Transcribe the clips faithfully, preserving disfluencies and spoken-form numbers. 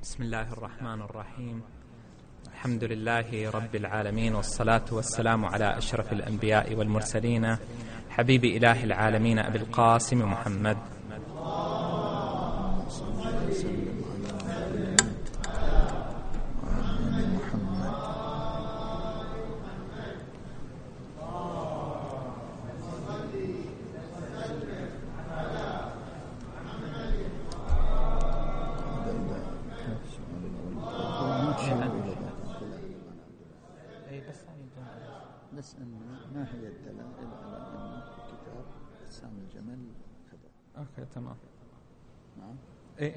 بسم الله الرحمن الرحيم. الحمد لله رب العالمين، والصلاة والسلام على أشرف الأنبياء والمرسلين، حبيب إله العالمين أبي القاسم محمد. بس أن ما هي الدلائل على أن كتاب بسام الجمل كذا؟ أوكي تمام. نعم. إيه.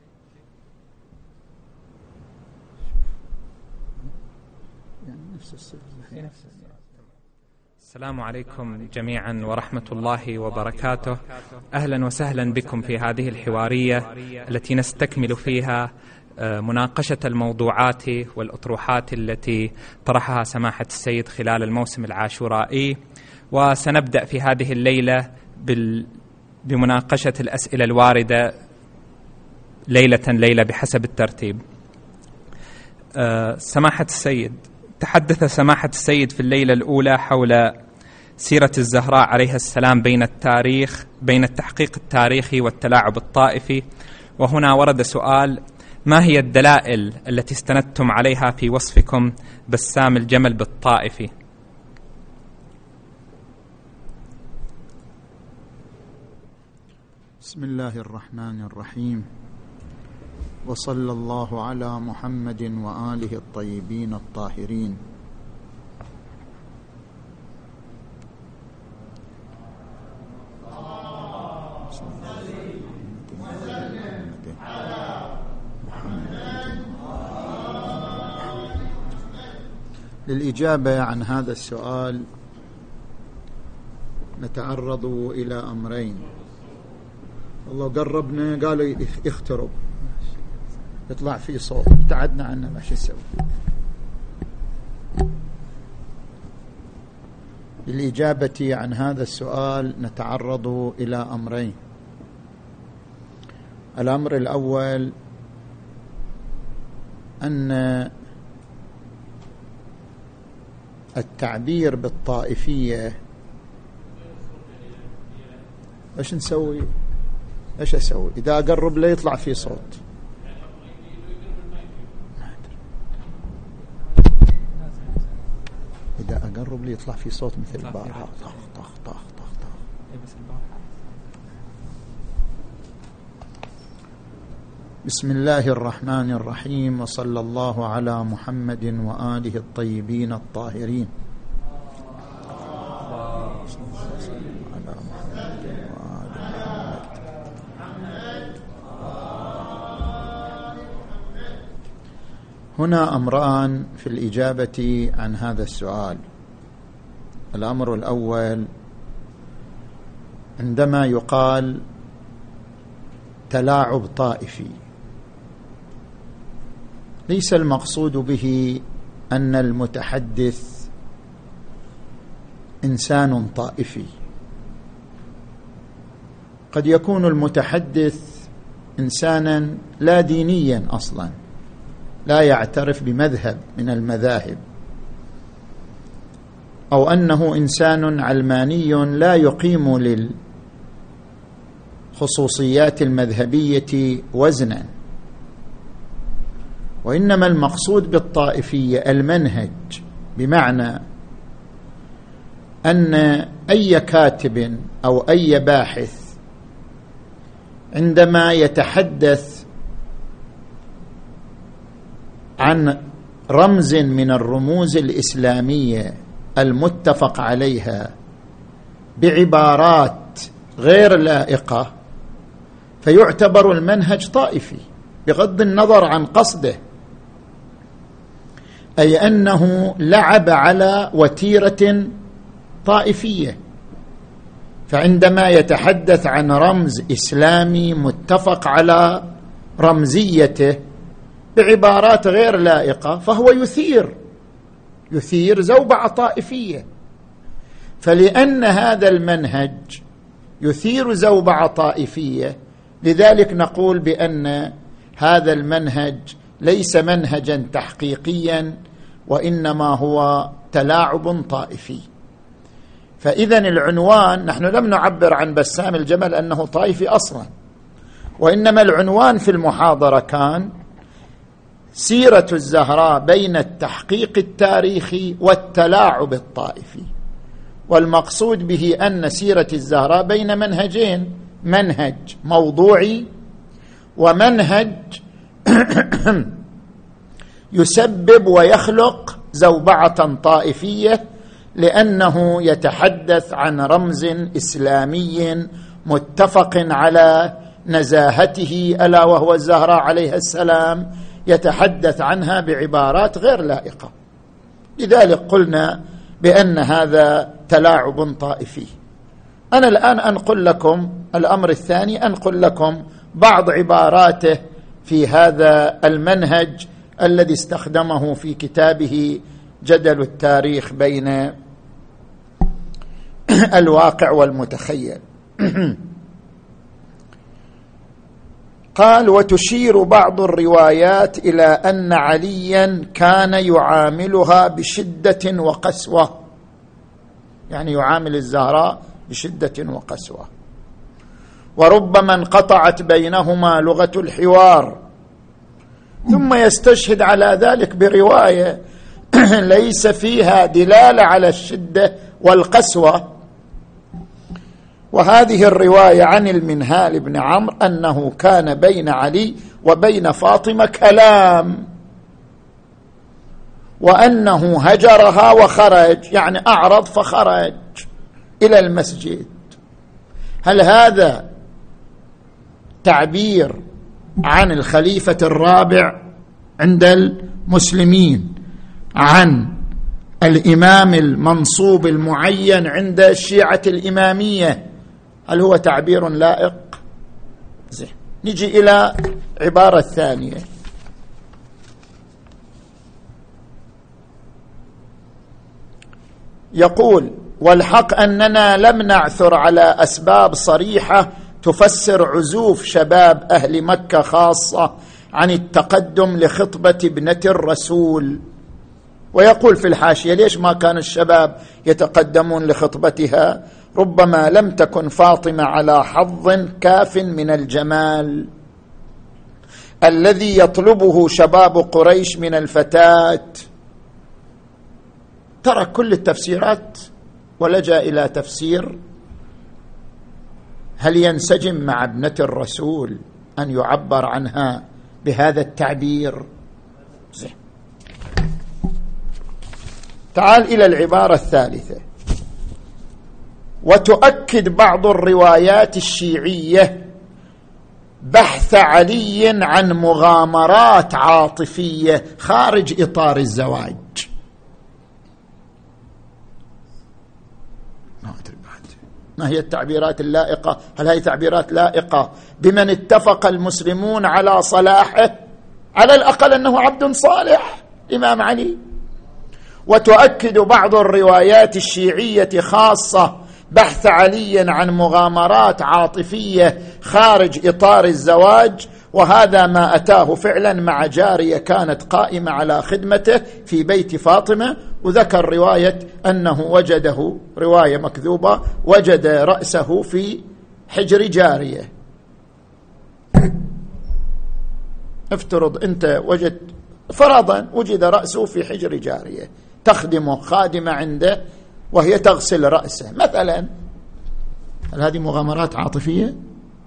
يعني نفس الصفة. نفس الصفة. السلام عليكم جميعا ورحمة الله وبركاته. أهلا وسهلا بكم في هذه الحوارية التي نستكمل فيها مناقشة الموضوعات والأطروحات التي طرحها سماحة السيد خلال الموسم العاشورائي، وسنبدأ في هذه الليلة بمناقشة الأسئلة الواردة ليلة ليلة بحسب الترتيب. سماحة السيد، تحدث سماحة السيد في الليلة الأولى حول سيرة الزهراء عليها السلام بين التاريخ بين التحقيق التاريخي والتلاعب الطائفي، وهنا ورد سؤال: ما هي الدلائل التي استندتم عليها في وصفكم بسام الجمل بالطائفي؟ بسم الله الرحمن الرحيم، وصلى الله على محمد وآله الطيبين الطاهرين. للإجابة عن هذا السؤال نتعرض إلى أمرين. والله قربنا قالوا يخترب يطلع فيه صوت، ابتعدنا عنه ما شو نسوي. للإجابة عن هذا السؤال نتعرض إلى أمرين. الأمر الأول أن التعبير بالطائفية، ايش نسوي؟ ايش اسوي اذا اقرب لا يطلع فيه صوت؟ اذا اقرب لي يطلع فيه صوت مثل البارحه، طخ طخ طخ طخ طخ. بسم الله الرحمن الرحيم، وصلى الله على محمد وآله الطيبين الطاهرين. على محمد وآل محمد. هنا أمران في الإجابة عن هذا السؤال. الأمر الأول، عندما يقال تلاعب طائفي، ليس المقصود به أن المتحدث إنسان طائفي. قد يكون المتحدث إنسانا لا دينيا أصلا، لا يعترف بمذهب من المذاهب، أو أنه إنسان علماني لا يقيم للخصوصيات المذهبية وزنا، وإنما المقصود بالطائفية المنهج، بمعنى أن أي كاتب أو أي باحث عندما يتحدث عن رمز من الرموز الإسلامية المتفق عليها بعبارات غير لائقة، فيعتبر المنهج طائفي بغض النظر عن قصده، أي أنه لعب على وتيرة طائفية. فعندما يتحدث عن رمز إسلامي متفق على رمزيته بعبارات غير لائقة، فهو يثير يثير زوبعة طائفية. فلأن هذا المنهج يثير زوبعة طائفية، لذلك نقول بأن هذا المنهج ليس منهجا تحقيقيا، وإنما هو تلاعب طائفي. فإذا العنوان، نحن لم نعبر عن بسام الجمل أنه طائفي أصلا، وإنما العنوان في المحاضرة كان سيرة الزهراء بين التحقيق التاريخي والتلاعب الطائفي، والمقصود به أن سيرة الزهراء بين منهجين، منهج موضوعي ومنهج يسبب ويخلق زوبعة طائفية، لأنه يتحدث عن رمز إسلامي متفق على نزاهته ألا وهو الزهراء عليها السلام، يتحدث عنها بعبارات غير لائقة. لذلك قلنا بأن هذا تلاعب طائفي. أنا الآن أنقل لكم الأمر الثاني، أنقل لكم بعض عباراته في هذا المنهج الذي استخدمه في كتابه جدل التاريخ بين الواقع والمتخيل. قال: وتشير بعض الروايات إلى أن عليا كان يعاملها بشدة وقسوة، يعني يعامل الزهراء بشدة وقسوة، وربما انقطعت بينهما لغة الحوار، ثم يستشهد على ذلك برواية ليس فيها دلالة على الشدة والقسوة. وهذه الرواية عن المنهال بن عمرو أنه كان بين علي وبين فاطمة كلام، وأنه هجرها وخرج، يعني أعرض فخرج إلى المسجد. هل هذا تعبير عن الخليفة الرابع عند المسلمين، عن الإمام المنصوب المعين عند الشيعة الإمامية؟ هل هو تعبير لائق؟ زين، نجي إلى عبارة ثانية. يقول: والحق أننا لم نعثر على أسباب صريحة تفسر عزوف شباب أهل مكة خاصة عن التقدم لخطبة ابنة الرسول. ويقول في الحاشية: ليش ما كان الشباب يتقدمون لخطبتها؟ ربما لم تكن فاطمة على حظ كاف من الجمال الذي يطلبه شباب قريش من الفتاة. ترك كل التفسيرات ولجأ إلى تفسير هل ينسجم مع ابنة الرسول أن يعبر عنها بهذا التعبير؟ زين. تعال إلى العبارة الثالثة. وتؤكد بعض الروايات الشيعية بحث علي عن مغامرات عاطفية خارج إطار الزواج. ما هي التعبيرات اللائقة؟ هل هي تعبيرات لائقة بمن اتفق المسلمون على صلاحه؟ على الأقل أنه عبد صالح إمام علي. وتؤكد بعض الروايات الشيعية خاصة بحث علي عن مغامرات عاطفية خارج إطار الزواج، وهذا ما أتاه فعلا مع جارية كانت قائمة على خدمته في بيت فاطمة. وذكر رواية أنه وجده، رواية مكذوبة، وجد رأسه في حجر جارية. افترض أنت وجدت، فرضا وجد رأسه في حجر جارية تخدمه، خادمة عنده، وهي تغسل رأسه مثلا، هل هذه مغامرات عاطفية؟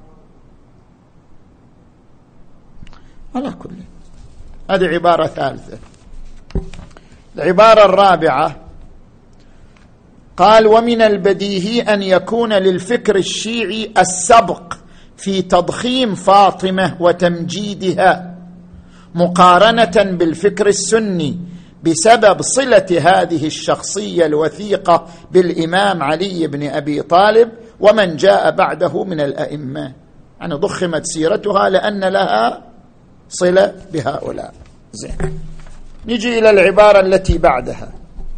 على كل، هذه عبارة ثالثة. العبارة الرابعة قال: ومن البديهي أن يكون للفكر الشيعي السبق في تضخيم فاطمة وتمجيدها مقارنة بالفكر السني بسبب صلة هذه الشخصية الوثيقة بالإمام علي بن أبي طالب ومن جاء بعده من الأئمة. يعني ضخمت سيرتها لأن لها صلة بهؤلاء. زين، نجي إلى العبارة التي بعدها.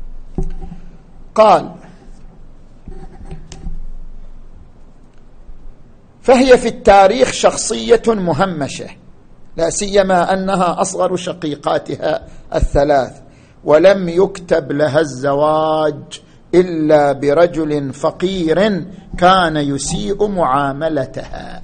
قال: فهي في التاريخ شخصية مهمشة لا سيما أنها أصغر شقيقاتها الثلاث، ولم يكتب لها الزواج إلا برجل فقير كان يسيء معاملتها.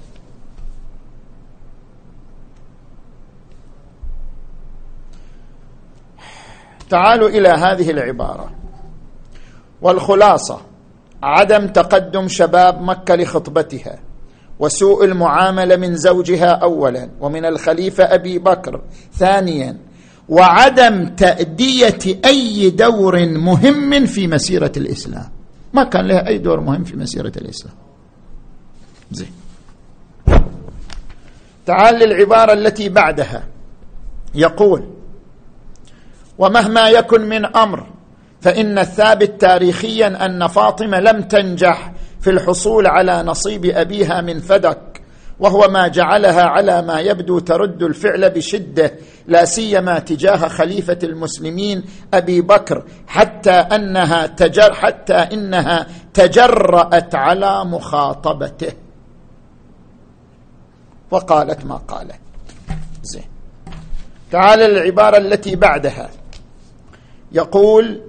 تعالوا إلى هذه العبارة، والخلاصة: عدم تقدم شباب مكة لخطبتها، وسوء المعاملة من زوجها أولا، ومن الخليفة أبي بكر ثانيا، وعدم تأدية أي دور مهم في مسيرة الإسلام. ما كان لها أي دور مهم في مسيرة الإسلام. زين، تعال للعبارة التي بعدها، يقول: ومهما يكن من أمر فإن الثابت تاريخيا أن فاطمة لم تنجح في الحصول على نصيب أبيها من فدك، وهو ما جعلها على ما يبدو ترد الفعل بشدة، لا سيما تجاه خليفة المسلمين أبي بكر، حتى أنها تجر حتى إنها تجرأت على مخاطبته وقالت ما قالت. زين، تعال العبارة التي بعدها، يقول: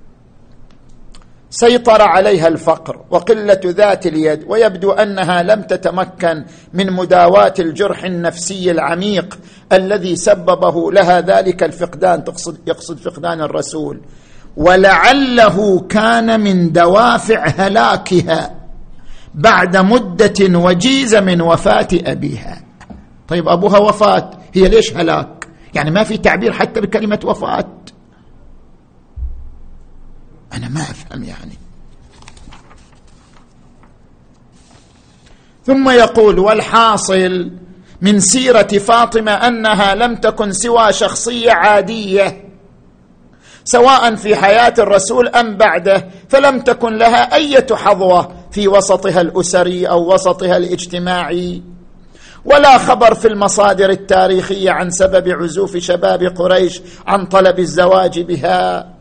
سيطر عليها الفقر وقلة ذات اليد، ويبدو أنها لم تتمكن من مداواة الجرح النفسي العميق الذي سببه لها ذلك الفقدان، تقصد يقصد فقدان الرسول، ولعله كان من دوافع هلاكها بعد مدة وجيزة من وفاة أبيها. طيب أبوها وفاة، هي ليش هلاك؟ يعني ما في تعبير حتى بكلمة وفاة. أنا ما أفهم يعني. ثم يقول: والحاصل من سيرة فاطمة أنها لم تكن سوى شخصية عادية، سواء في حياة الرسول أم بعده، فلم تكن لها أي حظوة في وسطها الأسري أو وسطها الاجتماعي، ولا خبر في المصادر التاريخية عن سبب عزوف شباب قريش عن طلب الزواج بها.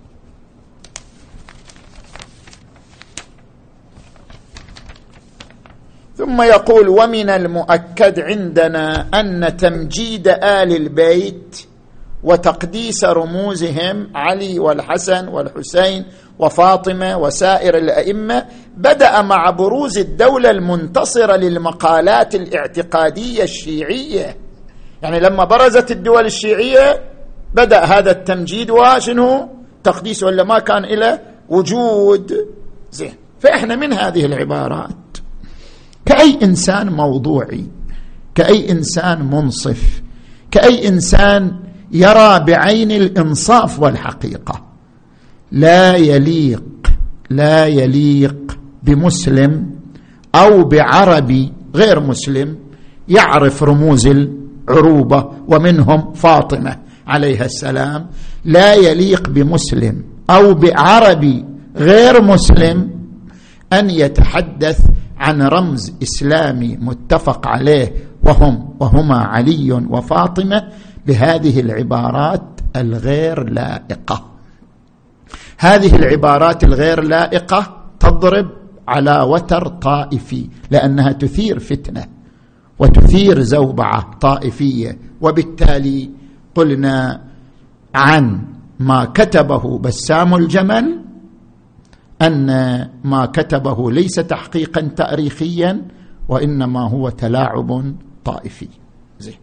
ثم يقول: ومن المؤكد عندنا أن تمجيد آل البيت وتقديس رموزهم علي والحسن والحسين وفاطمة وسائر الأئمة بدأ مع بروز الدولة المنتصرة للمقالات الاعتقادية الشيعية. يعني لما برزت الدول الشيعية بدأ هذا التمجيد وشنو تقديس، ولا ما كان إلى وجود. زين، فإحنا من هذه العبارات كأي إنسان موضوعي، كأي إنسان منصف، كأي إنسان يرى بعين الإنصاف والحقيقة، لا يليق لا يليق بمسلم أو بعربي غير مسلم يعرف رموز العروبة ومنهم فاطمة عليها السلام، لا يليق بمسلم أو بعربي غير مسلم أن يتحدث عن رمز إسلامي متفق عليه وهم وهما علي وفاطمة بهذه العبارات الغير لائقة. هذه العبارات الغير لائقة تضرب على وتر طائفي، لأنها تثير فتنة وتثير زوبعة طائفية. وبالتالي قلنا عن ما كتبه بسام الجمل أن ما كتبه ليس تحقيقا تاريخيا، وإنما هو تلاعب طائفي. زين،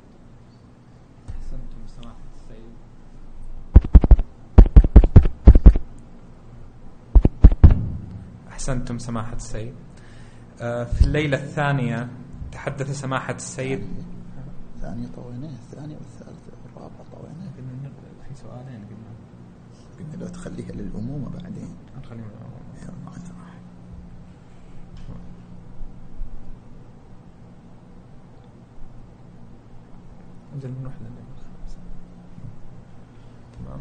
أحسنتم سماحة السيد. في الليلة الثانية تحدث سماحة السيد. الثانية طويناه، الثانية والثالثة والرابعة طويناه. في سؤالين قلنا قلنا لو تخليها للأمومة بعدين. نخليها للأمومة. نروح تمام.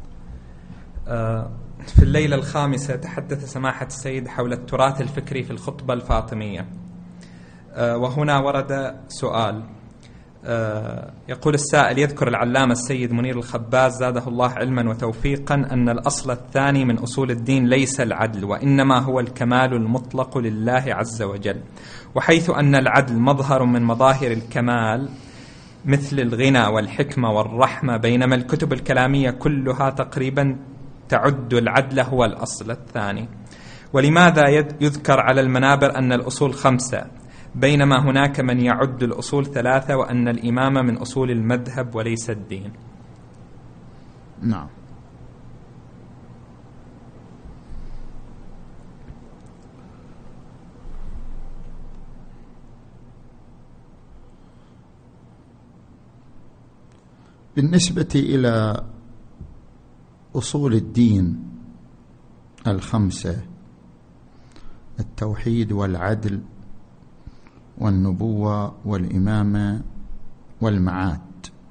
آه في الليلة الخامسة تحدث سماحة السيد حول التراث الفكري في الخطبة الفاطمية. آه وهنا ورد سؤال. آه يقول السائل: يذكر العلامة السيد منير الخباز زاده الله علما وتوفيقا أن الأصل الثاني من أصول الدين ليس العدل، وإنما هو الكمال المطلق لله عز وجل، وحيث أن العدل مظهر من مظاهر الكمال مثل الغنى والحكمة والرحمة، بينما الكتب الكلامية كلها تقريبا تعد العدل هو الأصل الثاني؟ ولماذا يذكر على المنابر أن الأصول خمسة بينما هناك من يعد الأصول ثلاثة وأن الإمامة من أصول المذهب وليس الدين؟ نعم. بالنسبة إلى أصول الدين الخمسة، التوحيد والعدل والنبوة والإمامة والمعاد،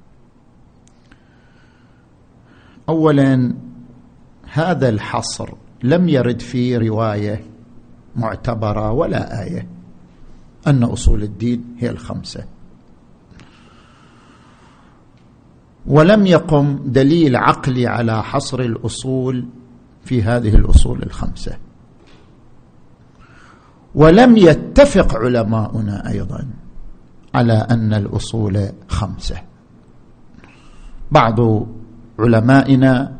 أولا هذا الحصر لم يرد في رواية معتبرة ولا آية أن أصول الدين هي الخمسة، ولم يقم دليل عقلي على حصر الأصول في هذه الأصول الخمسة، ولم يتفق علماؤنا أيضا على أن الأصول خمسة. بعض علمائنا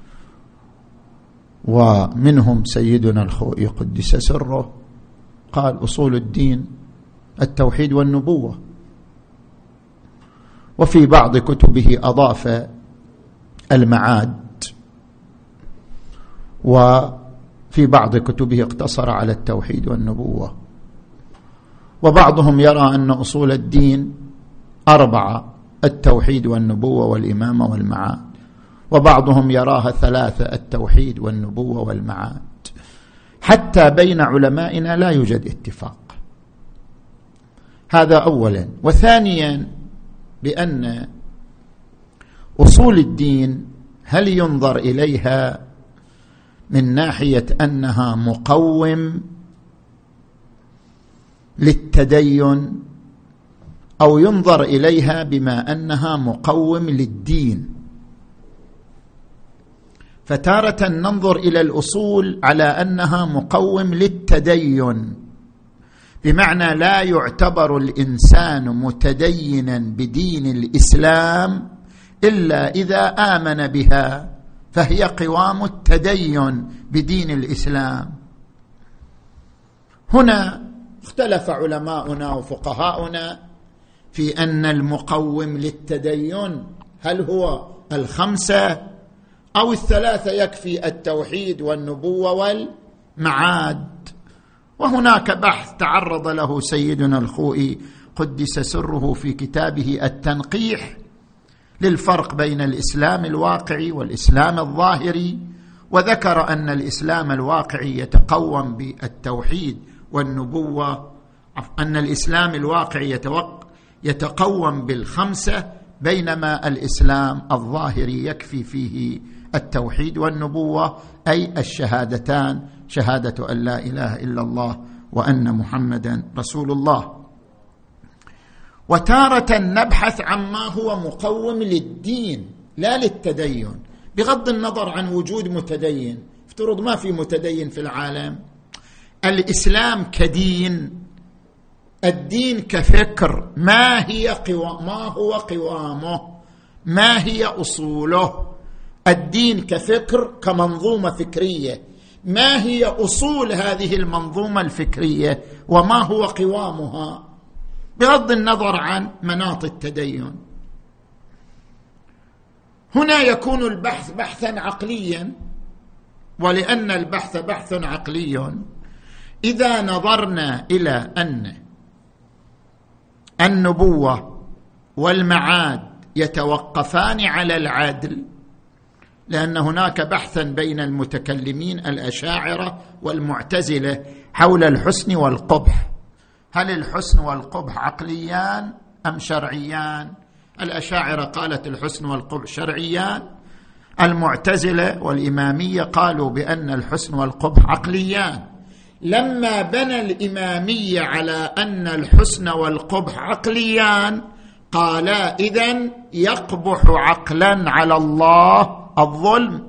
ومنهم سيدنا الخوئي قدس سره قال أصول الدين التوحيد والنبوة، وفي بعض كتبه أضاف المعاد، وفي بعض كتبه اقتصر على التوحيد والنبوة. وبعضهم يرى أن أصول الدين أربعة: التوحيد والنبوة والإمامة والمعاد، وبعضهم يراها ثلاثة: التوحيد والنبوة والمعاد. حتى بين علمائنا لا يوجد اتفاق. هذا أولا. وثانيا بأن أصول الدين هل ينظر إليها من ناحية أنها مقوم للتدين، أو ينظر إليها بما أنها مقوم للدين؟ فتارة ننظر إلى الأصول على أنها مقوم للتدين، بمعنى لا يعتبر الإنسان متدينا بدين الإسلام إلا إذا آمن بها، فهي قوام التدين بدين الإسلام. هنا اختلف علماؤنا وفقهاؤنا في أن المقوم للتدين هل هو الخمسة أو الثلاثة، يكفي التوحيد والنبوة والمعاد. وهناك بحث تعرض له سيدنا الخوئي قدس سره في كتابه التنقيح للفرق بين الإسلام الواقعي والإسلام الظاهري، وذكر أن الإسلام الواقعي يتقوم بالتوحيد والنبوة، أن الإسلام الواقعي يتقوم بالخمسة، بينما الإسلام الظاهري يكفي فيه التوحيد والنبوة، أي الشهادتان، شهادة أن لا إله إلا الله وأن محمدا رسول الله. وتارة نبحث عما هو مقوم للدين لا للتدين، بغض النظر عن وجود متدين. افترض ما في متدين في العالم، الإسلام كدين، الدين كفكر، ما هي قوام، ما هو قوامه، ما هي أصوله؟ الدين كفكر، كمنظومة فكرية، ما هي أصول هذه المنظومة الفكرية وما هو قوامها، بغض النظر عن مناط التدين. هنا يكون البحث بحثا عقليا، ولأن البحث بحث عقلي، إذا نظرنا إلى أن النبوة والمعاد يتوقفان على العدل، لأن هناك بحثا بين المتكلمين الأشاعرة والمعتزلة حول الحسن والقبح، هل الحسن والقبح عقليان أم شرعيان؟ الأشاعرة قالت الحسن والقبح شرعيان، المعتزلة والإمامية قالوا بأن الحسن والقبح عقليان. لما بنى الإمامية على أن الحسن والقبح عقليان، قالا إذن يقبح عقلا على الله الظلم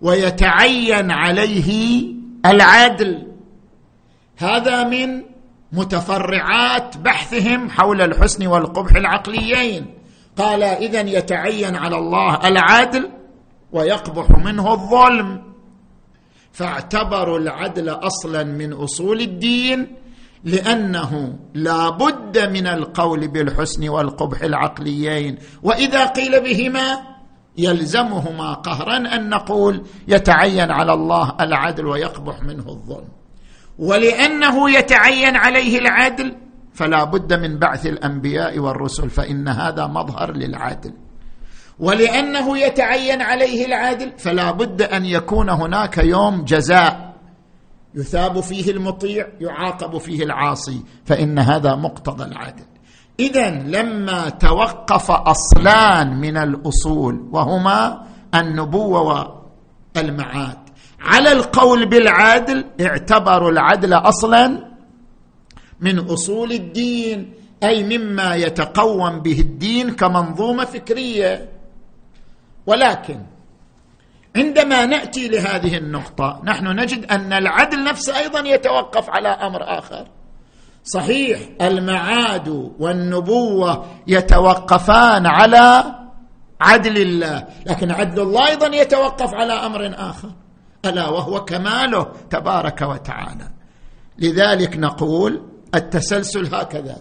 ويتعين عليه العدل. هذا من متفرعات بحثهم حول الحسن والقبح العقليين. قال إذن يتعين على الله العدل ويقبح منه الظلم، فاعتبروا العدل أصلا من أصول الدين، لأنه لا بد من القول بالحسن والقبح العقليين، وإذا قيل بهما يلزمهما قهرا أن نقول يتعين على الله العدل ويقبح منه الظلم. ولأنه يتعين عليه العدل فلا بد من بعث الأنبياء والرسل، فإن هذا مظهر للعدل. ولأنه يتعين عليه العدل فلا بد أن يكون هناك يوم جزاء يثاب فيه المطيع يعاقب فيه العاصي، فإن هذا مقتضى العدل. إذن لما توقف أصلان من الأصول وهما النبوة والمعاد على القول بالعدل، اعتبروا العدل أصلا من أصول الدين، أي مما يتقوم به الدين كمنظومة فكرية. ولكن عندما نأتي لهذه النقطة نحن نجد أن العدل نفسه أيضا يتوقف على أمر آخر. صحيح المعاد والنبوة يتوقفان على عدل الله، لكن عدل الله أيضا يتوقف على أمر آخر، ألا وهو كماله تبارك وتعالى. لذلك نقول التسلسل هكذا: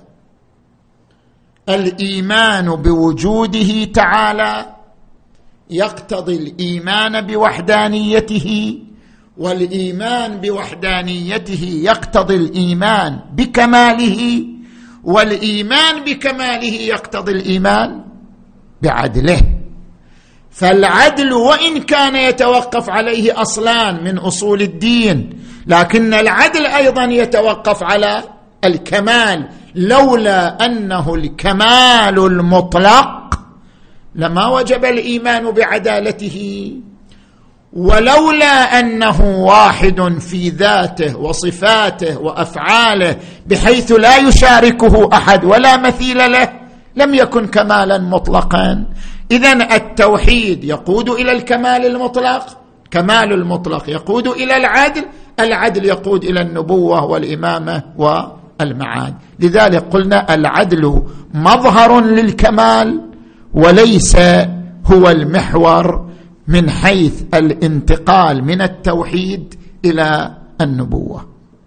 الإيمان بوجوده تعالى يقتضي الإيمان بوحدانيته، والإيمان بوحدانيته يقتضي الإيمان بكماله، والإيمان بكماله يقتضي الإيمان بعدله. فالعدل وإن كان يتوقف عليه أصلان من أصول الدين، لكن العدل أيضا يتوقف على الكمال، لولا أنه الكمال المطلق لما وجب الإيمان بعدالته، ولولا أنه واحد في ذاته وصفاته وأفعاله بحيث لا يشاركه أحد ولا مثيل له لم يكن كمالا مطلقا. إذن التوحيد يقود إلى الكمال المطلق، كمال المطلق يقود إلى العدل، العدل يقود إلى النبوة والإمامة والمعاد. لذلك قلنا العدل مظهر للكمال وليس هو المحور من حيث الانتقال من التوحيد إلى النبوة.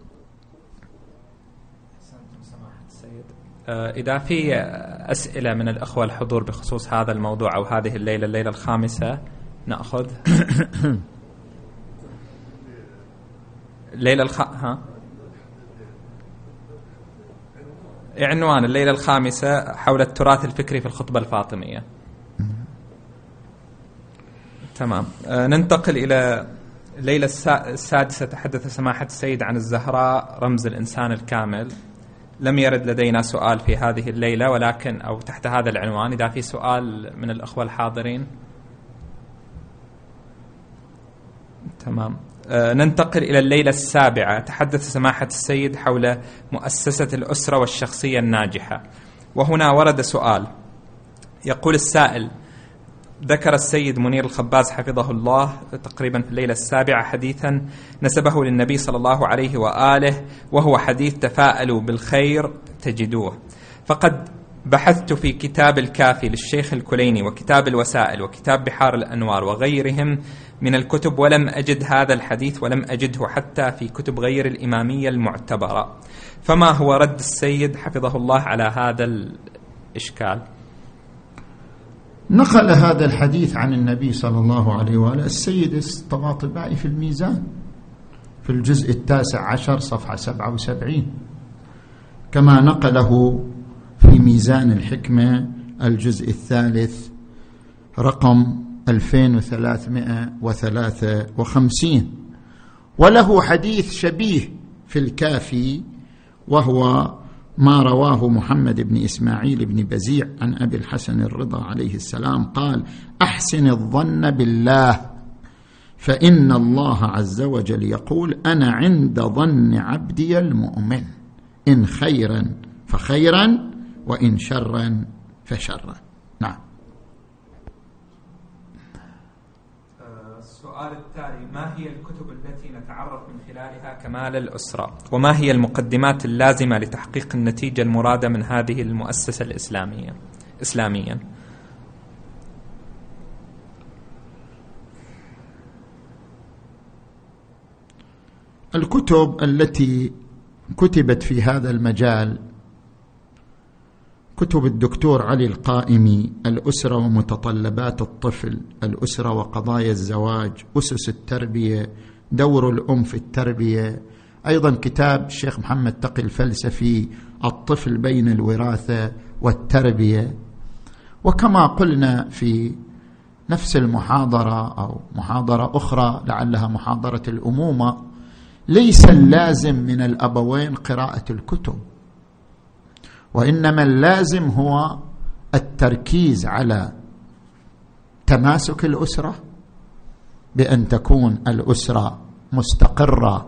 إذا في أسئلة من الأخوة الحضور بخصوص هذا الموضوع أو هذه الليلة الليلة الخامسة نأخذ. الليلة الخ... ها؟ عنوان الليلة الخامسة حول التراث الفكري في الخطبة الفاطمية. تمام. آه ننتقل إلى الليلة السادسة. تحدث سماحة السيد عن الزهراء رمز الإنسان الكامل. لم يرد لدينا سؤال في هذه الليلة، ولكن أو تحت هذا العنوان إذا في سؤال من الأخوة الحاضرين. تمام. آه ننتقل إلى الليلة السابعة. تحدث سماحة السيد حول مؤسسة الأسرة والشخصية الناجحة، وهنا ورد سؤال يقول السائل: ذكر السيد منير الخباز حفظه الله تقريبا في الليلة السابعة حديثا نسبه للنبي صلى الله عليه وآله، وهو حديث تفاءلوا بالخير تجدوه. فقد بحثت في كتاب الكافي للشيخ الكليني وكتاب الوسائل وكتاب بحار الأنوار وغيرهم من الكتب، ولم أجد هذا الحديث، ولم أجده حتى في كتب غير الإمامية المعتبرة. فما هو رد السيد حفظه الله على هذا الإشكال؟ نقل هذا الحديث عن النبي صلى الله عليه وآله السيد الطباطبائي في الميزان في الجزء التاسع عشر صفحة سبعة وسبعين، كما نقله في ميزان الحكمة الجزء الثالث رقم ألفين وثلاثمائة وثلاثة وخمسين. وله حديث شبيه في الكافي، وهو ما رواه محمد بن إسماعيل بن بزيع عن أبي الحسن الرضا عليه السلام قال: أحسن الظن بالله فإن الله عز وجل يقول: أنا عند ظن عبدي المؤمن، إن خيرا فخيرا وإن شرا فشرا. نعم. السؤال التالي: ما هي الكتب التي نتعرف من خلالها كمال الأسرة؟ وما هي المقدمات اللازمة لتحقيق النتيجة المرادة من هذه المؤسسة الإسلامية إسلاميا؟ الكتب التي كتبت في هذا المجال كتب الدكتور علي القائمي: الأسرة ومتطلبات الطفل، الأسرة وقضايا الزواج، أسس التربية، دور الأم في التربية. أيضا كتاب الشيخ محمد تقي الفلسفي: الطفل بين الوراثة والتربية. وكما قلنا في نفس المحاضرة أو محاضرة أخرى لعلها محاضرة الأمومة، ليس اللازم من الأبوين قراءة الكتب، وإنما اللازم هو التركيز على تماسك الأسرة، بأن تكون الأسرة مستقرة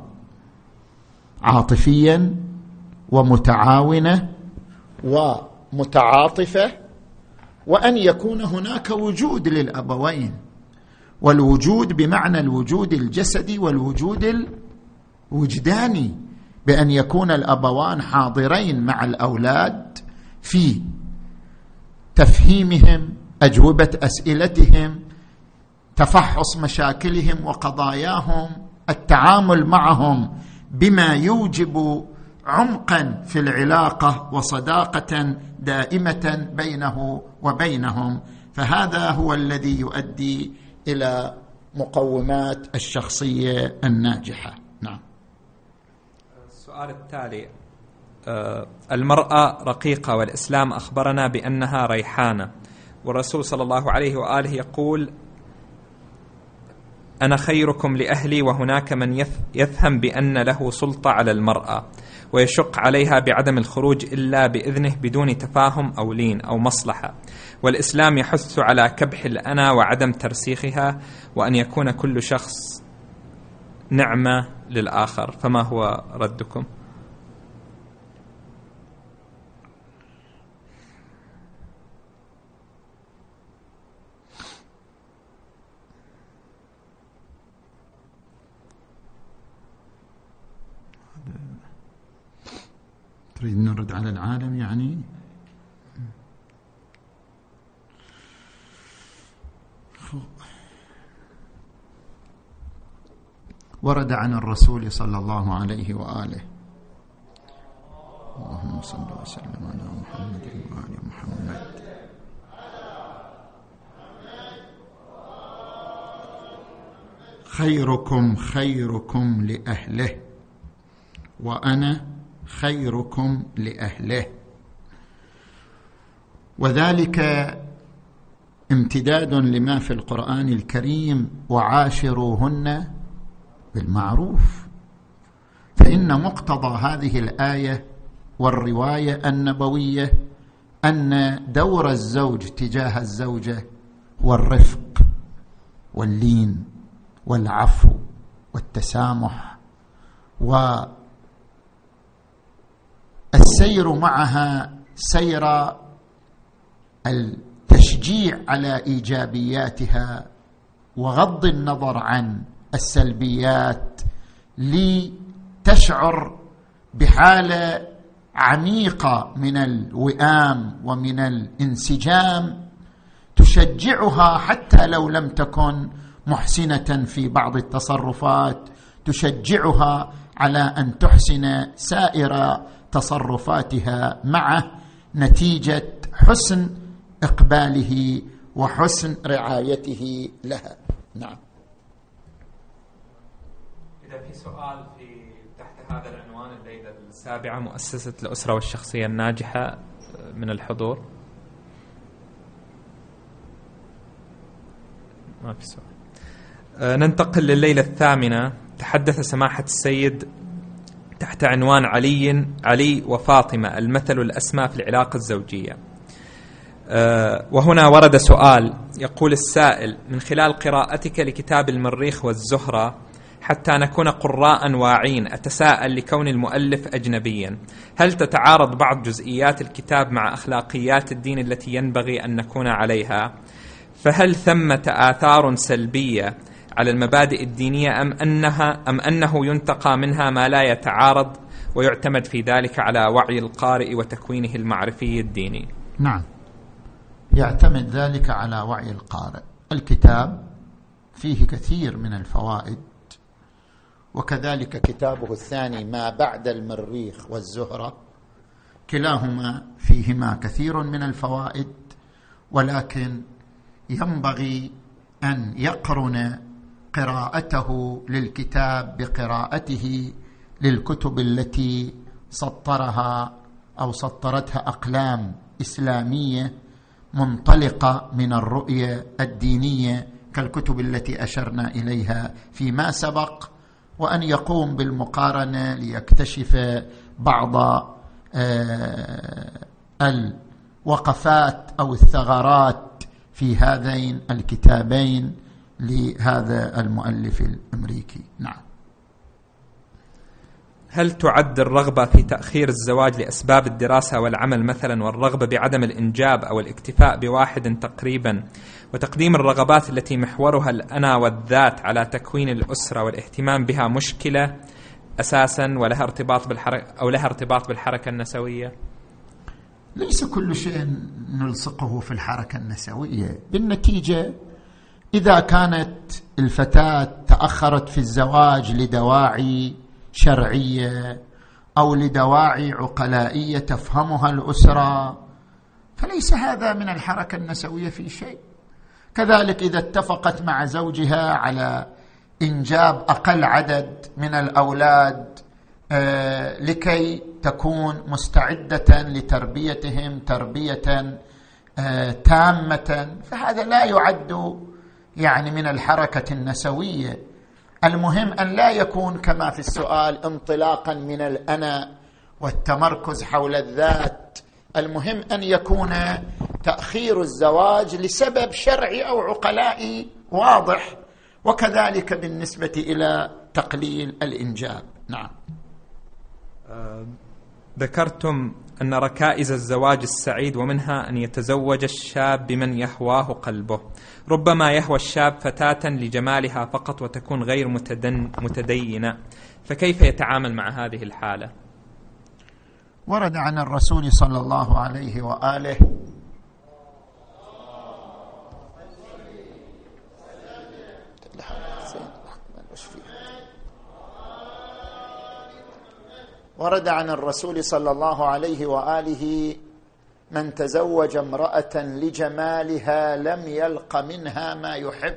عاطفيا ومتعاونة ومتعاطفة، وأن يكون هناك وجود للأبوين، والوجود بمعنى الوجود الجسدي والوجود الوجداني، بأن يكون الأبوان حاضرين مع الأولاد في تفهيمهم، أجوبة أسئلتهم، تفحص مشاكلهم وقضاياهم، التعامل معهم بما يوجب عمقا في العلاقة وصداقة دائمة بينه وبينهم. فهذا هو الذي يؤدي إلى مقومات الشخصية الناجحة. نعم. السؤال التالي: المرأة رقيقة، والإسلام أخبرنا بأنها ريحانة، والرسول صلى الله عليه وآله يقول: أنا خيركم لأهلي، وهناك من يفهم بأن له سلطة على المرأة ويشق عليها بعدم الخروج إلا بإذنه بدون تفاهم أو لين أو مصلحة، والإسلام يحث على كبح الأنا وعدم ترسيخها، وأن يكون كل شخص نعمة للآخر، فما هو ردكم؟ تريد نرد على العالم يعني؟ ورد عن الرسول صلى الله عليه وآله: اللهم صل وسلم على محمد وآل محمد. خيركم خيركم لأهله، وأنا خيركم لأهله. وذلك امتداد لما في القرآن الكريم: وعاشروهن بالمعروف. فإن مقتضى هذه الآية والرواية النبوية أن دور الزوج تجاه الزوجة هو الرفق واللين والعفو والتسامح، والسير معها سير التشجيع على إيجابياتها وغض النظر عن السلبيات، لتشعر بحالة عميقة من الوئام ومن الانسجام تشجعها حتى لو لم تكن محسنة في بعض التصرفات، تشجعها على أن تحسن سائر تصرفاتها معه، نتيجة حسن إقباله وحسن رعايته لها. نعم. إذا في سؤال في تحت هذا العنوان الليلة السابعة: مؤسسة الأسرة والشخصية الناجحة، من الحضور؟ ما في سؤال. أه ننتقل لليلة الثامنة. تحدث سماحة السيد تحت عنوان علي علي وفاطمة المثل الأسمى في العلاقة الزوجية. أه وهنا ورد سؤال، يقول السائل: من خلال قراءتك لكتاب المريخ والزهرة حتى نكون قراء واعين، أتساءل لكون المؤلف أجنبيا، هل تتعارض بعض جزئيات الكتاب مع أخلاقيات الدين التي ينبغي أن نكون عليها؟ فهل ثمة آثار سلبية على المبادئ الدينية أم أنها أم أنه ينتقى منها ما لا يتعارض ويعتمد في ذلك على وعي القارئ وتكوينه المعرفي الديني؟ نعم، يعتمد ذلك على وعي القارئ. الكتاب فيه كثير من الفوائد، وكذلك كتابه الثاني ما بعد المريخ والزهرة، كلاهما فيهما كثير من الفوائد، ولكن ينبغي أن يقرن قراءته للكتاب بقراءته للكتب التي سطرها أو سطرتها أقلام إسلامية منطلقة من الرؤية الدينية كالكتب التي أشرنا إليها فيما سبق، وأن يقوم بالمقارنة ليكتشف بعض الوقفات أو الثغرات في هذين الكتابين لهذا المؤلف الأمريكي. نعم. هل تعد الرغبة في تأخير الزواج لأسباب الدراسة والعمل مثلا، والرغبة بعدم الإنجاب أو الاكتفاء بواحد تقريبا، وتقديم الرغبات التي محورها الأنا والذات على تكوين الأسرة والاهتمام بها مشكلة أساسا ولها ارتباط بالحركة أو لها ارتباط بالحركة النسوية؟ ليس كل شيء نلصقه في الحركة النسوية. بالنتيجة إذا كانت الفتاة تأخرت في الزواج لدواعي شرعية أو لدواعي عقلائية تفهمها الأسرة، فليس هذا من الحركة النسوية في شيء. كذلك إذا اتفقت مع زوجها على إنجاب أقل عدد من الأولاد آه لكي تكون مستعدة لتربيتهم تربية آه تامة، فهذا لا يعد يعني من الحركة النسوية. المهم أن لا يكون كما في السؤال انطلاقا من الأنا والتمركز حول الذات، المهم أن يكون تأخير الزواج لسبب شرعي أو عقلائي واضح، وكذلك بالنسبة إلى تقليل الإنجاب. نعم. أه ذكرتم أن ركائز الزواج السعيد ومنها أن يتزوج الشاب بمن يهواه قلبه. ربما يهوى الشاب فتاة لجمالها فقط وتكون غير متدن متدينة، فكيف يتعامل مع هذه الحالة؟ ورد عن الرسول صلى الله عليه وآله ورد عن الرسول صلى الله عليه وآله من تزوج امرأة لجمالها لم يلق منها ما يحب.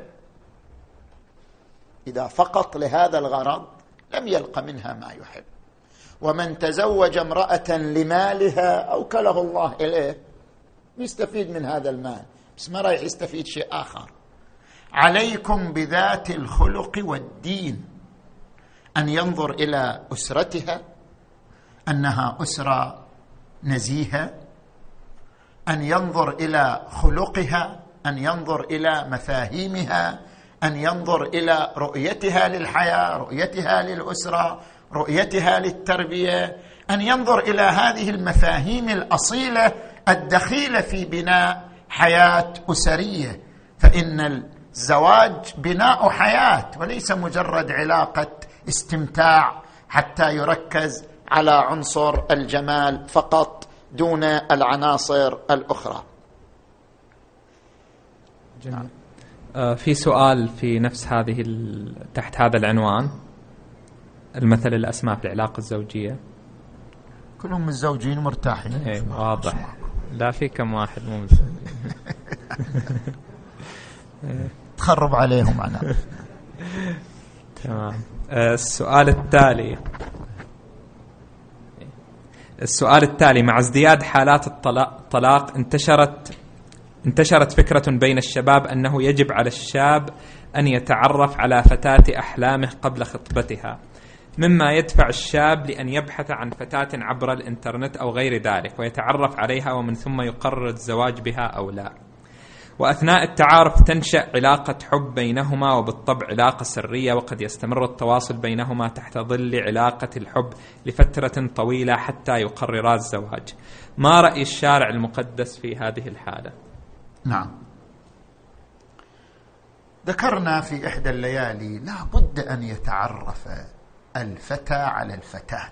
إذا فقط لهذا الغرض لم يلق منها ما يحب. ومن تزوج امرأة لمالها أوكله الله إليه، يستفيد من هذا المال بس ما رايح يستفيد شيء آخر. عليكم بذات الخلق والدين، أن ينظر إلى أسرتها أنها أسرة نزيهة، أن ينظر إلى خلقها، أن ينظر إلى مفاهيمها، أن ينظر إلى رؤيتها للحياة، رؤيتها للأسرة، رؤيتها للتربية، أن ينظر إلى هذه المفاهيم الأصيلة الدخيلة في بناء حياة أسرية. فإن الزواج بناء حياة وليس مجرد علاقة استمتاع حتى يركز على عنصر الجمال فقط دون العناصر الأخرى. جميل. آه في سؤال في نفس هذه تحت هذا العنوان، المثل الأسمى في العلاقة الزوجية. كلهم الزوجين مرتاحين. ايه واضح. لا في كم واحد مو مزوجين. تخرب عليهم أنا. تمام. آه السؤال التالي السؤال التالي مع ازدياد حالات الطلاق انتشرت انتشرت فكرة بين الشباب أنه يجب على الشاب أن يتعرف على فتاة أحلامه قبل خطبتها، مما يدفع الشاب لأن يبحث عن فتاة عبر الإنترنت أو غير ذلك ويتعرف عليها ومن ثم يقرر الزواج بها أو لا. وأثناء التعارف تنشأ علاقة حب بينهما وبالطبع علاقة سرية، وقد يستمر التواصل بينهما تحت ظل علاقة الحب لفترة طويلة حتى يقررا الزواج. ما رأي الشارع المقدس في هذه الحالة؟ نعم، ذكرنا في إحدى الليالي لا بد أن يتعرف الفتى على الفتاة.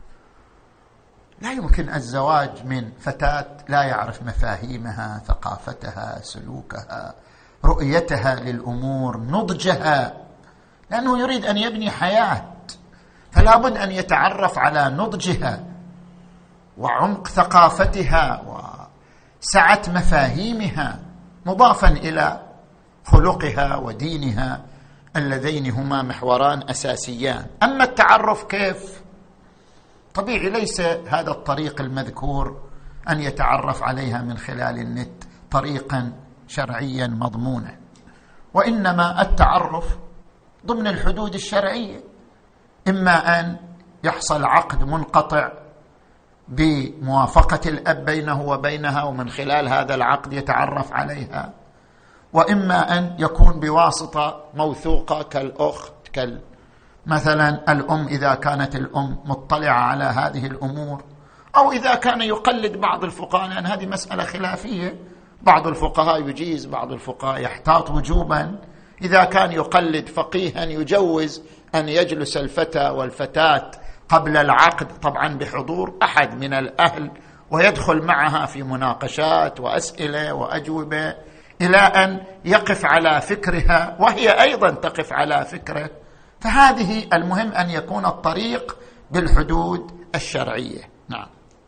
لا يمكن الزواج من فتاة لا يعرف مفاهيمها، ثقافتها، سلوكها، رؤيتها للأمور، نضجها، لأنه يريد أن يبني حياة، فلا بد أن يتعرف على نضجها وعمق ثقافتها وسعة مفاهيمها، مضافا إلى خلقها ودينها اللذين هما محوران أساسيان. أما التعرف كيف؟ طبيعي ليس هذا الطريق المذكور أن يتعرف عليها من خلال النت طريقا شرعيا مضمونا، وإنما التعرف ضمن الحدود الشرعية، إما أن يحصل عقد منقطع بموافقة الأب بينه وبينها ومن خلال هذا العقد يتعرف عليها، وإما أن يكون بواسطة موثوقة كالأخت، كال مثلا الأم إذا كانت الأم مطلعة على هذه الأمور، أو إذا كان يقلد بعض الفقهاء، لأن هذه مسألة خلافية، بعض الفقهاء يجيز، بعض الفقهاء يحتاط وجوبا. إذا كان يقلد فقيها يجوز أن يجلس الفتى والفتاة قبل العقد، طبعا بحضور أحد من الأهل، ويدخل معها في مناقشات وأسئلة وأجوبة إلى أن يقف على فكرها وهي أيضا تقف على فكره. فهذه المهم أن يكون الطريق بالحدود الشرعية. نعم.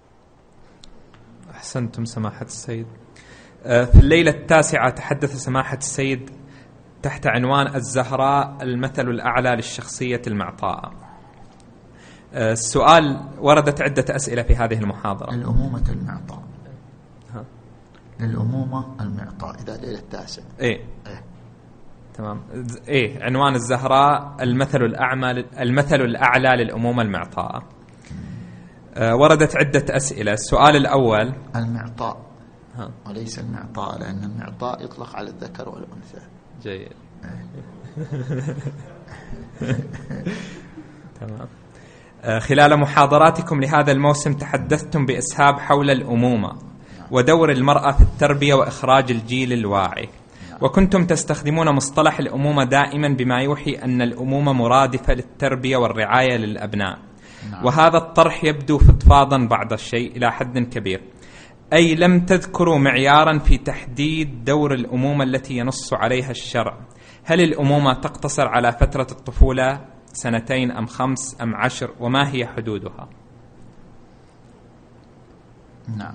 أحسنتم سماحة السيد. في الليلة التاسعة تحدث سماحة السيد تحت عنوان الزهراء المثل الأعلى للشخصية المعطاءة. السؤال: وردت عدة أسئلة في هذه المحاضرة. الأمومة المعطاء. ها. للأمومة المعطاء إذا الليلة التاسعة. إيه. إيه. تمام. إيه عنوان الزهراء المثل الأعلى المثل الأعلى للأمومة المعطاءة. أه وردت عدة أسئلة. السؤال الأول: المعطاء ها. وليس المعطاء، لأن المعطاء يطلق على الذكر والأنثى. جيد. تمام. أه خلال محاضراتكم لهذا الموسم تحدثتم بإسهاب حول الأمومة ودور المرأة في التربية وإخراج الجيل الواعي، وكنتم تستخدمون مصطلح الأمومة دائما بما يوحي أن الأمومة مرادفة للتربية والرعاية للأبناء. نعم. وهذا الطرح يبدو فضفاضا بعض الشيء إلى حد كبير، أي لم تذكروا معيارا في تحديد دور الأمومة التي ينص عليها الشرع. هل الأمومة تقتصر على فترة الطفولة سنتين أم خمس أم عشر، وما هي حدودها؟ نعم.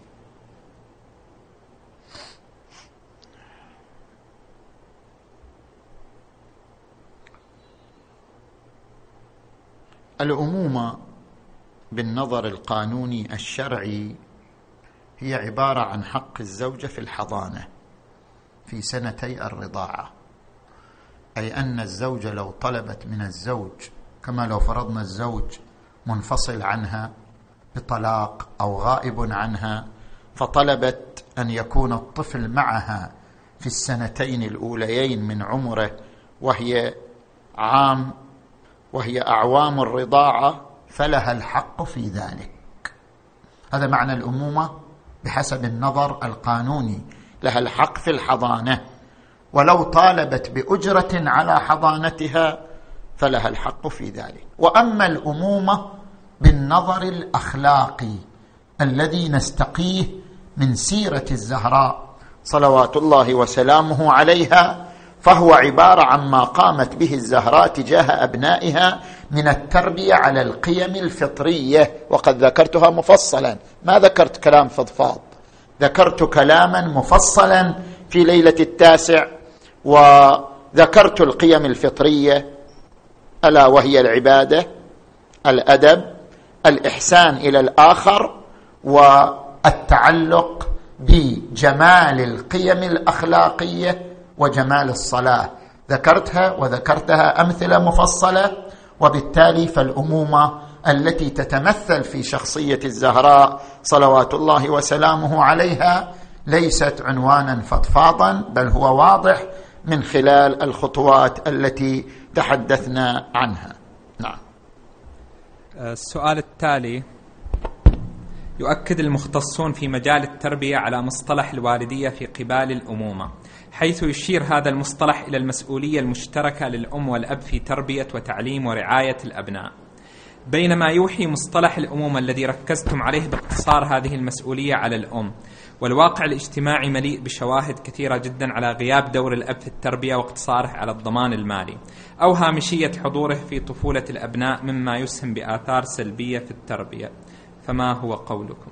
الأمومة بالنظر القانوني الشرعي هي عبارة عن حق الزوجة في الحضانة في سنتي الرضاعة، أي أن الزوجة لو طلبت من الزوج، كما لو فرضنا الزوج منفصل عنها بطلاق أو غائب عنها، فطلبت أن يكون الطفل معها في السنتين الأوليين من عمره وهي عام وهي أعوام الرضاعة، فلها الحق في ذلك. هذا معنى الأمومة بحسب النظر القانوني، لها الحق في الحضانة، ولو طالبت بأجرة على حضانتها فلها الحق في ذلك. وأما الأمومة بالنظر الأخلاقي الذي نستقيه من سيرة الزهراء صلوات الله وسلامه عليها، فهو عبارة عما قامت به الزهراء تجاه أبنائها من التربية على القيم الفطرية، وقد ذكرتها مفصلا، ما ذكرت كلام فضفاض، ذكرت كلاما مفصلا في ليلة التاسع، وذكرت القيم الفطرية ألا وهي العبادة، الأدب، الإحسان إلى الآخر، والتعلق بجمال القيم الأخلاقية وجمال الصلاة. ذكرتها وذكرتها أمثلة مفصلة، وبالتالي فالأمومة التي تتمثل في شخصية الزهراء صلوات الله وسلامه عليها ليست عنوانا فضفاضا، بل هو واضح من خلال الخطوات التي تحدثنا عنها. نعم. السؤال التالي يؤكد المختصون في مجال التربية على مصطلح الوالدية في قبال الأمومة، حيث يشير هذا المصطلح إلى المسؤولية المشتركة للأم والأب في تربية وتعليم ورعاية الأبناء، بينما يوحي مصطلح الأمومة الذي ركزتم عليه باقتصار هذه المسؤولية على الأم. والواقع الاجتماعي مليء بشواهد كثيرة جدا على غياب دور الأب في التربية واقتصاره على الضمان المالي أو هامشية حضوره في طفولة الأبناء، مما يسهم بآثار سلبية في التربية. فما هو قولكم؟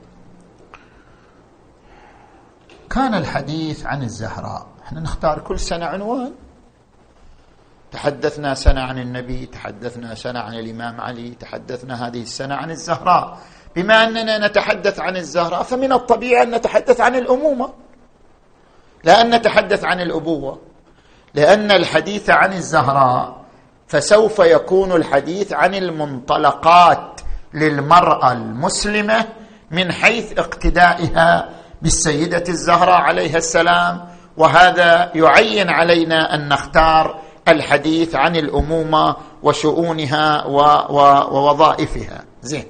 كان الحديث عن الزهراء، احنا نختار كل سنة عنوان. تحدثنا سنة عن النبي، تحدثنا سنة عن الإمام علي، تحدثنا هذه السنة عن الزهراء. بما أننا نتحدث عن الزهراء فمن الطبيعي أن نتحدث عن الأمومة، لا أن نتحدث عن الأبوة، لأن الحديث عن الزهراء فسوف يكون الحديث عن المنطلقات للمرأة المسلمة من حيث اقتدائها بالسيدة الزهراء عليها السلام، وهذا يعين علينا أن نختار الحديث عن الأمومة وشؤونها ووظائفها. زين.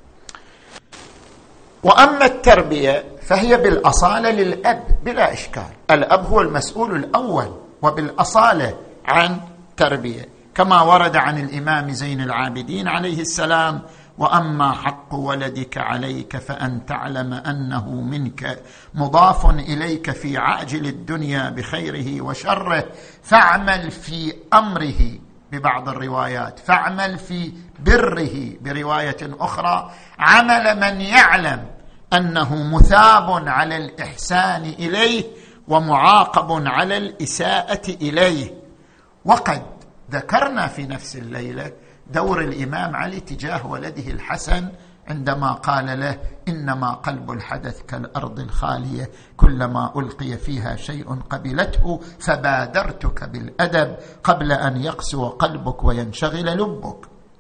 وأما التربية فهي بالأصالة للأب بلا إشكال، الأب هو المسؤول الأول وبالأصالة عن تربية، كما ورد عن الإمام زين العابدين عليه السلام: وأما حق ولدك عليك فأن تعلم أنه منك مضاف إليك في عاجل الدنيا بخيره وشره، فاعمل في أمره ببعض الروايات، فاعمل في بره برواية أخرى، عمل من يعلم أنه مثاب على الإحسان إليه ومعاقب على الإساءة إليه. وقد ذكرنا في نفس الليلة دور الإمام علي تجاه ولده الحسن عندما قال له: إنما قلب الحدث كالأرض الخالية، كلما ألقي فيها شيء قبلته، فبادرتك بالأدب قبل أن يقسو قلبك وينشغل لبك.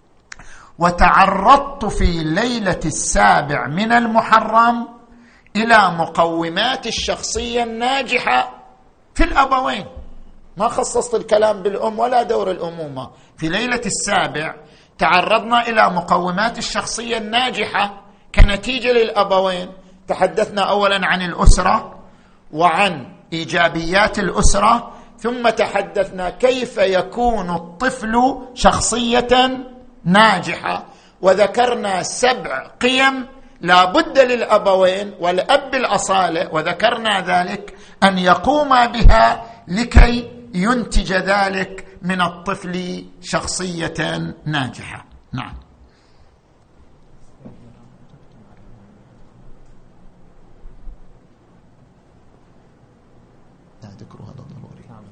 وتعرضت في ليلة السابع من المحرم إلى مقومات الشخصية الناجحة في الأبوين، ما خصصت الكلام بالأم ولا دور الأمومة. في ليلة السابع تعرضنا إلى مقومات الشخصية الناجحة كنتيجة للأبوين. تحدثنا أولا عن الأسرة وعن إيجابيات الأسرة، ثم تحدثنا كيف يكون الطفل شخصية ناجحة، وذكرنا سبع قيم لا بد للأبوين والأب بالأصالة، وذكرنا ذلك أن يقوم بها لكي ينتج ذلك من الطفل شخصية ناجحة. نعم. ذكر هذا ضروري.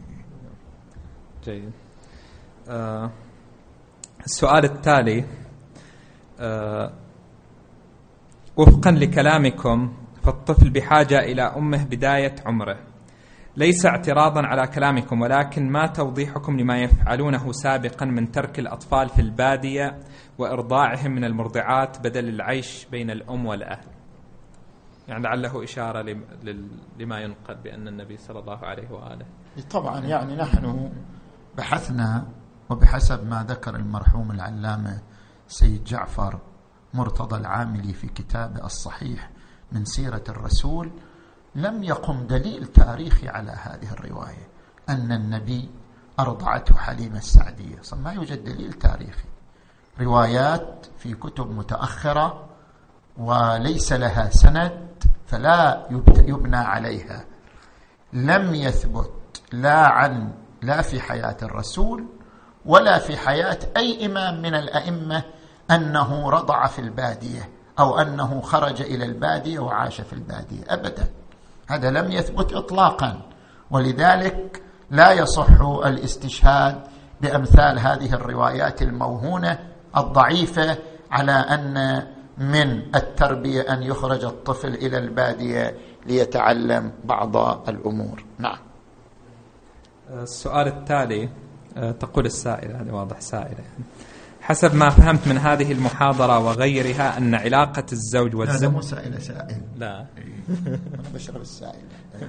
جيد. آه السؤال التالي: آه وفقا لكلامكم فالطفل بحاجة إلى أمه بداية عمره، ليس اعتراضا على كلامكم، ولكن ما توضيحكم لما يفعلونه سابقا من ترك الأطفال في البادية وإرضاعهم من المرضعات بدل العيش بين الأم والأهل؟ يعني لعله إشارة لما ينقل بأن النبي صلى الله عليه وآله. طبعا يعني نحن بحثنا، وبحسب ما ذكر المرحوم العلامة سيد جعفر مرتضى العاملي في كتابه الصحيح من سيرة الرسول، لم يقم دليل تاريخي على هذه الرواية أن النبي أرضعته حليمة السعدية. ما يوجد دليل تاريخي، روايات في كتب متأخرة وليس لها سند فلا يبنى عليها. لم يثبت لا عن لا في حياة الرسول ولا في حياة أي إمام من الأئمة أنه رضع في البادية أو أنه خرج إلى البادية وعاش في البادية، أبدا، هذا لم يثبت إطلاقا. ولذلك لا يصح الاستشهاد بأمثال هذه الروايات الموهونة الضعيفة على أن من التربية أن يخرج الطفل إلى البادية ليتعلم بعض الأمور. نعم. السؤال التالي تقول السائلة، هذه واضح سائلة: حسب ما فهمت من هذه المحاضرة وغيرها أن علاقة الزوج والزوج. هذا مو سائلة سائل. لا أنا بشرب السائل.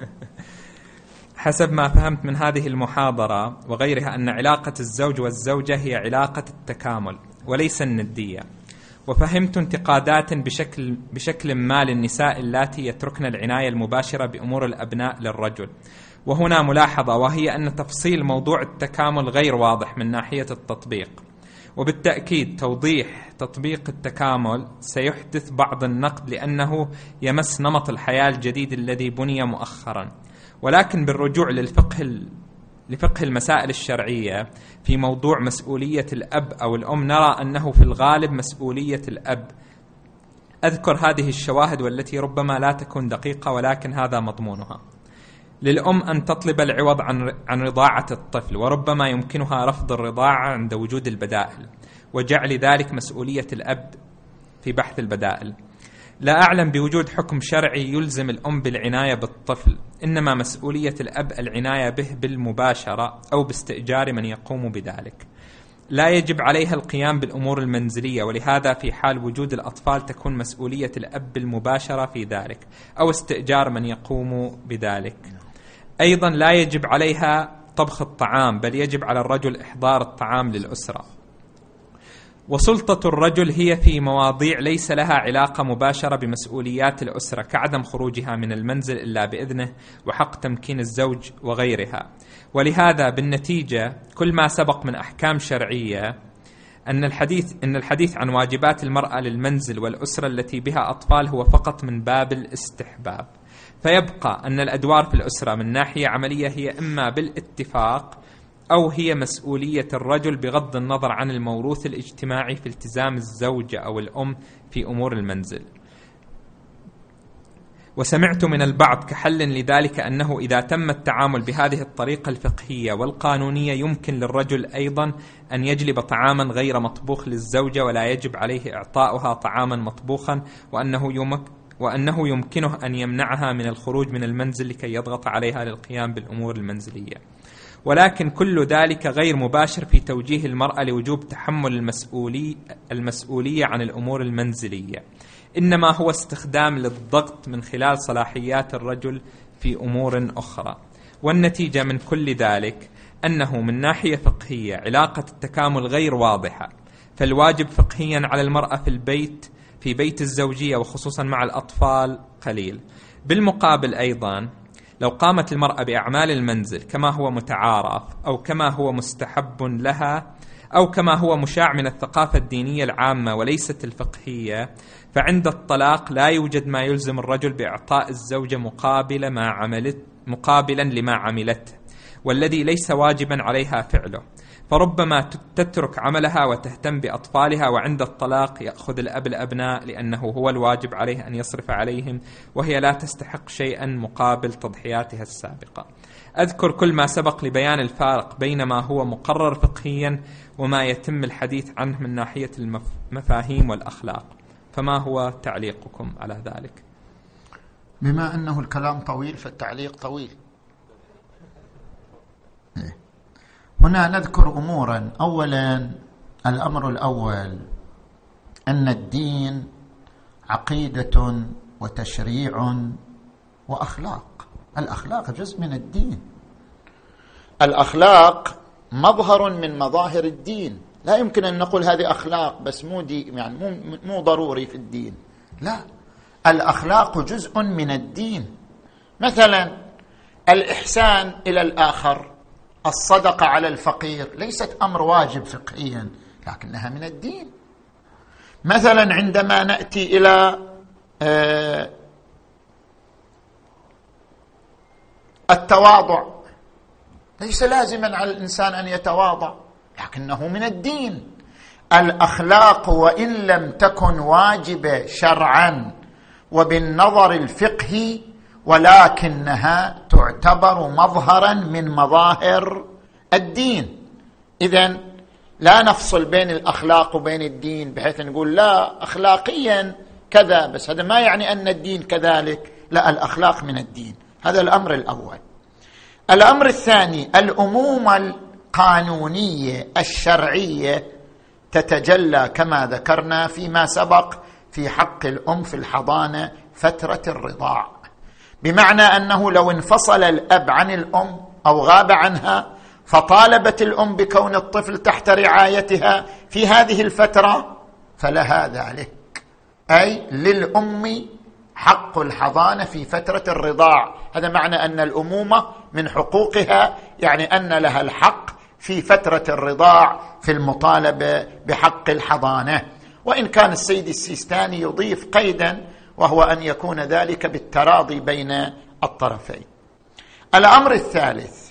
حسب ما فهمت من هذه المحاضرة وغيرها أن علاقة الزوج والزوجة هي علاقة التكامل وليس الندية، وفهمت انتقادات بشكل, بشكل ما للنساء اللاتي يتركن العناية المباشرة بأمور الأبناء للرجل. وهنا ملاحظة، وهي أن تفصيل موضوع التكامل غير واضح من ناحية التطبيق، وبالتأكيد توضيح تطبيق التكامل سيحدث بعض النقد لأنه يمس نمط الحياة الجديد الذي بني مؤخرا. ولكن بالرجوع للفقه لفقه المسائل الشرعية في موضوع مسؤولية الأب أو الأم، نرى أنه في الغالب مسؤولية الأب. أذكر هذه الشواهد والتي ربما لا تكون دقيقة، ولكن هذا مضمونها. للأم أن تطلب العوض عن عن رضاعة الطفل، وربما يمكنها رفض الرضاعة عند وجود البدائل، وجعل ذلك مسؤولية الأب في بحث البدائل. لا أعلم بوجود حكم شرعي يلزم الأم بالعناية بالطفل، إنما مسؤولية الأب العناية به بالمباشرة أو باستئجار من يقوم بذلك. لا يجب عليها القيام بالأمور المنزلية، ولهذا في حال وجود الأطفال تكون مسؤولية الأب بالمباشرة في ذلك أو استئجار من يقوم بذلك. أيضا لا يجب عليها طبخ الطعام، بل يجب على الرجل إحضار الطعام للأسرة. وسلطة الرجل هي في مواضيع ليس لها علاقة مباشرة بمسؤوليات الأسرة، كعدم خروجها من المنزل إلا بإذنه، وحق تمكين الزوج وغيرها. ولهذا بالنتيجة كل ما سبق من أحكام شرعية أن الحديث أن الحديث عن واجبات المرأة للمنزل والأسرة التي بها أطفال هو فقط من باب الاستحباب. فيبقى أن الأدوار في الأسرة من ناحية عملية هي إما بالاتفاق أو هي مسؤولية الرجل، بغض النظر عن الموروث الاجتماعي في التزام الزوجة أو الأم في أمور المنزل. وسمعت من البعض كحل لذلك أنه إذا تم التعامل بهذه الطريقة الفقهية والقانونية يمكن للرجل أيضا أن يجلب طعاما غير مطبوخ للزوجة، ولا يجب عليه إعطاؤها طعاما مطبوخا، وأنه يمك وأنه يمكنه أن يمنعها من الخروج من المنزل لكي يضغط عليها للقيام بالأمور المنزلية. ولكن كل ذلك غير مباشر في توجيه المرأة لوجوب تحمل المسؤولي المسؤولية عن الأمور المنزلية، إنما هو استخدام للضغط من خلال صلاحيات الرجل في أمور أخرى. والنتيجة من كل ذلك أنه من ناحية فقهية علاقة التكامل غير واضحة، فالواجب فقهيا على المرأة في البيت في بيت الزوجية وخصوصا مع الأطفال قليل. بالمقابل أيضا لو قامت المرأة بأعمال المنزل كما هو متعارف أو كما هو مستحب لها أو كما هو مشاع من الثقافة الدينية العامة وليست الفقهية، فعند الطلاق لا يوجد ما يلزم الرجل بإعطاء الزوجة مقابل ما عملت مقابلا لما عملته، والذي ليس واجبا عليها فعله. فربما تترك عملها وتهتم بأطفالها، وعند الطلاق يأخذ الأب الأبناء لأنه هو الواجب عليه أن يصرف عليهم، وهي لا تستحق شيئا مقابل تضحياتها السابقة. أذكر كل ما سبق لبيان الفارق بين ما هو مقرر فقهيا وما يتم الحديث عنه من ناحية المفاهيم والأخلاق. فما هو تعليقكم على ذلك؟ بما أنه الكلام طويل فالتعليق طويل. هنا نذكر أمورا. أولا، الأمر الأول أن الدين عقيدة وتشريع وأخلاق. الأخلاق جزء من الدين. الأخلاق مظهر من مظاهر الدين، لا يمكن أن نقول هذه أخلاق بس مو دي يعني مو, مو ضروري في الدين، لا، الأخلاق جزء من الدين. مثلا الإحسان إلى الآخر، الصدقة على الفقير، ليست أمر واجب فقهيا لكنها من الدين. مثلا عندما نأتي إلى آه التواضع، ليس لازما على الإنسان أن يتواضع لكنه من الدين. الأخلاق وإن لم تكن واجبة شرعا وبالنظر الفقهي، ولكنها تعتبر مظهرا من مظاهر الدين. إذن لا نفصل بين الأخلاق وبين الدين بحيث نقول لا أخلاقيا كذا بس هذا ما يعني أن الدين كذلك، لا، الأخلاق من الدين. هذا الأمر الأول. الأمر الثاني، الأمومة القانونية الشرعية تتجلى كما ذكرنا فيما سبق في حق الأم في الحضانة فترة الرضاع، بمعنى أنه لو انفصل الأب عن الأم أو غاب عنها فطالبت الأم بكون الطفل تحت رعايتها في هذه الفترة، فلها ذلك، أي للأم حق الحضانة في فترة الرضاع. هذا معنى أن الأمومة من حقوقها، يعني أن لها الحق في فترة الرضاع في المطالبة بحق الحضانة. وإن كان السيد السيستاني يضيف قيدا، وهو أن يكون ذلك بالتراضي بين الطرفين. الأمر الثالث: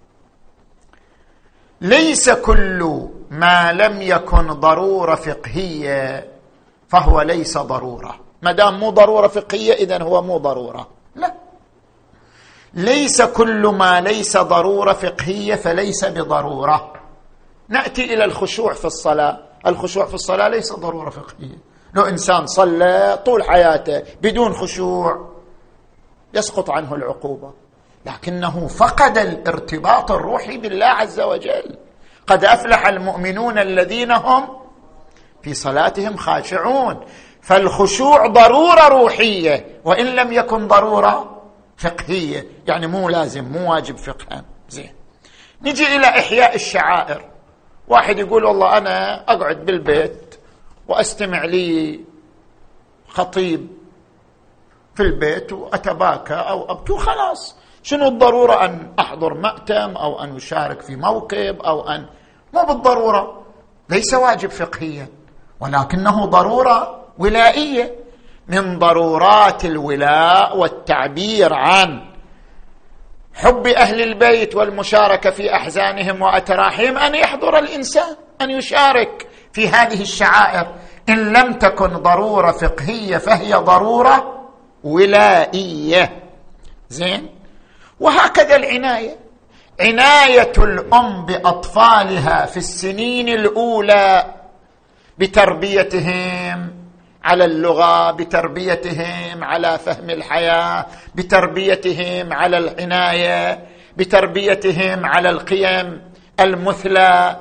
ليس كل ما لم يكن ضرورة فقهية فهو ليس ضرورة. ما دام مو ضرورة فقهية إذن هو مو ضرورة، لا. ليس كل ما ليس ضرورة فقهية فليس بضرورة. نأتي إلى الخشوع في الصلاة. الخشوع في الصلاة ليس ضرورة فقهية. لو إنسان صلى طول حياته بدون خشوع يسقط عنه العقوبة، لكنه فقد الارتباط الروحي بالله عز وجل. قد أفلح المؤمنون الذين هم في صلاتهم خاشعون. فالخشوع ضرورة روحية وإن لم يكن ضرورة فقهية، يعني مو لازم، مو واجب فقها. زين، نجي إلى إحياء الشعائر. واحد يقول والله أنا أقعد بالبيت وأستمع لي خطيب في البيت وأتباكى أو أبكي وخلاص، شنو الضرورة أن أحضر مأتم أو أن أشارك في موكب أو أن، مو بالضرورة. ليس واجب فقهيا ولكنه ضرورة ولائية. من ضرورات الولاء والتعبير عن حب أهل البيت والمشاركة في أحزانهم وأتراحهم أن يحضر الإنسان، أن يشارك في هذه الشعائر. إن لم تكن ضرورة فقهية فهي ضرورة ولائية. زين، وهكذا العناية. عناية الأم بأطفالها في السنين الأولى بتربيتهم على اللغة، بتربيتهم على فهم الحياة، بتربيتهم على العناية، بتربيتهم على القيم المثلى،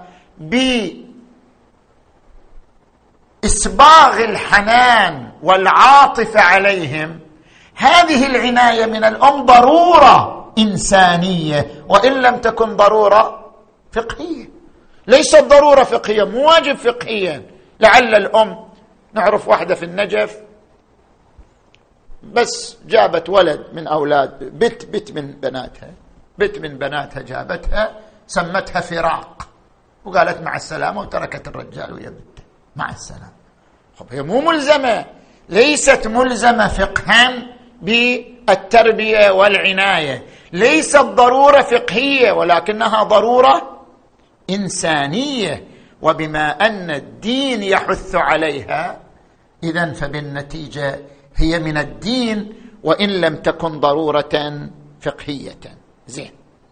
بإسباغ الحنان والعاطفة عليهم. هذه العناية من الأم ضرورة إنسانية وإن لم تكن ضرورة فقهية. ليست ضرورة فقهية، مو واجب فقهيا. لعل الأم، نعرف واحدة في النجف بس جابت ولد من أولاد بت بت من بناتها، بت من بناتها جابتها، سمتها فراق وقالت مع السلامة وتركت الرجال ويبت مع السلامة. خب هي مو ملزمة، ليست ملزمة فقها بالتربية والعناية. ليست ضرورة فقهية ولكنها ضرورة إنسانية، وبما أن الدين يحث عليها إذن فبالنتيجة هي من الدين وإن لم تكن ضرورة فقهية. زين،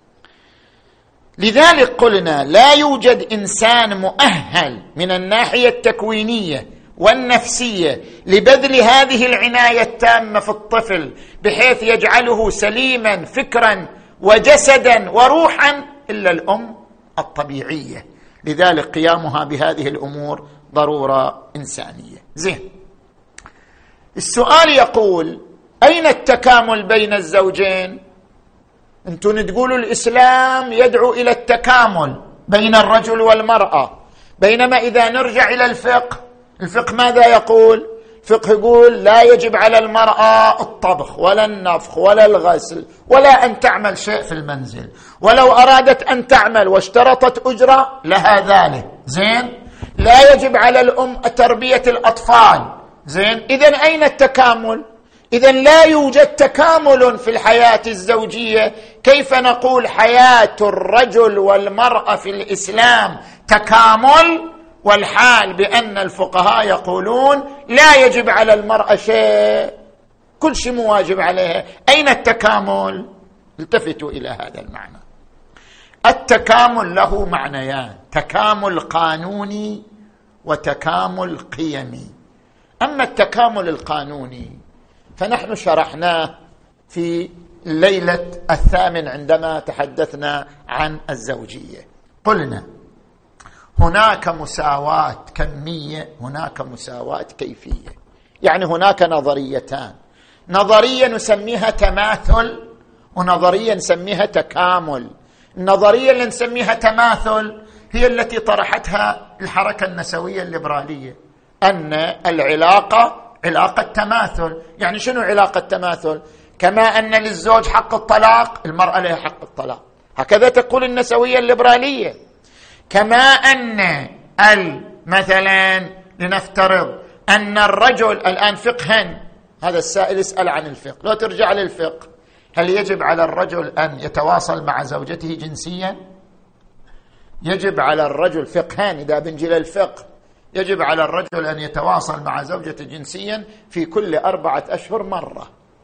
لذلك قلنا لا يوجد إنسان مؤهل من الناحية التكوينية والنفسية لبذل هذه العناية التامة في الطفل بحيث يجعله سليما فكرا وجسدا وروحا إلا الأم الطبيعية. لذلك قيامها بهذه الأمور ضرورة إنسانية. زين، السؤال يقول: أين التكامل بين الزوجين؟ أنتم تقولوا الإسلام يدعو إلى التكامل بين الرجل والمرأة، بينما إذا نرجع إلى الفقه، الفقه ماذا يقول؟ الفقه يقول لا يجب على المرأة الطبخ ولا النفخ ولا الغسل ولا أن تعمل شيء في المنزل، ولو أرادت أن تعمل واشترطت أجرة لها ذلك. زين، لا يجب على الأم تربية الأطفال. زين، إذن أين التكامل؟ إذن لا يوجد تكامل في الحياة الزوجية. كيف نقول حياة الرجل والمرأة في الإسلام تكامل والحال بأن الفقهاء يقولون لا يجب على المرأة شيء، كل شيء مواجب عليها؟ أين التكامل؟ التفتوا إلى هذا المعنى. التكامل له معنيان: تكامل قانوني وتكامل قيمي. أما التكامل القانوني فنحن شرحناه في الليلة الثامن عندما تحدثنا عن الزوجية. قلنا هناك مساواة كمية، هناك مساواة كيفية. يعني هناك نظريتان، نظرية نسميها تماثل ونظرية نسميها تكامل. النظرية اللي نسميها تماثل هي التي طرحتها الحركة النسوية الليبرالية، أن العلاقة علاقة تماثل. يعني شنو علاقة تماثل؟ كما أن للزوج حق الطلاق، المرأة لها حق الطلاق، هكذا تقول النسوية الليبرالية. كما أن مثلا لنفترض أن الرجل الآن فقها، هذا السائل يسأل عن الفقه، لو ترجع للفقه، هل يجب على الرجل أن يتواصل مع زوجته جنسيا؟ يجب على الرجل فقها، إذا بنجي للفقه، يجب على الرجل أن يتواصل مع زوجته جنسيا في كل أربعة أشهر مرة.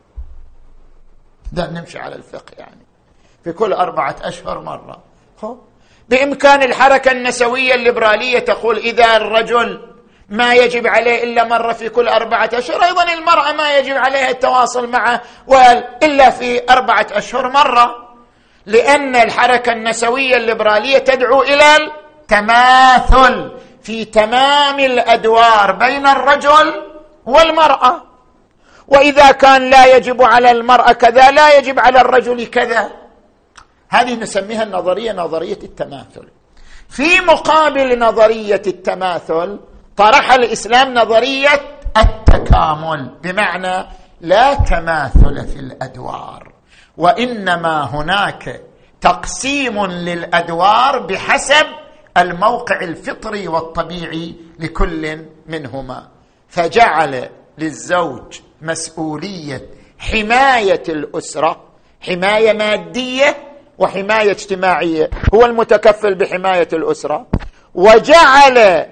ده نمشي على الفقه، يعني في كل أربعة أشهر مرة. بإمكان الحركة النسوية الليبرالية تقول إذا الرجل ما يجب عليه إلا مرة في كل أربعة أشهر، أيضا المرأة ما يجب عليها التواصل معه إلا في أربعة أشهر مرة، لأن الحركة النسوية الليبرالية تدعو إلى التماثل في تمام الأدوار بين الرجل والمرأة. وإذا كان لا يجب على المرأة كذا لا يجب على الرجل كذا. هذه نسميها النظرية نظرية التماثل. في مقابل نظرية التماثل طرح الإسلام نظرية التكامل، بمعنى لا تماثل في الأدوار، وإنما هناك تقسيم للأدوار بحسب الموقع الفطري والطبيعي لكل منهما. فجعل للزوج مسؤولية حماية الأسرة، حماية مادية وحماية اجتماعية، هو المتكفل بحماية الأسرة. وجعل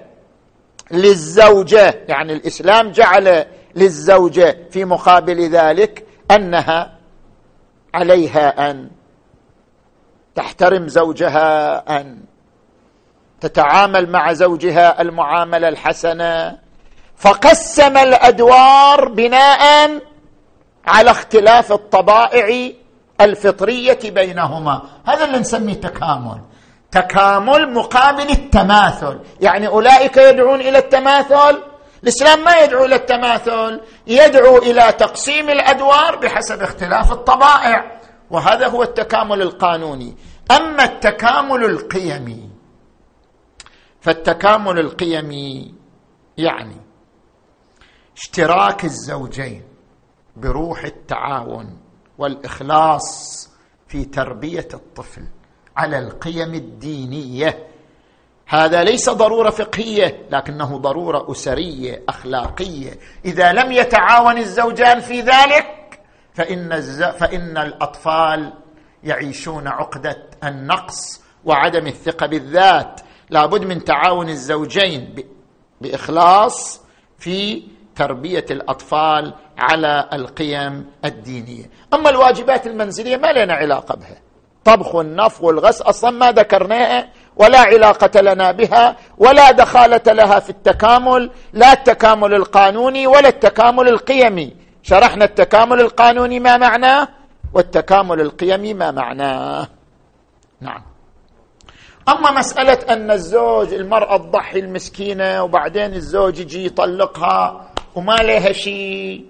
للزوجة، يعني الإسلام جعل للزوجة في مقابل ذلك أنها عليها أن تحترم زوجها، أن تتعامل مع زوجها المعاملة الحسنة. فقسم الأدوار بناء على اختلاف الطبائع الفطرية بينهما. هذا اللي نسميه تكامل. تكامل مقابل التماثل، يعني أولئك يدعون إلى التماثل، الإسلام ما يدعو إلى التماثل، يدعو إلى تقسيم الأدوار بحسب اختلاف الطبائع، وهذا هو التكامل القانوني. أما التكامل القيمي، فالتكامل القيمي يعني اشتراك الزوجين بروح التعاون والإخلاص في تربية الطفل على القيم الدينية. هذا ليس ضرورة فقهية، لكنه ضرورة أسرية أخلاقية. إذا لم يتعاون الزوجان في ذلك فإن, الز... فإن الأطفال يعيشون عقدة النقص وعدم الثقة بالذات. لابد من تعاون الزوجين ب... بإخلاص في تربية الأطفال على القيم الدينية. أما الواجبات المنزلية ما لنا علاقة بها، طبخ والنفخ والغسل أصلا ما ذكرناها ولا علاقة لنا بها، ولا دخالة لها في التكامل، لا التكامل القانوني ولا التكامل القيمي. شرحنا التكامل القانوني ما معناه والتكامل القيمي ما معناه. نعم. أما مسألة أن الزوج المرأة تضحي المسكينة وبعدين الزوج يجي يطلقها وما لها شيء،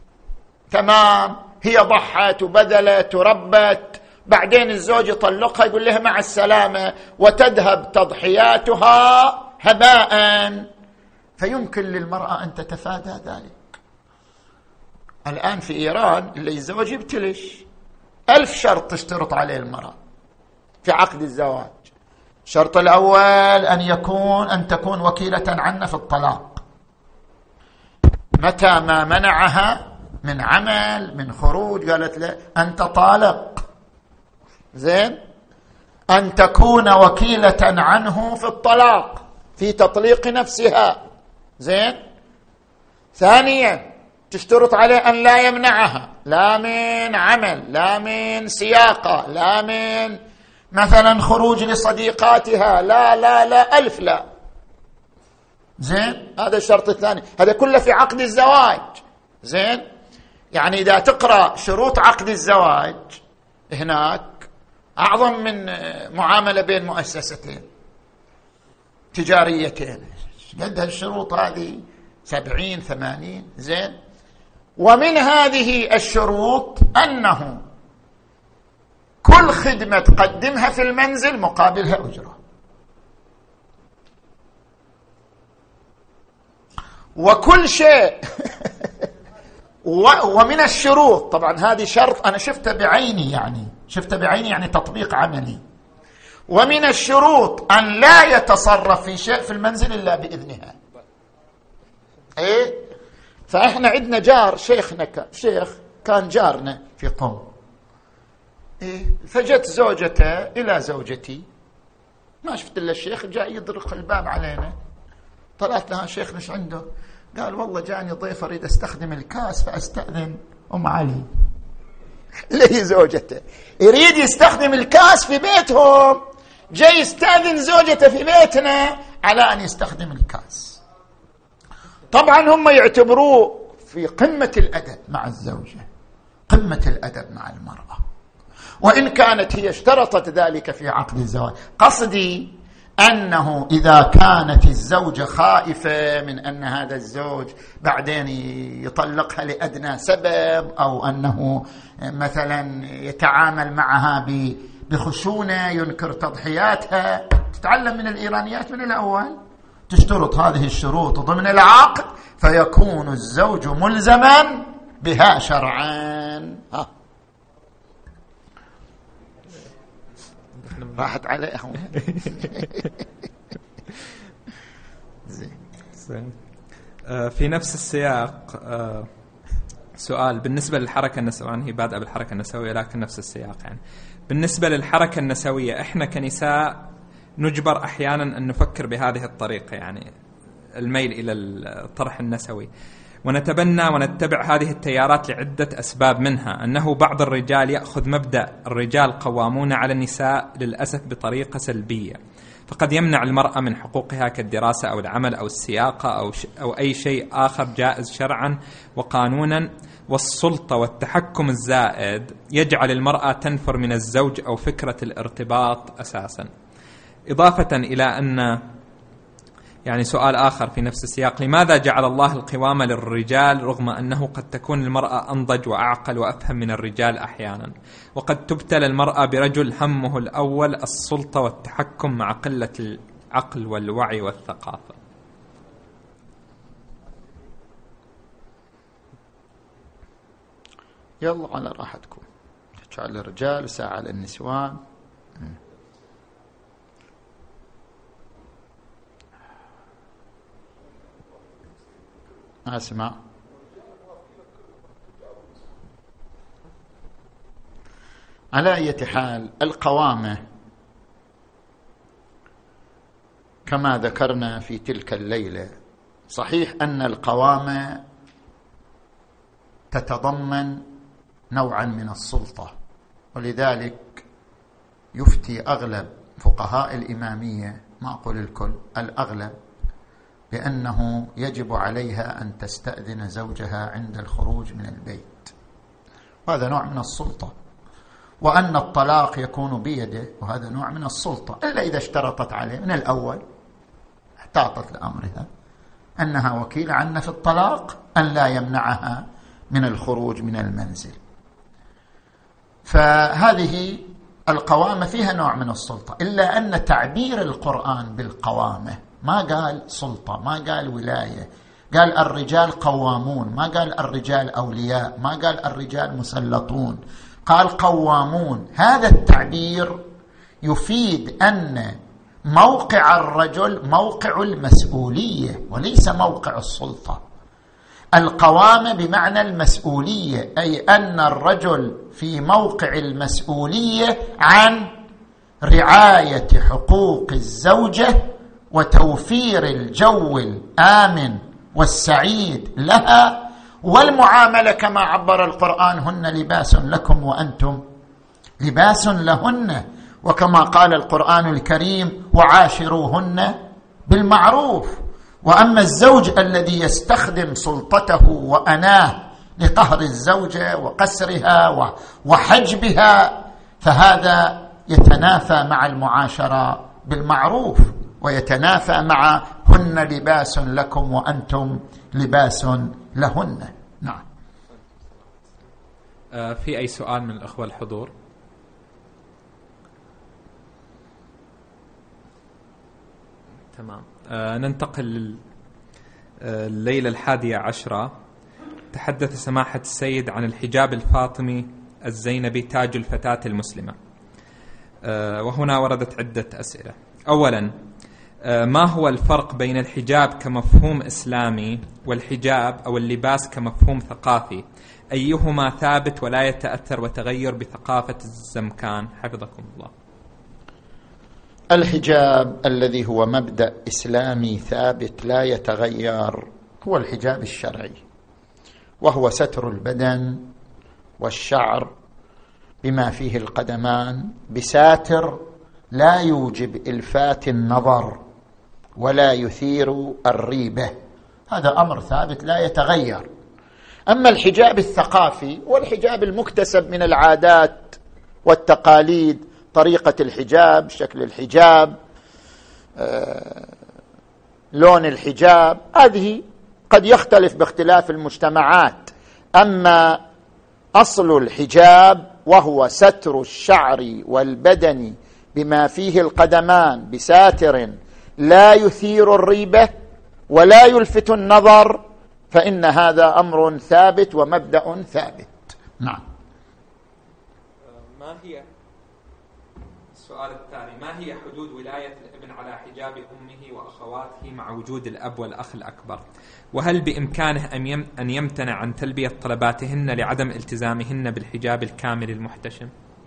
تمام، هي ضحت وبذلت وربت، بعدين الزوج يطلقها يقول لها مع السلامة وتذهب تضحياتها هباء، فيمكن للمرأة أن تتفادى ذلك. الآن في إيران اللي يتزوج يبتلش ألف شرط تشترط عليه المرأة في عقد الزواج. الشرط الأول أن يكون أن تكون وكيلة عنه في الطلاق، متى ما منعها من عمل من خروج قالت له أنت طالق، زين، أن تكون وكيلة عنه في الطلاق في تطليق نفسها، زين. ثانيا تشترط عليه أن لا يمنعها لا من عمل لا من سياقة لا من مثلا خروج لصديقاتها، لا لا لا ألف لا، زين. هذا الشرط الثاني، هذا كله في عقد الزواج، زين. يعني إذا تقرأ شروط عقد الزواج هناك أعظم من معاملة بين مؤسستين تجاريتين، قد الشروط هذه سبعين ثمانين، زين. ومن هذه الشروط أنه كل خدمة تقدمها في المنزل مقابلها أجرة، وكل شيء ومن الشروط، طبعا هذه شرط أنا شفته بعيني، يعني شفته بعيني يعني تطبيق عملي. ومن الشروط أن لا يتصرف في شيء في المنزل إلا بإذنها. إيه؟ فإحنا عندنا جار شيخنا كان شيخ كان جارنا في قوم، إيه؟ فجت زوجته إلى زوجتي، ما شفت إلا الشيخ جاء يضرق الباب علينا. طلعت لها شيخ مش عنده؟ قال والله جاني ضيف أريد أستخدم الكاس فأستأذن أم علي. ليه زوجته يريد يستخدم الكاس في بيتهم، جاي يستأذن زوجته في بيتنا على أن يستخدم الكاس. طبعا هم يعتبروه في قمة الأدب مع الزوجة، قمة الأدب مع المرأة، وإن كانت هي اشترطت ذلك في عقد الزواج. قصدي أنه إذا كانت الزوجة خائفة من أن هذا الزوج بعدين يطلقها لأدنى سبب، أو أنه مثلا يتعامل معها بخشونة ينكر تضحياتها، تتعلم من الإيرانيات من الأول، تشترط هذه الشروط ضمن العقد فيكون الزوج ملزما بها شرعا. ها راحت عليهم. في نفس السياق سؤال بالنسبة للحركة النسوية، هي بادئة بالحركة النسوية لكن نفس السياق. يعني بالنسبة للحركة النسوية احنا كنساء نجبر احيانا ان نفكر بهذه الطريقة، يعني الميل الى الطرح النسوي، ونتبنى ونتبع هذه التيارات لعدة أسباب، منها أنه بعض الرجال يأخذ مبدأ الرجال قوامون على النساء للأسف بطريقة سلبية، فقد يمنع المرأة من حقوقها كالدراسة أو العمل أو السياقة أو, ش... أو أي شيء آخر جائز شرعا وقانونا، والسلطة والتحكم الزائد يجعل المرأة تنفر من الزوج أو فكرة الارتباط أساسا. إضافة إلى أن يعني سؤال آخر في نفس السياق، لماذا جعل الله القوامة للرجال رغم أنه قد تكون المرأة أنضج وأعقل وأفهم من الرجال أحيانا، وقد تبتلى المرأة برجل همه الأول السلطة والتحكم مع قلة العقل والوعي والثقافة؟ يلا على راحتكم، ساعة للرجال وساعة للنسوان. أسمع. على أي حال القوامة كما ذكرنا في تلك الليلة، صحيح أن القوامة تتضمن نوعا من السلطة، ولذلك يفتي أغلب فقهاء الإمامية، ما أقول الكل، الأغلب، بأنه يجب عليها أن تستأذن زوجها عند الخروج من البيت، وهذا نوع من السلطة، وأن الطلاق يكون بيده، وهذا نوع من السلطة، إلا إذا اشترطت عليه من الأول، احتاطت لأمرها أنها وكيلة عنه في الطلاق أن لا يمنعها من الخروج من المنزل. فهذه القوامة فيها نوع من السلطة، إلا أن تعبير القرآن بالقوامة ما قال سلطة، ما قال ولاية، قال الرجال قوامون، ما قال الرجال أولياء، ما قال الرجال مسلطون، قال قوامون. هذا التعبير يفيد أن موقع الرجل موقع المسؤولية وليس موقع السلطة. القوامة بمعنى المسؤولية، أي أن الرجل في موقع المسؤولية عن رعاية حقوق الزوجة وتوفير الجو الآمن والسعيد لها، والمعاملة كما عبر القرآن: هن لباس لكم وأنتم لباس لهن، وكما قال القرآن الكريم: وعاشروهن بالمعروف. وأما الزوج الذي يستخدم سلطته وأناه لقهر الزوجة وقسرها وحجبها، فهذا يتنافى مع المعاشرة بالمعروف، ويتنافى مع هن لباس لكم وأنتم لباس لهن. نعم. آه في أي سؤال من الأخوة الحضور؟ تمام. آه ننتقل الليلة الحادية عشرة تحدث سماحة السيد عن الحجاب الفاطمي الزينبي تاج الفتاة المسلمة، وهنا وردت عدة أسئلة. أولا، ما هو الفرق بين الحجاب كمفهوم إسلامي والحجاب أو اللباس كمفهوم ثقافي؟ أيهما ثابت ولا يتأثر وتغير بثقافة الزمكان حفظكم الله؟ الحجاب الذي هو مبدأ إسلامي ثابت لا يتغير هو الحجاب الشرعي، وهو ستر البدن والشعر بما فيه القدمان بساتر لا يوجب إلفات النظر ولا يثير الريبة، هذا أمر ثابت لا يتغير. أما الحجاب الثقافي والحجاب المكتسب من العادات والتقاليد، طريقة الحجاب، شكل الحجاب، آه، لون الحجاب، هذه قد يختلف باختلاف المجتمعات. أما أصل الحجاب وهو ستر الشعر والبدن بما فيه القدمان بساتر لا يثير الريبة ولا يلفت النظر، فإن هذا أمر ثابت ومبدأ ثابت. نعم. ما هي السؤال الثاني، ما هي حدود ولاية الابن على حجاب أمه وأخواته مع وجود الأب والأخ الأكبر؟ وهل بإمكانه أن يمتنع عن تلبية طلباتهن لعدم التزامهن بالحجاب الكامل المحتشم؟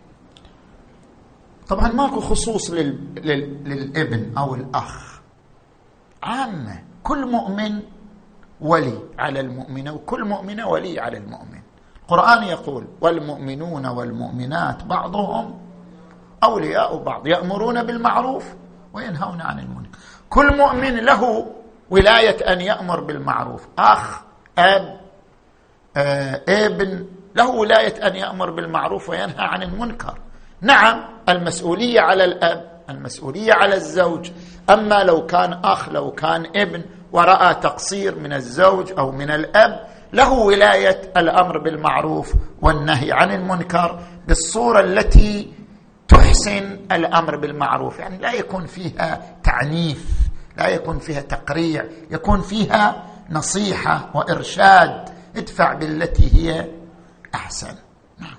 طبعا ماكو خصوص لل... لل... للابن أو الأخ، عامة، كل مؤمن ولي على المؤمنة وكل مؤمنة ولي على المؤمن. القرآن يقول والمؤمنون والمؤمنات بعضهم أولياء بعض يأمرون بالمعروف وينهون عن المنكر. كل مؤمن له ولاية أن يأمر بالمعروف، أخ، أب، آه، ابن، له ولاية أن يأمر بالمعروف وينهى عن المنكر. نعم، المسؤولية على الأب، المسؤولية على الزوج. أما لو كان أخ، لو كان ابن ورأى تقصير من الزوج أو من الأب، له ولاية الأمر بالمعروف والنهي عن المنكر بالصورة التي تحسن الأمر بالمعروف، يعني لا يكون فيها تعنيف، لا يكون فيها تقريع، يكون فيها نصيحة وإرشاد، ادفع بالتي هي أحسن. نعم.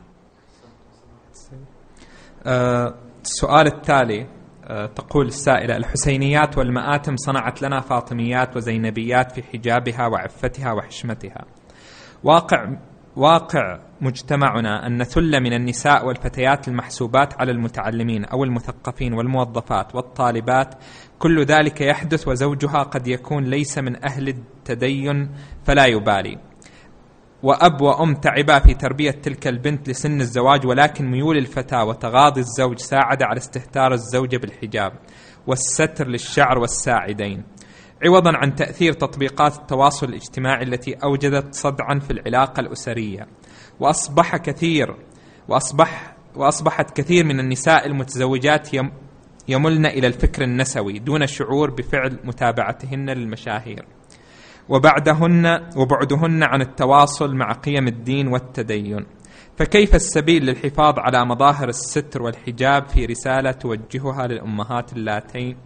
أه السؤال التالي، أه تقول السائلة: الحسينيات والمآتم صنعت لنا فاطميات وزينبيات في حجابها وعفتها وحشمتها. واقع واقع مجتمعنا أن ثلة من النساء والفتيات المحسوبات على المتعلمين أو المثقفين والموظفات والطالبات كل ذلك يحدث وزوجها قد يكون ليس من أهل التدين فلا يبالي، وأب وأم تعبا في تربية تلك البنت لسن الزواج، ولكن ميول الفتاة وتغاضي الزوج ساعد على استهتار الزوجة بالحجاب والستر للشعر والساعدين، عوضا عن تأثير تطبيقات التواصل الاجتماعي التي أوجدت صدعا في العلاقة الأسرية. وأصبح كثير وأصبح وأصبحت كثير من النساء المتزوجات يملن إلى الفكر النسوي دون شعور بفعل متابعتهن للمشاهير، وبعدهن وبعدهن عن التواصل مع قيم الدين والتدين. فكيف السبيل للحفاظ على مظاهر الستر والحجاب في رسالة توجهها للأمهات اللاتين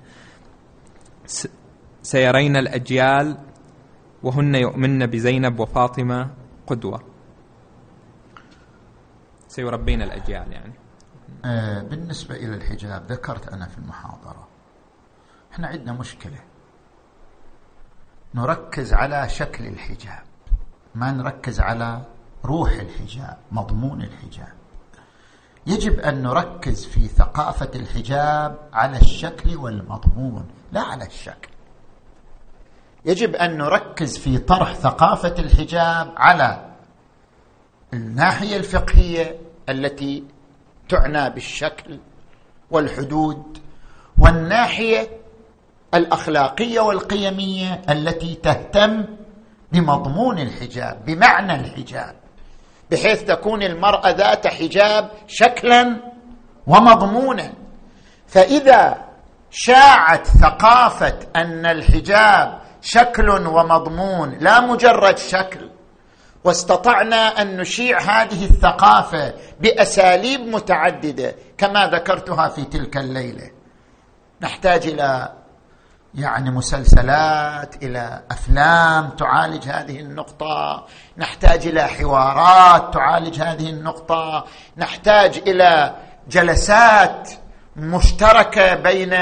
سيرين الأجيال وهن يؤمن بزينب وفاطمة قدوة، سيربين الأجيال يعني؟ آه بالنسبة إلى الحجاب ذكرت أنا في المحاضرة، احنا عندنا مشكلة، نركز على شكل الحجاب، ما نركز على روح الحجاب، مضمون الحجاب. يجب أن نركز في ثقافة الحجاب على الشكل والمضمون لا على الشكل. يجب أن نركز في طرح ثقافة الحجاب على الناحية الفقهية التي تعنى بالشكل والحدود، والناحية الأخلاقية والقيمية التي تهتم بمضمون الحجاب، بمعنى الحجاب، بحيث تكون المرأة ذات حجاب شكلا ومضمونا. فإذا شاعت ثقافة أن الحجاب شكل ومضمون لا مجرد شكل، واستطعنا أن نشيع هذه الثقافة بأساليب متعددة كما ذكرتها في تلك الليلة، نحتاج إلى يعني مسلسلات إلى أفلام تعالج هذه النقطة، نحتاج إلى حوارات تعالج هذه النقطة، نحتاج إلى جلسات مشتركة بين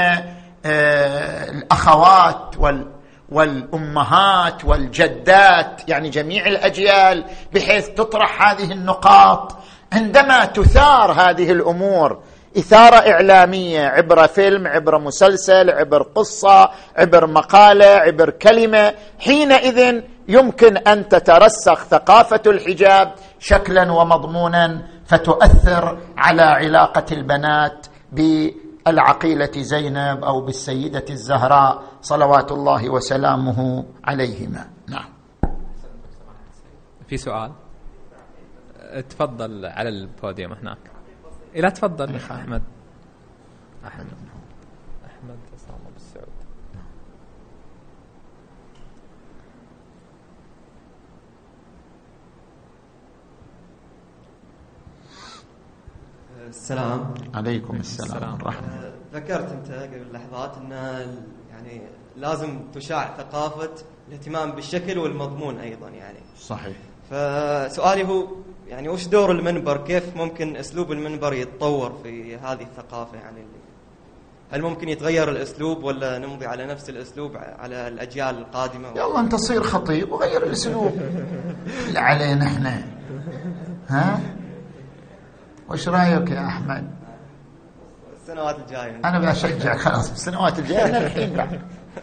الأخوات والأمهات والجدات، يعني جميع الأجيال، بحيث تطرح هذه النقاط. عندما تثار هذه الأمور إثارة إعلامية عبر فيلم، عبر مسلسل، عبر قصة، عبر مقالة، عبر كلمة، حينئذ يمكن أن تترسخ ثقافة الحجاب شكلا ومضمونا، فتؤثر على علاقة البنات بالعقيلة زينب أو بالسيدة الزهراء صلوات الله وسلامه عليهما. نعم. في سؤال؟ تفضل على البوديوم هناك. لا تفضل يا أحمد. أحمد أحمد عصام بالسعود. السلام عليكم. السلام ورحمة. ذكرت أنت قبل لحظات أن يعني لازم تشاع ثقافة الاهتمام بالشكل والمضمون أيضا، يعني صحيح. فسؤالي هو يعني وش دور المنبر؟ كيف ممكن أسلوب المنبر يتطور في هذه الثقافة؟ يعني هل ممكن يتغير الأسلوب ولا نمضي على نفس الأسلوب على الأجيال القادمة؟ يلا أنت تصير خطيب وغير الأسلوب اللي علينا إحنا. ها وش رأيك يا أحمد؟ السنوات الجاية أنا بشجع خلاص السنوات الجاية. أنا الحين بعد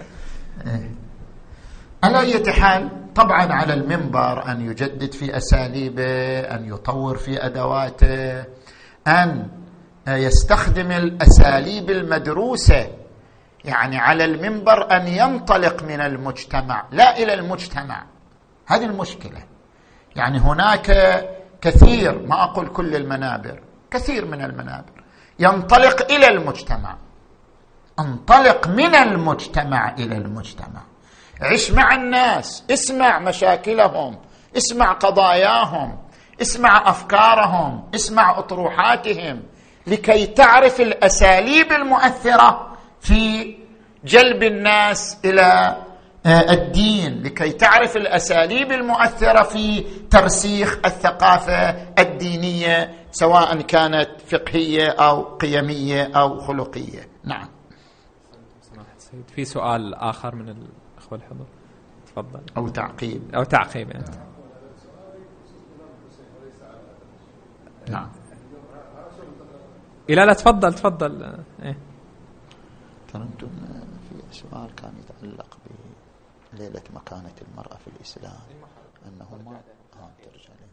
على أي حال طبعا على المنبر أن يجدد في أساليبه، أن يطور في أدواته، أن يستخدم الأساليب المدروسة. يعني على المنبر أن ينطلق من المجتمع لا إلى المجتمع. هذه المشكلة. يعني هناك كثير، ما أقول كل المنابر، كثير من المنابر ينطلق إلى المجتمع. انطلق من المجتمع إلى المجتمع، عش مع الناس، اسمع مشاكلهم، اسمع قضاياهم، اسمع أفكارهم، اسمع أطروحاتهم، لكي تعرف الأساليب المؤثرة في جلب الناس إلى الدين، لكي تعرف الأساليب المؤثرة في ترسيخ الثقافة الدينية، سواء كانت فقهية أو قيمية أو خلقية. نعم. في سؤال آخر من الأخوة الحضور؟ تفضل. أو تعقيب. أو تعقيب يعني. نعم. إلا لا تفضل تفضل. إيه. ترنتم في سؤال كان يتعلق بليلة مكانة المرأة في الإسلام، أنه ما ها ترجع له.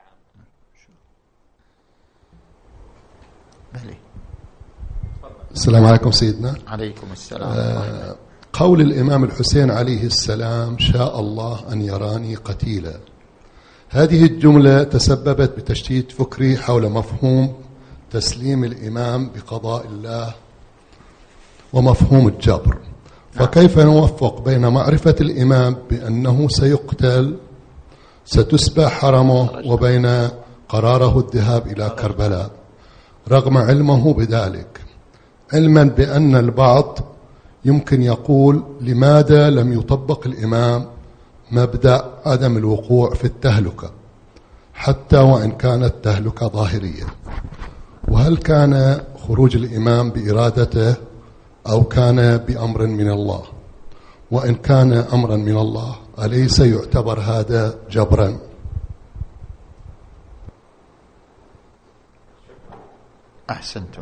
بلي. السلام عليكم سيدنا. عليكم السلام. آه قول الإمام الحسين عليه السلام: شاء الله أن يراني قتيلا، هذه الجملة تسببت بتشتيت فكري حول مفهوم تسليم الإمام بقضاء الله ومفهوم الجبر. فكيف نوفق بين معرفة الإمام بأنه سيقتل ستسبى حرمه وبين قراره الذهاب إلى كربلاء رغم علمه بذلك، علما بأن البعض يمكن يقول لماذا لم يطبق الإمام مبدأ عدم الوقوع في التهلكة حتى وإن كانت تهلكة ظاهرية؟ وهل كان خروج الإمام بإرادته أو كان بأمر من الله؟ وإن كان أمرا من الله أليس يعتبر هذا جبرا؟ أحسنتم.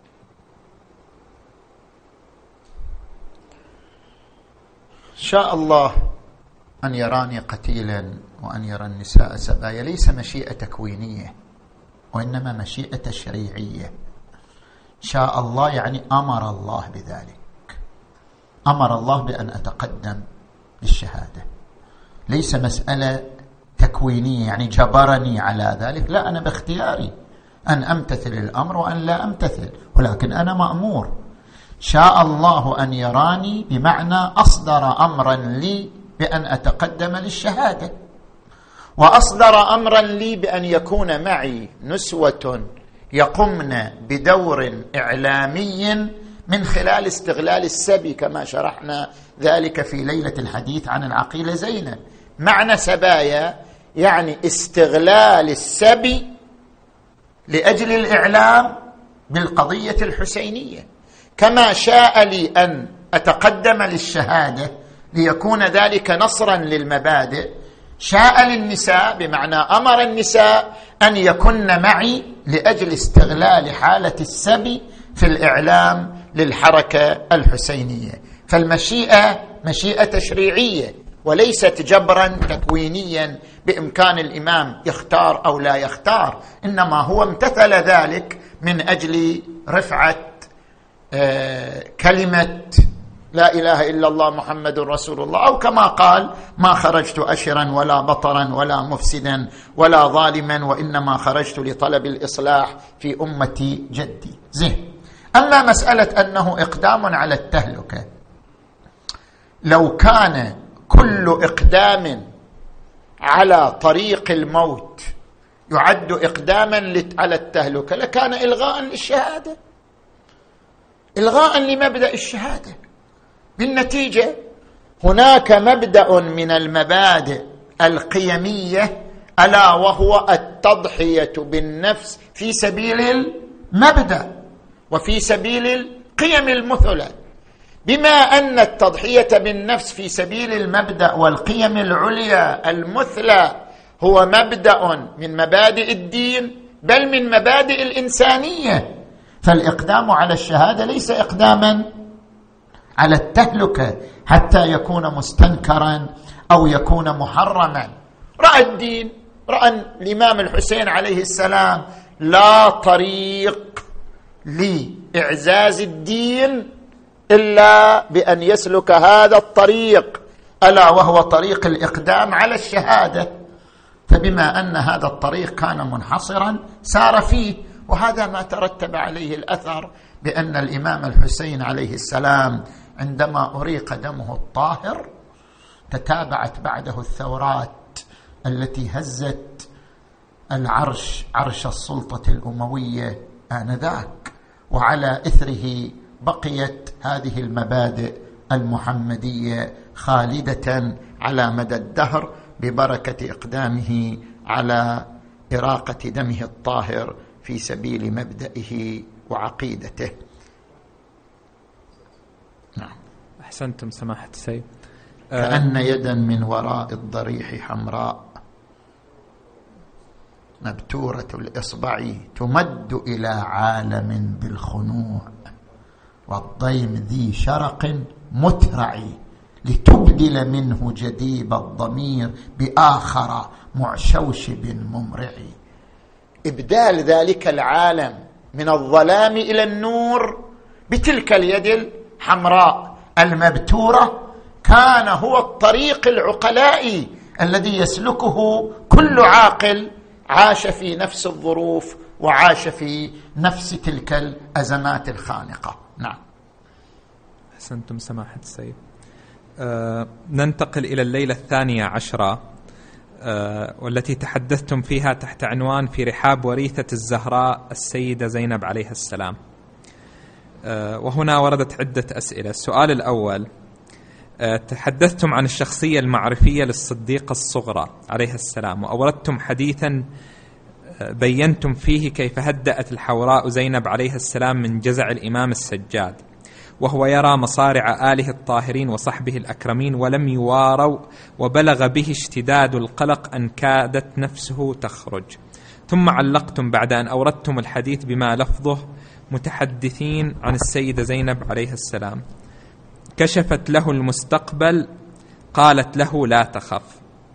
شاء الله أن يراني قتيلا وأن يرى النساء سبايا ليس مشيئة تكوينية، وإنما مشيئة تشريعية. شاء الله يعني أمر الله بذلك، أمر الله بأن أتقدم للشهادة، ليس مسألة تكوينية يعني جبرني على ذلك، لا، أنا باختياري أن أمتثل الأمر وأن لا أمتثل، ولكن أنا مأمور. شاء الله أن يراني بمعنى أصدر أمرا لي بأن أتقدم للشهادة، وأصدر أمرا لي بأن يكون معي نسوة يقمن بدور إعلامي من خلال استغلال السبي كما شرحنا ذلك في ليلة الحديث عن العقيلة زينب. معنى سبايا يعني استغلال السبي لأجل الإعلام بالقضية الحسينية. كما شاء لي أن أتقدم للشهادة ليكون ذلك نصرا للمبادئ، شاء للنساء بمعنى أمر النساء أن يكن معي لأجل استغلال حالة السبي في الإعلام للحركة الحسينية. فالمشيئة مشيئة تشريعية وليست جبرا تكوينيا بإمكان الإمام يختار أو لا يختار، إنما هو امتثل ذلك من أجل رفعة كلمة لا إله إلا الله محمد رسول الله، أو كما قال ما خرجت أشرا ولا بطرا ولا مفسدا ولا ظالما وإنما خرجت لطلب الإصلاح في أمتي جدي. زين. أما مسألة أنه إقدام على التهلكة، لو كان كل إقدام على طريق الموت يعد إقداما على التهلكة لكان إلغاء للشهادة، إلغاء لمبدأ الشهادة. بالنتيجة هناك مبدأ من المبادئ القيمية ألا وهو التضحية بالنفس في سبيل المبدأ وفي سبيل القيم المثلى. بما أن التضحية بالنفس في سبيل المبدأ والقيم العليا المثلى هو مبدأ من مبادئ الدين بل من مبادئ الإنسانية، فالإقدام على الشهادة ليس إقداما على التهلكة حتى يكون مستنكرا أو يكون محرما. رأى الدين، رأى الإمام الحسين عليه السلام لا طريق لإعزاز الدين إلا بأن يسلك هذا الطريق ألا وهو طريق الإقدام على الشهادة، فبما أن هذا الطريق كان منحصرا سار فيه، وهذا ما ترتب عليه الأثر بأن الإمام الحسين عليه السلام عندما أريق دمه الطاهر تتابعت بعده الثورات التي هزت العرش، عرش السلطة الأموية آنذاك، وعلى إثره بقيت هذه المبادئ المحمدية خالدة على مدى الدهر ببركة إقدامه على إراقة دمه الطاهر في سبيل مبدئه وعقيدته. نعم. أحسنتم سماحة السيد. كأن يدا من وراء الضريح حمراء مبتورة الإصبع تمد إلى عالم بالخنوع، والضيم ذي شرق مترع لتبدل منه جديب الضمير بآخر معشوشب ممرع. إبدال ذلك العالم من الظلام إلى النور بتلك اليد الحمراء المبتورة كان هو الطريق العقلائي الذي يسلكه كل عاقل عاش في نفس الظروف وعاش في نفس تلك الأزمات الخانقة. نعم. أحسنتم سماحة السيد. أه ننتقل إلى الليلة الثانية عشرة أه والتي تحدثتم فيها تحت عنوان في رحاب وريثة الزهراء السيدة زينب عليها السلام. أه وهنا وردت عدة أسئلة. السؤال الأول: أه تحدثتم عن الشخصية المعرفية للصديقة الصغرى عليها السلام، وأوردتم حديثا بينتم فيه كيف هدأت الحوراء زينب عليها السلام من جزع الإمام السجاد وهو يرى مصارع آله الطاهرين وصحبه الأكرمين ولم يواروا، وبلغ به اشتداد القلق أن كادت نفسه تخرج. ثم علقتم بعد أن أوردتم الحديث بما لفظه متحدثين عن السيدة زينب عليها السلام: كشفت له المستقبل قالت له لا تخف.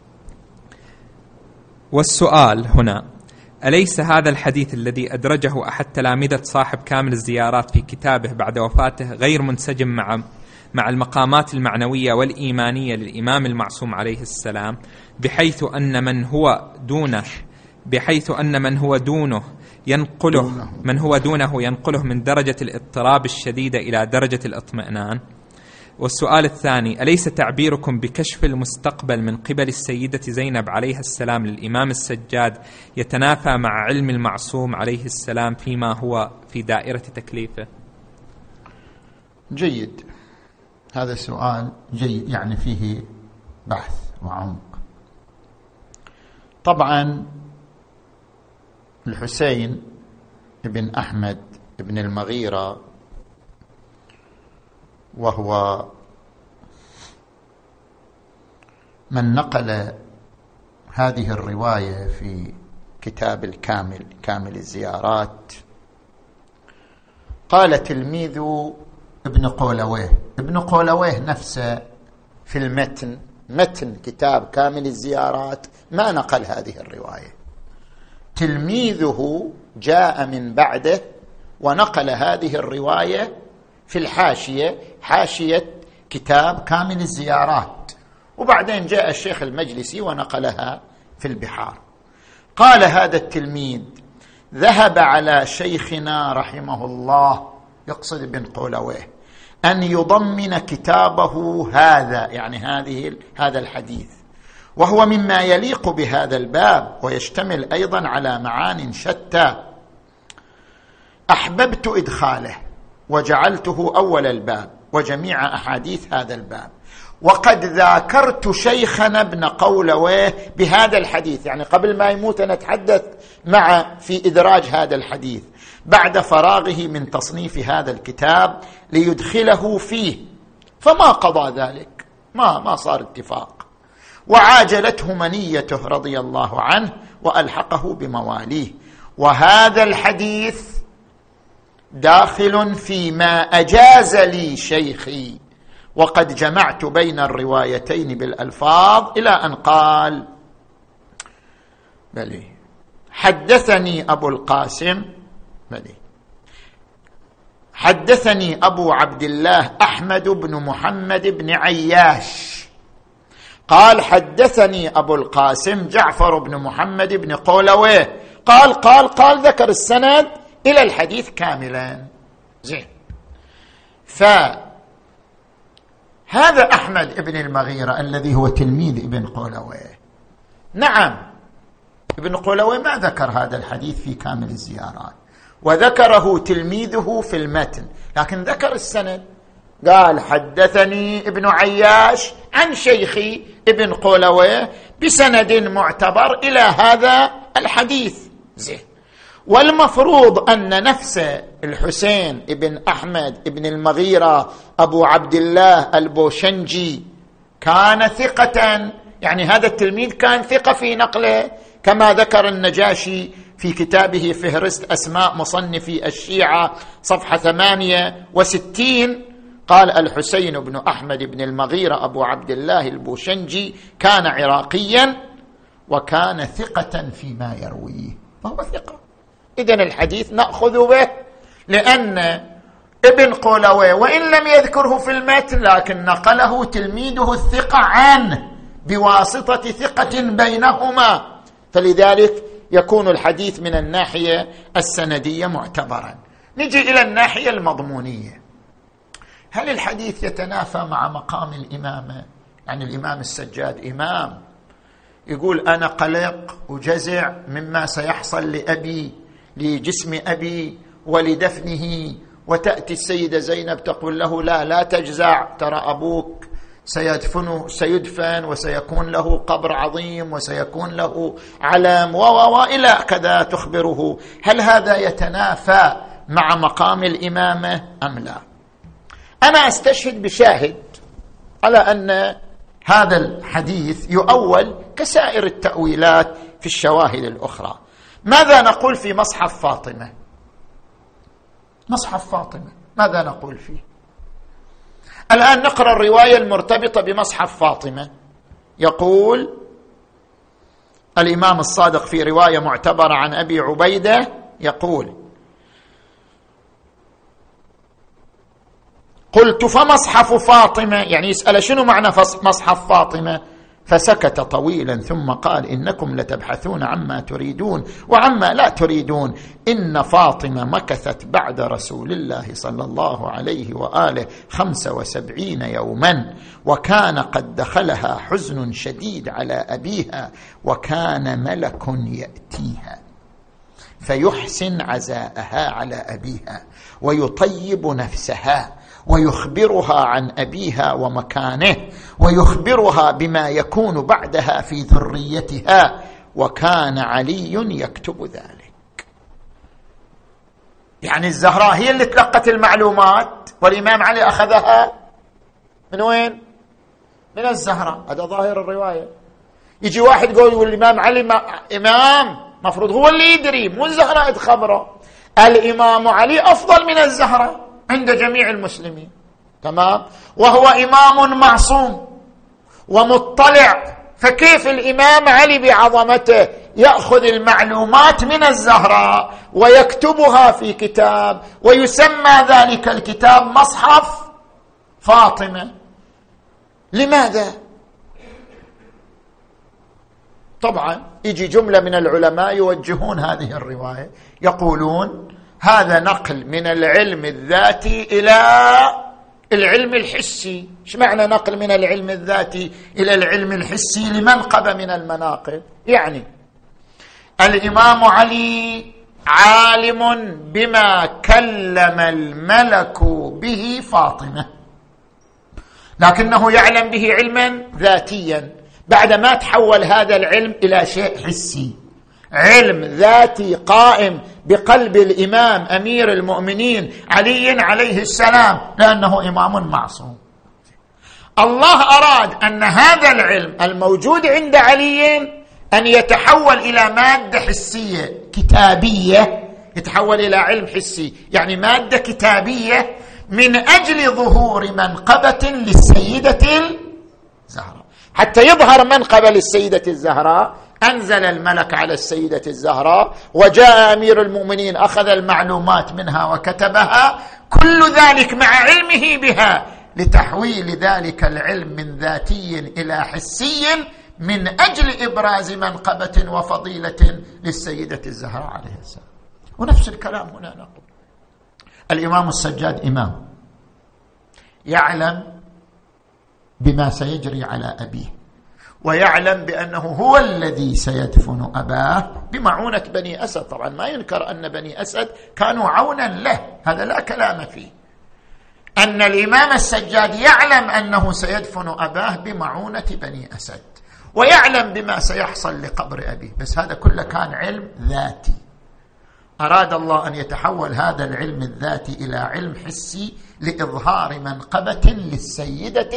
والسؤال هنا: أليس هذا الحديث الذي أدرجه أحد تلامذة صاحب كامل الزيارات في كتابه بعد وفاته غير منسجم مع مع المقامات المعنوية والإيمانية للإمام المعصوم عليه السلام، بحيث أن من هو دونه بحيث أن من هو دونه ينقله من هو دونه ينقله من درجة الاضطراب الشديدة إلى درجة الاطمئنان؟ والسؤال الثاني: أليس تعبيركم بكشف المستقبل من قبل السيدة زينب عليها السلام للإمام السجاد يتنافى مع علم المعصوم عليه السلام فيما هو في دائرة تكليفه؟ جيد، هذا سؤال جيد، يعني فيه بحث وعمق. طبعا الحسين بن أحمد بن المغيرة، وهو من نقل هذه الرواية في كتاب الكامل، كامل الزيارات، قال تلميذ ابن قولويه. ابن قولويه نفسه في المتن، متن كتاب كامل الزيارات، ما نقل هذه الرواية. تلميذه جاء من بعده ونقل هذه الرواية في الحاشية، حاشية كتاب كامل الزيارات، وبعدين جاء الشيخ المجلسي ونقلها في البحار. قال هذا التلميذ: ذهب على شيخنا رحمه الله، يقصد ابن قولويه، أن يضمن كتابه هذا، يعني هذه هذا الحديث، وهو مما يليق بهذا الباب ويشتمل أيضا على معان شتى. أحببت إدخاله وجعلته أول الباب وجميع أحاديث هذا الباب، وقد ذاكرت شيخنا ابن قولويه بهذا الحديث، يعني قبل ما يموت نتحدث مع في إدراج هذا الحديث بعد فراغه من تصنيف هذا الكتاب ليدخله فيه، فما قضى ذلك، ما ما صار اتفاق، وعاجلته منيته رضي الله عنه وألحقه بمواليه. وهذا الحديث داخل فيما أجاز لي شيخي، وقد جمعت بين الروايتين بالألفاظ، إلى أن قال: بلي حدثني أبو القاسم، بلي حدثني أبو عبد الله أحمد بن محمد بن عياش قال حدثني أبو القاسم جعفر بن محمد بن قولويه قال قال قال ذكر السند إلى الحديث كاملا. زين، فهذا أحمد بن المغيرة الذي هو تلميذ ابن قولويه، نعم ابن قولويه ما ذكر هذا الحديث في كامل الزيارات، وذكره تلميذه في المتن، لكن ذكر السند، قال حدثني ابن عياش عن شيخي ابن قولويه بسند معتبر إلى هذا الحديث. زين، والمفروض أن نفس الحسين ابن أحمد ابن المغيرة أبو عبد الله البوشنجي كان ثقة، يعني هذا التلميذ كان ثقة في نقله، كما ذكر النجاشي في كتابه فهرست أسماء مصنفي الشيعة صفحة ثمانية وستين، قال الحسين بن أحمد بن المغيرة أبو عبد الله البوشنجي كان عراقيا وكان ثقة فيما يرويه، فهو ثقة. إذن الحديث نأخذ به، لأن ابن قولويه وإن لم يذكره في المتن لكن نقله تلميذه الثقة عنه بواسطة ثقة بينهما، فلذلك يكون الحديث من الناحية السندية معتبرا. نجي إلى الناحية المضمونية، هل الحديث يتنافى مع مقام الإمامة؟ يعني الإمام السجاد إمام يقول أنا قلق وجزع مما سيحصل لأبي، لجسم أبي ولدفنه، وتأتي السيدة زينب تقول له لا لا تجزع، ترى أبوك سيدفن سيدفن وسيكون له قبر عظيم وسيكون له علم و وإلى كذا تخبره. هل هذا يتنافى مع مقام الإمامة أم لا؟ أنا أستشهد بشاهد على أن هذا الحديث يؤول كسائر التأويلات في الشواهد الأخرى. ماذا نقول في مصحف فاطمة؟ مصحف فاطمة ماذا نقول فيه؟ الآن نقرأ الرواية المرتبطة بمصحف فاطمة. يقول الإمام الصادق في رواية معتبرة عن أبي عبيدة، يقول قلت فمصحف فاطمة، يعني يسأل شنو معنى مصحف فاطمة؟ فسكت طويلا ثم قال إنكم لتبحثون عما تريدون وعما لا تريدون، إن فاطمة مكثت بعد رسول الله صلى الله عليه وآله خمس وسبعين يوما، وكان قد دخلها حزن شديد على أبيها، وكان ملك يأتيها فيحسن عزاءها على أبيها ويطيب نفسها ويخبرها عن أبيها ومكانه، ويخبرها بما يكون بعدها في ذريتها، وكان علي يكتب ذلك. يعني الزهراء هي اللي تلقت المعلومات، والإمام علي أخذها من وين؟ من الزهراء. هذا ظاهر الرواية. يجي واحد يقول والإمام علي ما إمام، مفروض هو اللي يدري، مو الزهراء تخبره. الإمام علي أفضل من الزهراء عند جميع المسلمين، تمام؟ وهو إمام معصوم ومطلع، فكيف الإمام علي بعظمته يأخذ المعلومات من الزهراء ويكتبها في كتاب، ويسمى ذلك الكتاب مصحف فاطمة؟ لماذا؟ طبعا يجي جملة من العلماء يوجهون هذه الرواية، يقولون هذا نقل من العلم الذاتي إلى العلم الحسي. ايش معنى نقل من العلم الذاتي إلى العلم الحسي لمنقبة من المناقب؟ يعني الإمام علي عالم بما كلم الملك به فاطمة، لكنه يعلم به علما ذاتيا، بعدما تحول هذا العلم إلى شيء حسي، علم ذاتي قائم بقلب الإمام أمير المؤمنين علي عليه السلام، لأنه إمام معصوم. الله أراد أن هذا العلم الموجود عند علي أن يتحول إلى مادة حسية كتابية، يتحول إلى علم حسي، يعني مادة كتابية، من أجل ظهور منقبة للسيدة الزهراء. حتى يظهر منقبة للسيدة الزهراء أنزل الملك على السيدة الزهراء، وجاء أمير المؤمنين أخذ المعلومات منها وكتبها، كل ذلك مع علمه بها، لتحويل ذلك العلم من ذاتي إلى حسي، من أجل إبراز منقبة وفضيلة للسيدة الزهراء عليه السلام. ونفس الكلام هنا نقول الإمام السجاد إمام يعلم بما سيجري على أبيه، ويعلم بأنه هو الذي سيدفن أباه بمعونة بني أسد. طبعا ما ينكر أن بني أسد كانوا عونا له، هذا لا كلام فيه، أن الإمام السجاد يعلم أنه سيدفن أباه بمعونة بني أسد، ويعلم بما سيحصل لقبر أبيه، بس هذا كله كان علم ذاتي. أراد الله أن يتحول هذا العلم الذاتي إلى علم حسي لإظهار منقبة للسيدة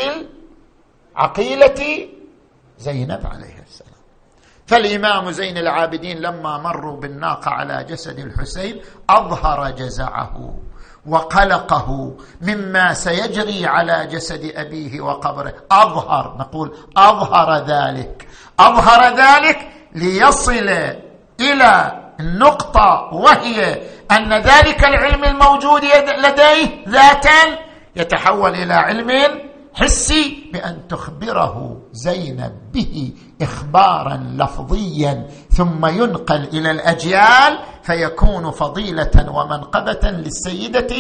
العقيلة زينب عليه السلام. فالإمام زين العابدين لما مروا بالناقة على جسد الحسين أظهر جزعه وقلقه مما سيجري على جسد أبيه وقبره، أظهر، نقول أظهر ذلك، أظهر ذلك ليصل إلى النقطة، وهي أن ذلك العلم الموجود لديه ذاتا يتحول إلى علم حسي، بأن تخبره زينب به إخبارا لفظيا، ثم ينقل إلى الأجيال فيكون فضيلة ومنقبة للسيدة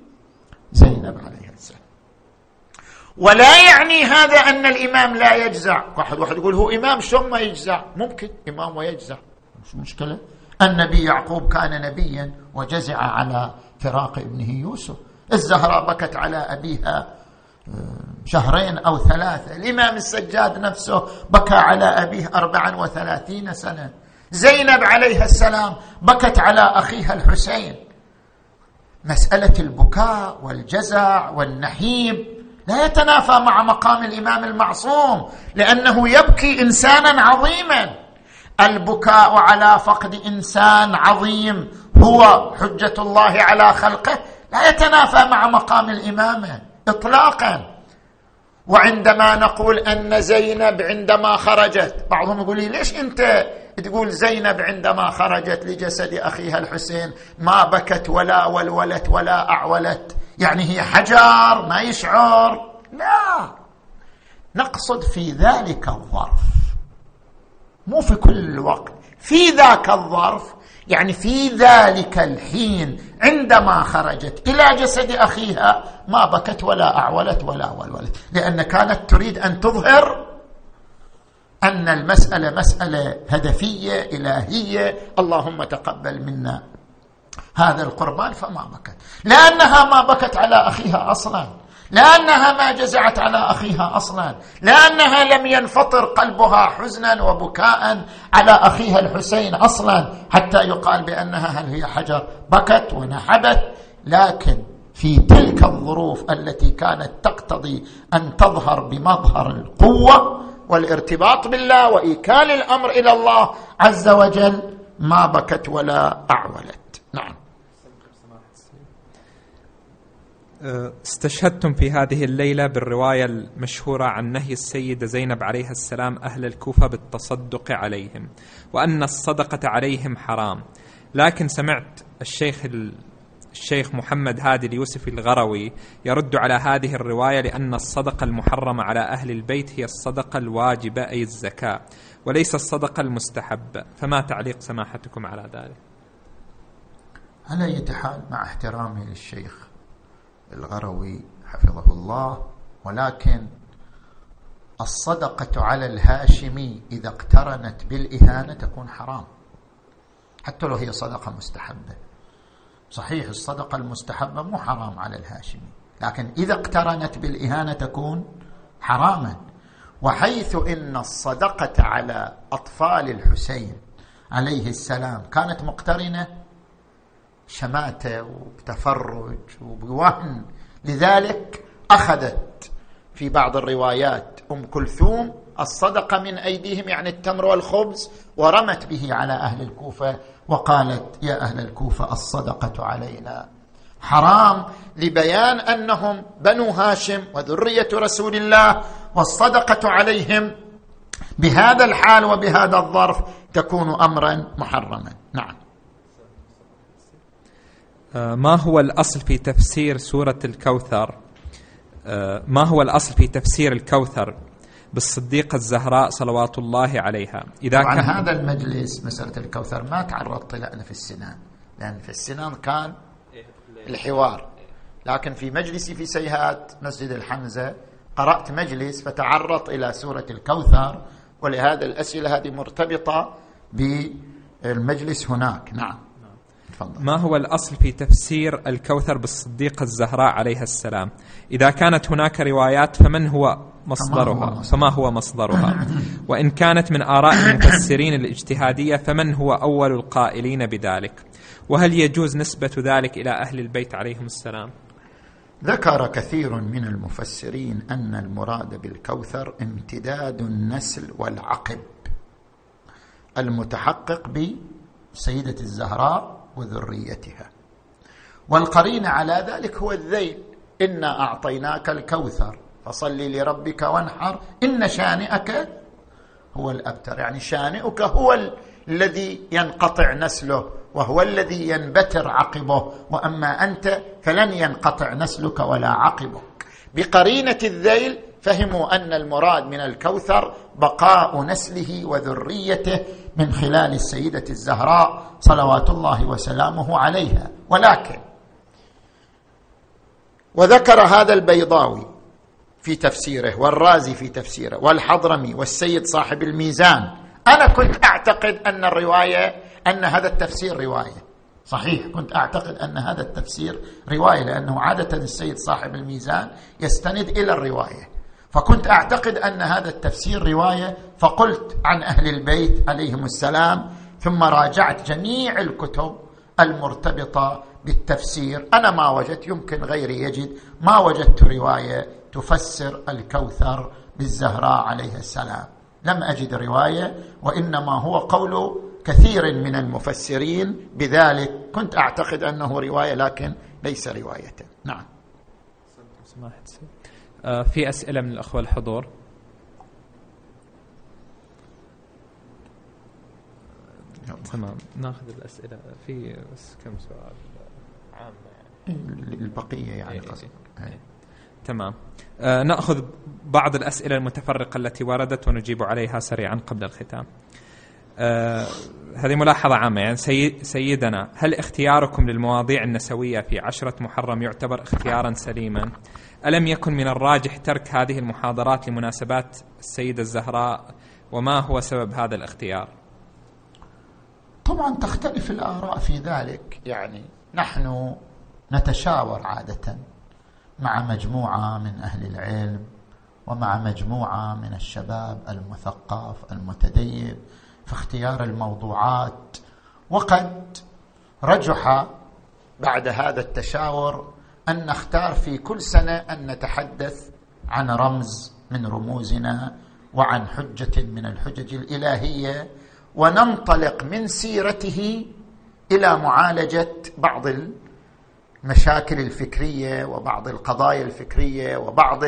زينب عليه السلام. ولا يعني هذا أن الإمام لا يجزع. واحد واحد يقول هو إمام شو ما يجزع؟ ممكن إمام ويجزع، مش مشكلة. النبي يعقوب كان نبيا وجزع على فراق ابنه يوسف، الزهراء بكت على أبيها شهرين أو ثلاثة، الإمام السجاد نفسه بكى على أبيه أربعا وثلاثين سنة، زينب عليها السلام بكت على أخيها الحسين. مسألة البكاء والجزع والنحيب لا يتنافى مع مقام الإمام المعصوم، لأنه يبكي إنسانا عظيما. البكاء على فقد إنسان عظيم هو حجة الله على خلقه لا يتنافى مع مقام الإمامة إطلاقا. وعندما نقول أن زينب عندما خرجت، بعضهم يقول لي ليش أنت تقول زينب عندما خرجت لجسد أخيها الحسين ما بكت ولا ولولت ولا أعولت، يعني هي حجر ما يشعر؟ لا، نقصد في ذلك الظرف، مو في كل وقت، في ذاك الظرف، يعني في ذلك الحين عندما خرجت إلى جسد أخيها ما بكت ولا أعولت ولا ولولت، لأن كانت تريد أن تظهر أن المسألة مسألة هدفية إلهية، اللهم تقبل منا هذا القربان فما بكت، لأنها ما بكت على أخيها أصلا، لأنها ما جزعت على أخيها أصلا، لأنها لم ينفطر قلبها حزنا وبكاء على أخيها الحسين أصلا حتى يقال بأنها هل هي حجر بكت ونحبت. لكن في تلك الظروف التي كانت تقتضي أن تظهر بمظهر القوة والارتباط بالله وإيكال الأمر إلى الله عز وجل ما بكت ولا أعولت. نعم. استشهدتم في هذه الليلة بالرواية المشهورة عن نهي السيدة زينب عليها السلام أهل الكوفة بالتصدق عليهم وأن الصدقة عليهم حرام، لكن سمعت الشيخ الشيخ محمد هادي اليوسفي الغروي يرد على هذه الرواية لأن الصدقة المحرمة على أهل البيت هي الصدقة الواجبة أي الزكاة وليس الصدقة المستحبة، فما تعليق سماحتكم على ذلك؟ على أي حال مع احترامي للشيخ الغروي حفظه الله، ولكن الصدقة على الهاشمي إذا اقترنت بالإهانة تكون حرام حتى لو هي صدقة مستحبة. صحيح الصدقة المستحبة مو حرام على الهاشمي، لكن إذا اقترنت بالإهانة تكون حراما. وحيث إن الصدقة على أطفال الحسين عليه السلام كانت مقترنة شماتة وتفرج وبوهن، لذلك أخذت في بعض الروايات أم كلثوم الصدقة من أيديهم يعني التمر والخبز ورمت به على أهل الكوفة وقالت يا أهل الكوفة الصدقة علينا حرام، لبيان أنهم بنو هاشم وذرية رسول الله، والصدقة عليهم بهذا الحال وبهذا الظرف تكون أمرا محرما. نعم. ما هو الأصل في تفسير سورة الكوثر ما هو الأصل في تفسير الكوثر بالصديقة الزهراء صلوات الله عليها؟ إذا طبعا كان هذا المجلس مسألة الكوثر ما تعرضت لنا في السنان، لأن في السنان كان الحوار، لكن في مجلسي في سيهات مسجد الحمزة قرأت مجلس فتعرض إلى سورة الكوثر، ولهذا الأسئلة هذه مرتبطة بالمجلس هناك. نعم. تفضل. ما هو الأصل في تفسير الكوثر بالصديقة الزهراء عليها السلام؟ إذا كانت هناك روايات فمن هو مصدرها؟ فما هو مصدرها؟ وإن كانت من آراء المفسرين الاجتهادية فمن هو أول القائلين بذلك؟ وهل يجوز نسبة ذلك إلى أهل البيت عليهم السلام؟ ذكر كثير من المفسرين أن المراد بالكوثر امتداد النسل والعقب المتحقق بسيدة الزهراء وذريتها، والقرين على ذلك هو الذيل إنا أعطيناك الكوثر فصل لربك وانحر إن شانئك هو الأبتر، يعني شانئك هو الذي ينقطع نسله وهو الذي ينبتر عقبه، وأما أنت فلن ينقطع نسلك ولا عقبك. بقرينة الذيل فهموا أن المراد من الكوثر بقاء نسله وذريته من خلال السيدة الزهراء صلوات الله وسلامه عليها. ولكن وذكر هذا البيضاوي في تفسيره والرازي في تفسيره والحضرمي والسيد صاحب الميزان، أنا كنت أعتقد أن الرواية أن هذا التفسير رواية صحيح، كنت أعتقد أن هذا التفسير رواية، لأنه عادة السيد صاحب الميزان يستند إلى الرواية، فكنت أعتقد أن هذا التفسير رواية، فقلت عن أهل البيت عليهم السلام، ثم راجعت جميع الكتب المرتبطة بالتفسير، أنا ما وجدت، يمكن غيري يجد، ما وجدت رواية تفسر الكوثر بالزهراء عليه السلام، لم أجد رواية، وإنما هو قول كثير من المفسرين بذلك، كنت أعتقد أنه رواية لكن ليس رواية. نعم. في أسئلة من الأخوة الحضور؟ تمام، ناخذ الأسئلة في بس كم سؤال عام يعني البقية يعني قصد. تمام. آه نأخذ بعض الأسئلة المتفرقة التي وردت ونجيب عليها سريعا قبل الختام. آه هذه ملاحظة عامة، يعني سيد سيدنا، هل اختياركم للمواضيع النسوية في عشرة محرم يعتبر اختيارا سليما؟ ألم يكن من الراجح ترك هذه المحاضرات لمناسبات السيدة الزهراء؟ وما هو سبب هذا الاختيار؟ طبعا تختلف الآراء في ذلك. يعني نحن نتشاور عادة مع مجموعة من أهل العلم ومع مجموعة من الشباب المثقف المتدين في اختيار الموضوعات، وقد رجح بعد هذا التشاور أن نختار في كل سنة أن نتحدث عن رمز من رموزنا وعن حجة من الحجج الإلهية، وننطلق من سيرته إلى معالجة بعض المشاكل الفكرية وبعض القضايا الفكرية وبعض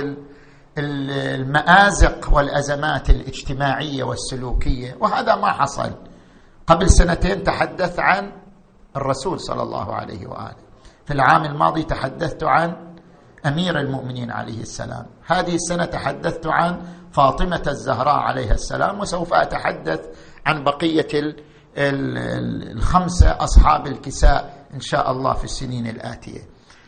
المآزق والأزمات الاجتماعية والسلوكية. وهذا ما حصل. قبل سنتين تحدث عن الرسول صلى الله عليه وآله، في العام الماضي تحدثت عن أمير المؤمنين عليه السلام، هذه السنة تحدثت عن فاطمة الزهراء عليها السلام، وسوف أتحدث عن بقية الخمسة أصحاب الكساء إن شاء الله في السنين الآتية.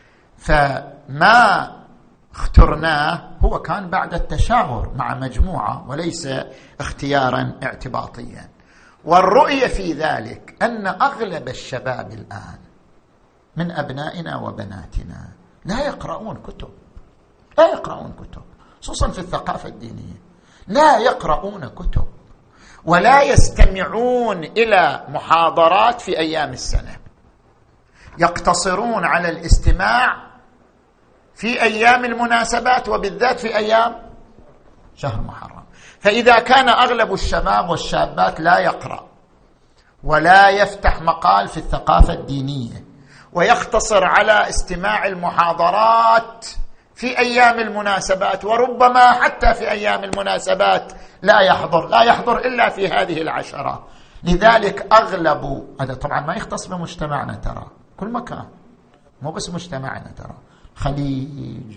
فما اخترناه هو كان بعد التشاور مع مجموعة وليس اختيارا اعتباطيا. والرؤية في ذلك أن أغلب الشباب الآن من أبنائنا وبناتنا لا يقرؤون كتب، لا يقرؤون كتب، خصوصا في الثقافة الدينية، لا يقرؤون كتب ولا يستمعون إلى محاضرات في أيام السنة، يقتصرون على الاستماع في أيام المناسبات وبالذات في أيام شهر محرم. فإذا كان أغلب الشباب والشابات لا يقرأ ولا يفتح مقال في الثقافة الدينية ويقتصر على استماع المحاضرات في أيام المناسبات، وربما حتى في أيام المناسبات لا يحضر لا يحضر إلا في هذه العشرة، لذلك أغلب هذا طبعا ما يختص بمجتمعنا، ترى كل مكان، مو بس مجتمعنا، ترى خليج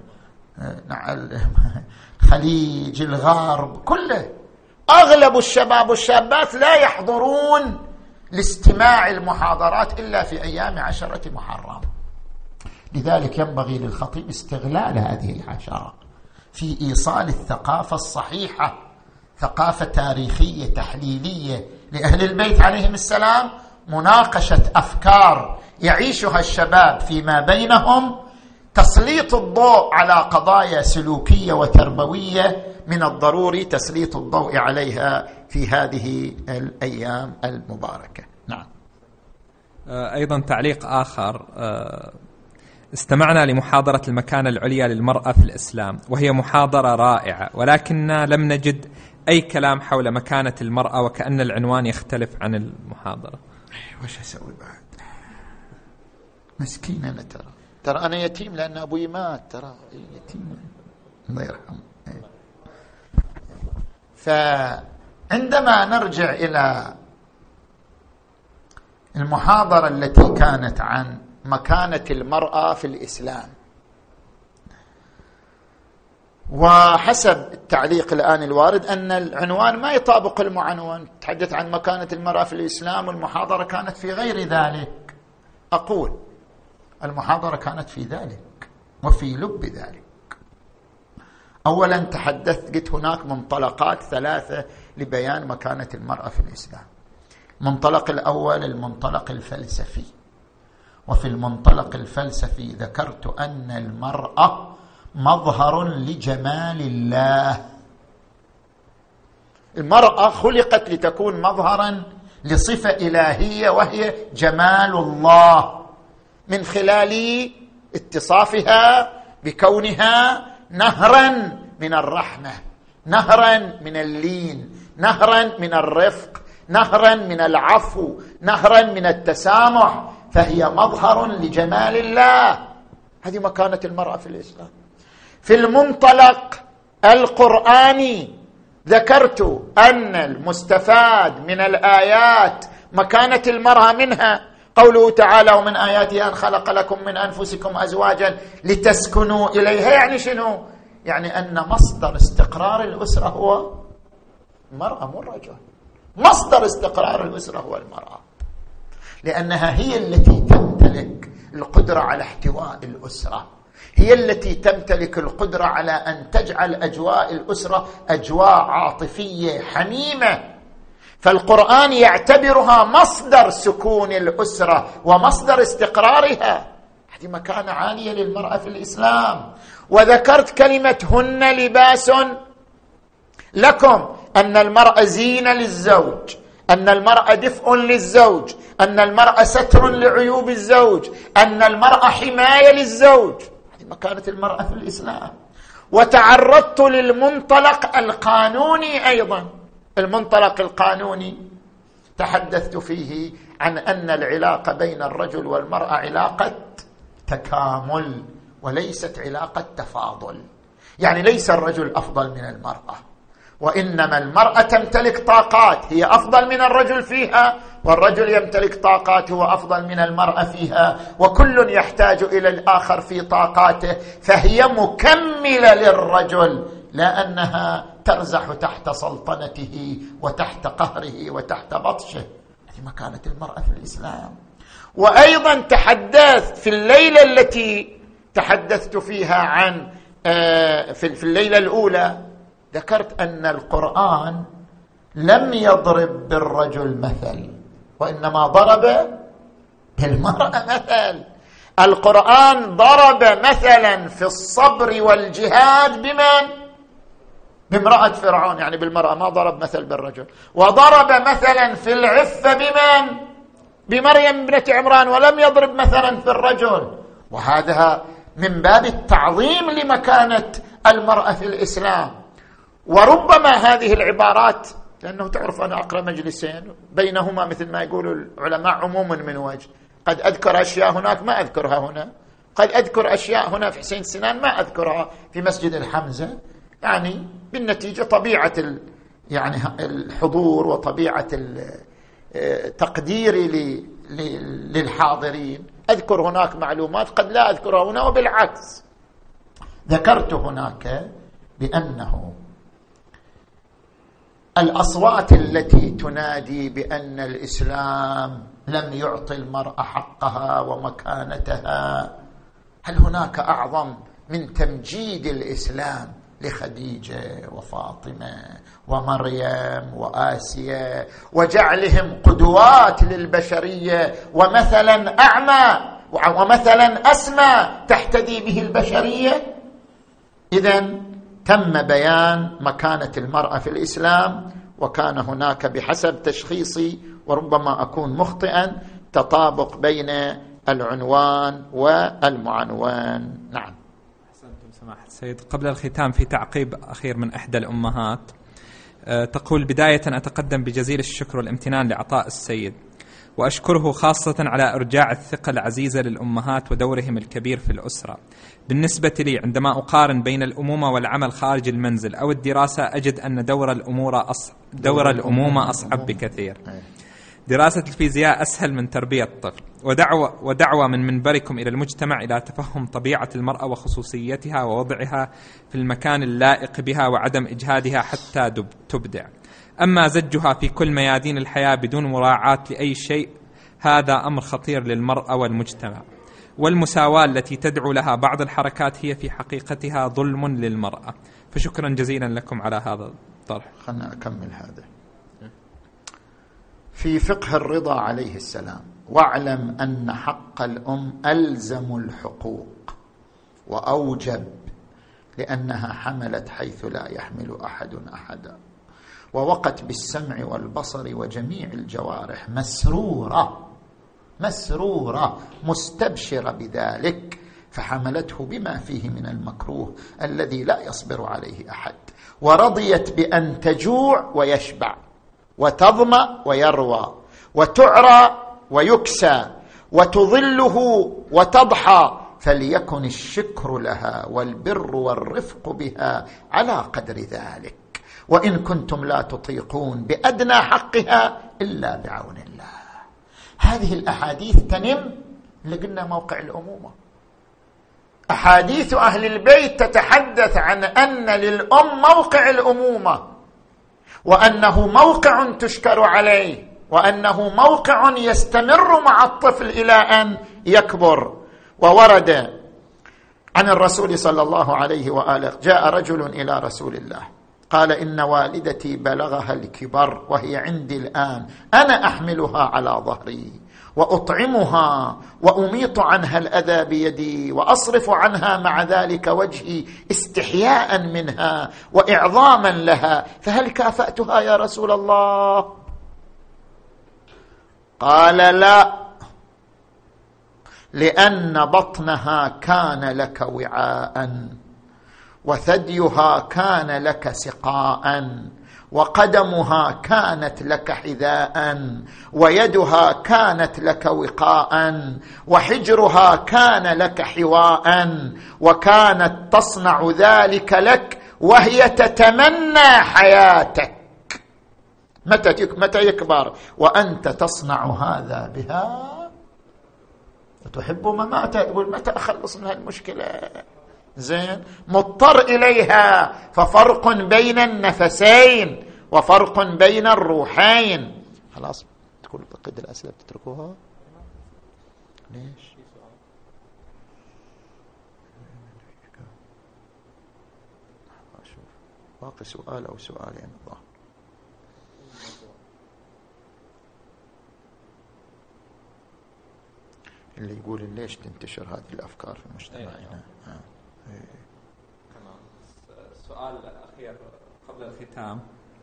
خليج الغرب كله أغلب الشباب والشابات لا يحضرون لاستماع المحاضرات إلا في أيام عشرة محرم. لذلك ينبغي للخطيب استغلال هذه العشرة في إيصال الثقافة الصحيحة، ثقافة تاريخية تحليلية لأهل البيت عليهم السلام، مناقشة أفكار يعيشها الشباب فيما بينهم، تسليط الضوء على قضايا سلوكية وتربوية من الضروري تسليط الضوء عليها في هذه الأيام المباركة. نعم. أيضا تعليق آخر، استمعنا لمحاضرة المكانة العليا للمرأة في الإسلام، وهي محاضرة رائعة، ولكننا لم نجد أي كلام حول مكانة المرأة، وكأن العنوان يختلف عن المحاضرة. وش أسوي بعد؟ مسكينة أنا، ترى ترى أنا يتيم لأن أبوي مات، ترى يتيم الله يرحمه. فعندما نرجع إلى المحاضرة التي كانت عن مكانة المرأة في الإسلام، وحسب التعليق الآن الوارد أن العنوان ما يطابق المعنون، تحدث عن مكانة المرأة في الإسلام والمحاضرة كانت في غير ذلك. أقول المحاضرة كانت في ذلك وفي لب ذلك. أولا تحدثت، قلت هناك منطلقات ثلاثة لبيان مكانة المرأة في الإسلام. المنطلق الأول المنطلق الفلسفي، وفي المنطلق الفلسفي ذكرت أن المرأة مظهر لجمال الله، المرأة خلقت لتكون مظهرا لصفة إلهية وهي جمال الله، من خلال اتصافها بكونها نهرا من الرحمة، نهرا من اللين، نهرا من الرفق، نهرا من العفو، نهرا من التسامح، فهي مظهر لجمال الله. هذه مكانة المرأة في الإسلام. في المنطلق القرآني ذكرت أن المستفاد من الآيات مكانة المرأة منها قوله تعالى: ومن آياته أن خلق لكم من أنفسكم أزواجا لتسكنوا إليها. يعني شنو؟ يعني أن مصدر استقرار الأسرة هو المرأة مو الرجل، مصدر استقرار الأسرة هو المرأة، لأنها هي التي تمتلك القدرة على احتواء الأسرة، هي التي تمتلك القدرة على أن تجعل أجواء الأسرة أجواء عاطفية حميمة. فالقرآن يعتبرها مصدر سكون الأسرة ومصدر استقرارها. هذه مكانة عالية للمرأة في الإسلام. وذكرت كلمة هن لباس لكم، أن المرأة زينة للزوج، أن المرأة دفء للزوج، أن المرأة ستر لعيوب الزوج، أن المرأة حماية للزوج. هذه مكانة المرأة في الإسلام. وتعرضت للمنطلق القانوني أيضا. المنطلق القانوني تحدثت فيه عن أن العلاقة بين الرجل والمرأة علاقة تكامل وليست علاقة تفاضل. يعني ليس الرجل أفضل من المرأة، وإنما المرأة تمتلك طاقات هي أفضل من الرجل فيها، والرجل يمتلك طاقات هو أفضل من المرأة فيها، وكل يحتاج إلى الآخر في طاقاته، فهي مكملة للرجل، لا أنها ترزح تحت سلطنته وتحت قهره وتحت بطشه. هذه مكانة المرأة في الإسلام. وأيضا تحدثت في الليلة التي تحدثت فيها عن في الليلة الأولى، ذكرت أن القرآن لم يضرب بالرجل مثل، وإنما ضرب بالمرأة مثل. القرآن ضرب مثلا في الصبر والجهاد بمن؟ بامرأة فرعون، يعني بالمرأة، ما ضرب مثل بالرجل. وضرب مثلا في العفة بمن؟ بمريم ابنة عمران، ولم يضرب مثلا في الرجل. وهذا من باب التعظيم لمكانة المرأة في الإسلام. وربما هذه العبارات، لأنه تعرف أنا أقرأ مجلسين بينهما مثل ما يقول العلماء عموم من وجه، قد أذكر أشياء هناك ما أذكرها هنا، قد أذكر أشياء هنا في حسين سنان ما أذكرها في مسجد الحمزة. يعني بالنتيجة طبيعة يعني الحضور وطبيعة تقديري للحاضرين، أذكر هناك معلومات قد لا أذكرها هنا، وبالعكس ذكرت هناك بأنه الأصوات التي تنادي بأن الإسلام لم يعطي المرأة حقها ومكانتها، هل هناك أعظم من تمجيد الإسلام لخديجة وفاطمة ومريم وآسيا، وجعلهم قدوات للبشرية ومثلا أعمى ومثلا أسمى تحتدي به البشرية؟ إذن تم بيان مكانة المرأة في الإسلام، وكان هناك بحسب تشخيصي وربما أكون مخطئا تطابق بين العنوان والمعنون. نعم. أحسنتم سماحة السيد. قبل الختام في تعقيب أخير من إحدى الأمهات، تقول: بداية أتقدم بجزيل الشكر والامتنان لعطاء السيد، وأشكره خاصة على إرجاع الثقة العزيزة للأمهات ودورهم الكبير في الأسرة. بالنسبة لي عندما أقارن بين الأمومة والعمل خارج المنزل أو الدراسة، أجد أن دور الأمور أص... دور الأمومة أصعب بكثير. دراسة الفيزياء أسهل من تربية الطفل، ودعوة, ودعوة من منبركم إلى المجتمع إلى تفهم طبيعة المرأة وخصوصيتها ووضعها في المكان اللائق بها وعدم إجهادها حتى تبدع. أما زجها في كل ميادين الحياة بدون مراعاة لأي شيء، هذا أمر خطير للمرأة والمجتمع. والمساواة التي تدعو لها بعض الحركات هي في حقيقتها ظلم للمرأة. فشكرا جزيلا لكم على هذا الطرح. خلنا أكمل هذا. في فقه الرضا عليه السلام: واعلم أن حق الأم ألزم الحقوق وأوجب، لأنها حملت حيث لا يحمل أحد أحدا، ووقت بالسمع والبصر وجميع الجوارح مسرورة مسرورة مستبشرة بذلك، فحملته بما فيه من المكروه الذي لا يصبر عليه أحد، ورضيت بأن تجوع ويشبع، وتظمأ ويروى، وتعرى ويكسى، وتظله وتضحى، فليكن الشكر لها والبر والرفق بها على قدر ذلك، وإن كنتم لا تطيقون بأدنى حقها إلا بعون الله. هذه الأحاديث تنم اللي قلنا موقع الأمومة. أحاديث أهل البيت تتحدث عن أن للأم موقع الأمومة، وأنه موقع تشكر عليه، وأنه موقع يستمر مع الطفل إلى أن يكبر. وورد عن الرسول صلى الله عليه وآله: جاء رجل إلى رسول الله قال إن والدتي بلغها الكبر وهي عندي الآن، أنا أحملها على ظهري وأطعمها وأميط عنها الأذى بيدي وأصرف عنها مع ذلك وجهي استحياء منها وإعظاما لها، فهل كافأتها يا رسول الله؟ قال لا، لأن بطنها كان لك وعاء وثديها كان لك سقاء وقدمها كانت لك حذاء ويدها كانت لك وقاء وحجرها كان لك حواء وكانت تصنع ذلك لك وهي تتمنى حياتك متى متى يكبر وأنت تصنع هذا بها وتحب مماتها، تقول متى أخلص من هالمشكلة؟ زين، مضطر إليها، ففرق بين النفسين وفرق بين الروحين. خلاص تقول بقية الأسئلة بتتركوها ليش؟ أشوف باقي سؤال أو سؤالين الظاهر. اللي يقول ليش تنتشر هذه الأفكار في مجتمعنا. السؤال الأخير قبل الختام،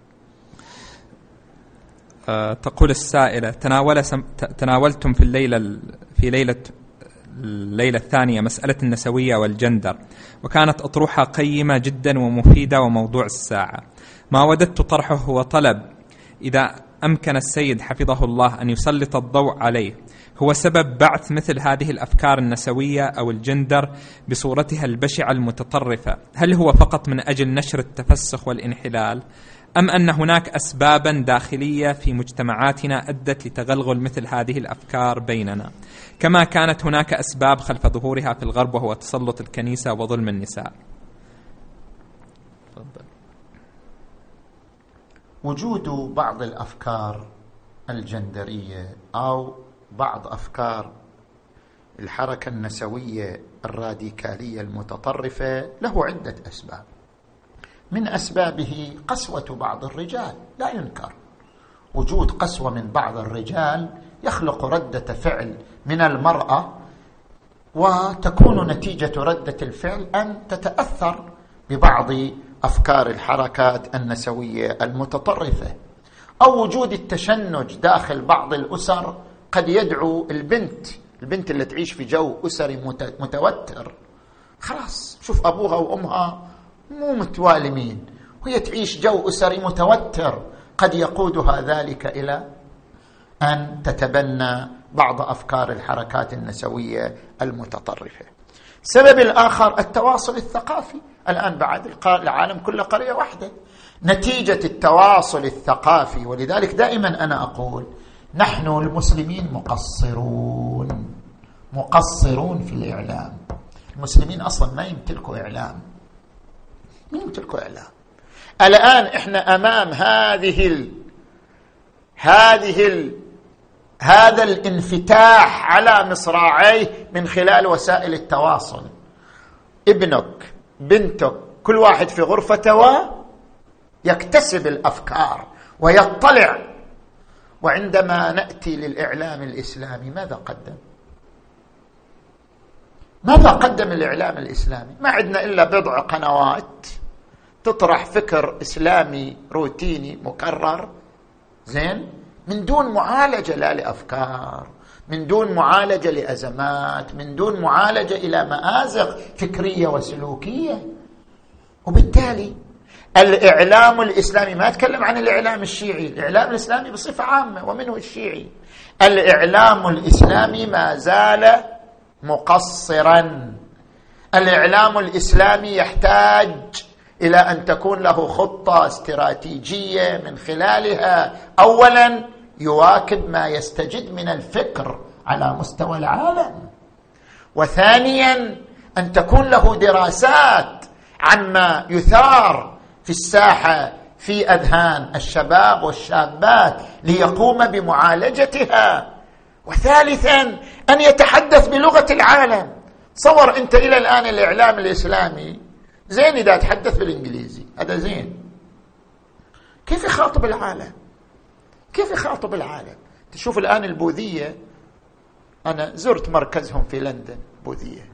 أه تقول السائلة: تناول سم... تناولتم في الليلة في ليلة الليلة الثانية مسألة النسوية والجندر، وكانت أطروحة قيمة جدا ومفيدة وموضوع الساعة. ما وددت طرحه هو طلب إذا أمكن السيد حفظه الله أن يسلط الضوء عليه، هو سبب بعث مثل هذه الأفكار النسوية أو الجندر بصورتها البشعة المتطرفة، هل هو فقط من أجل نشر التفسخ والانحلال، أم أن هناك أسبابا داخلية في مجتمعاتنا أدت لتغلغل مثل هذه الأفكار بيننا، كما كانت هناك أسباب خلف ظهورها في الغرب وهو تسلط الكنيسة وظلم النساء؟ تفضل. وجود بعض الأفكار الجندرية أو بعض أفكار الحركة النسوية الراديكالية المتطرفة له عدة أسباب. من أسبابه قسوة بعض الرجال، لا ينكر وجود قسوة من بعض الرجال يخلق ردة فعل من المرأة، وتكون نتيجة ردة الفعل أن تتأثر ببعض أفكار الحركات النسوية المتطرفة. أو وجود التشنج داخل بعض الأسر قد يدعو البنت البنت اللي تعيش في جو أسري متوتر، خلاص شوف أبوها وأمها مو متوالمين وهي تعيش جو أسري متوتر، قد يقودها ذلك إلى أن تتبنى بعض أفكار الحركات النسوية المتطرفة. السبب الآخر التواصل الثقافي. الآن بعد العالم كله قرية واحدة، نتيجة التواصل الثقافي. ولذلك دائما أنا أقول نحن المسلمين مقصرون مقصرون في الإعلام. المسلمين أصلا ما يمتلكوا إعلام، ما يمتلكوا إعلام. الآن إحنا أمام هذه ال... هذه ال... هذا الانفتاح على مصراعيه من خلال وسائل التواصل. ابنك بنتك كل واحد في غرفته ويكتسب الأفكار ويطلع. وعندما نأتي للإعلام الإسلامي ماذا قدم؟ ماذا قدم الإعلام الإسلامي؟ ما عندنا إلا بضع قنوات تطرح فكر إسلامي روتيني مكرر، زين، من دون معالجة لا لأفكار، من دون معالجة لأزمات، من دون معالجة إلى مآزق فكرية وسلوكية. وبالتالي الإعلام الإسلامي، ما أتكلم عن الإعلام الشيعي، الإعلام الإسلامي بصفة عامة ومنه الشيعي، الإعلام الإسلامي ما زال مقصرا. الإعلام الإسلامي يحتاج إلى أن تكون له خطة استراتيجية من خلالها أولا يواكب ما يستجد من الفكر على مستوى العالم، وثانيا أن تكون له دراسات عما يثار في الساحة في أذهان الشباب والشابات ليقوم بمعالجتها، وثالثا أن يتحدث بلغة العالم. صور أنت إلى الآن الإعلام الإسلامي زين إذا تحدث بالإنجليزي، هذا زين، كيف يخاطب العالم؟ كيف يخاطب العالم؟ تشوف الآن البوذية، أنا زرت مركزهم في لندن بوذية،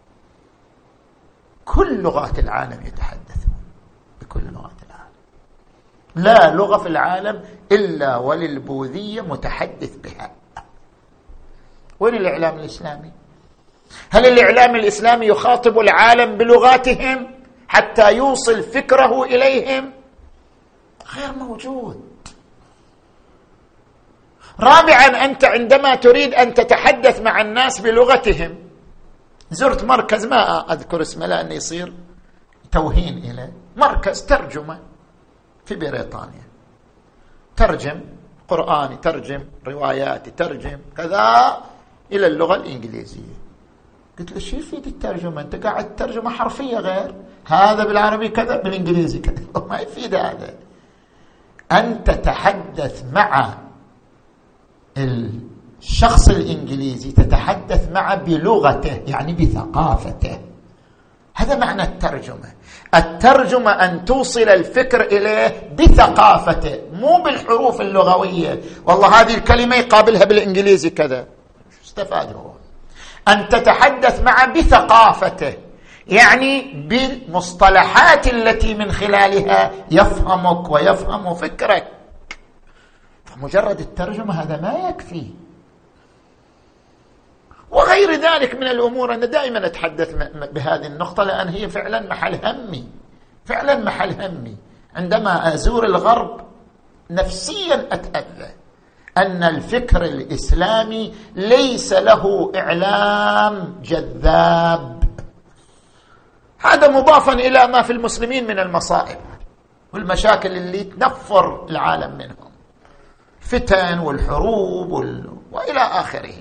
كل لغات العالم يتحدثون بكل لغات العالم، لا لغة في العالم إلا وللبوذية متحدث بها. وين الإعلام الإسلامي؟ هل الإعلام الإسلامي يخاطب العالم بلغاتهم حتى يوصل فكره إليهم؟ غير موجود. رابعا، أنت عندما تريد أن تتحدث مع الناس بلغتهم، زرت مركز ما أذكر اسمه لأنه يصير توهين إليه، مركز ترجمة في بريطانيا، ترجم قرآن، ترجم روايات، ترجم كذا إلى اللغة الإنجليزية. قلت له شو يفيد الترجمة؟ أنت قاعد ترجمة حرفية، غير هذا بالعربي كذا بالإنجليزي كذا، ما يفيد هذا. أن تتحدث مع الشخص الإنجليزي تتحدث معه بلغته، يعني بثقافته. هذا معنى الترجمة. الترجمة أن توصل الفكر إليه بثقافته، مو بالحروف اللغوية. والله هذه الكلمة يقابلها بالإنجليزي كذا، شو استفاد هو؟ أن تتحدث معه بثقافته، يعني بالمصطلحات التي من خلالها يفهمك ويفهم فكرك. فمجرد الترجمة هذا ما يكفي. وغير ذلك من الأمور. أنا دائما أتحدث بهذه النقطة لأن هي فعلا محل همي، فعلا محل همي. عندما أزور الغرب نفسيا أتأذى أن الفكر الإسلامي ليس له إعلام جذاب. هذا مضافا إلى ما في المسلمين من المصائب والمشاكل اللي تنفر العالم منهم، فتن والحروب وال... وإلى آخره،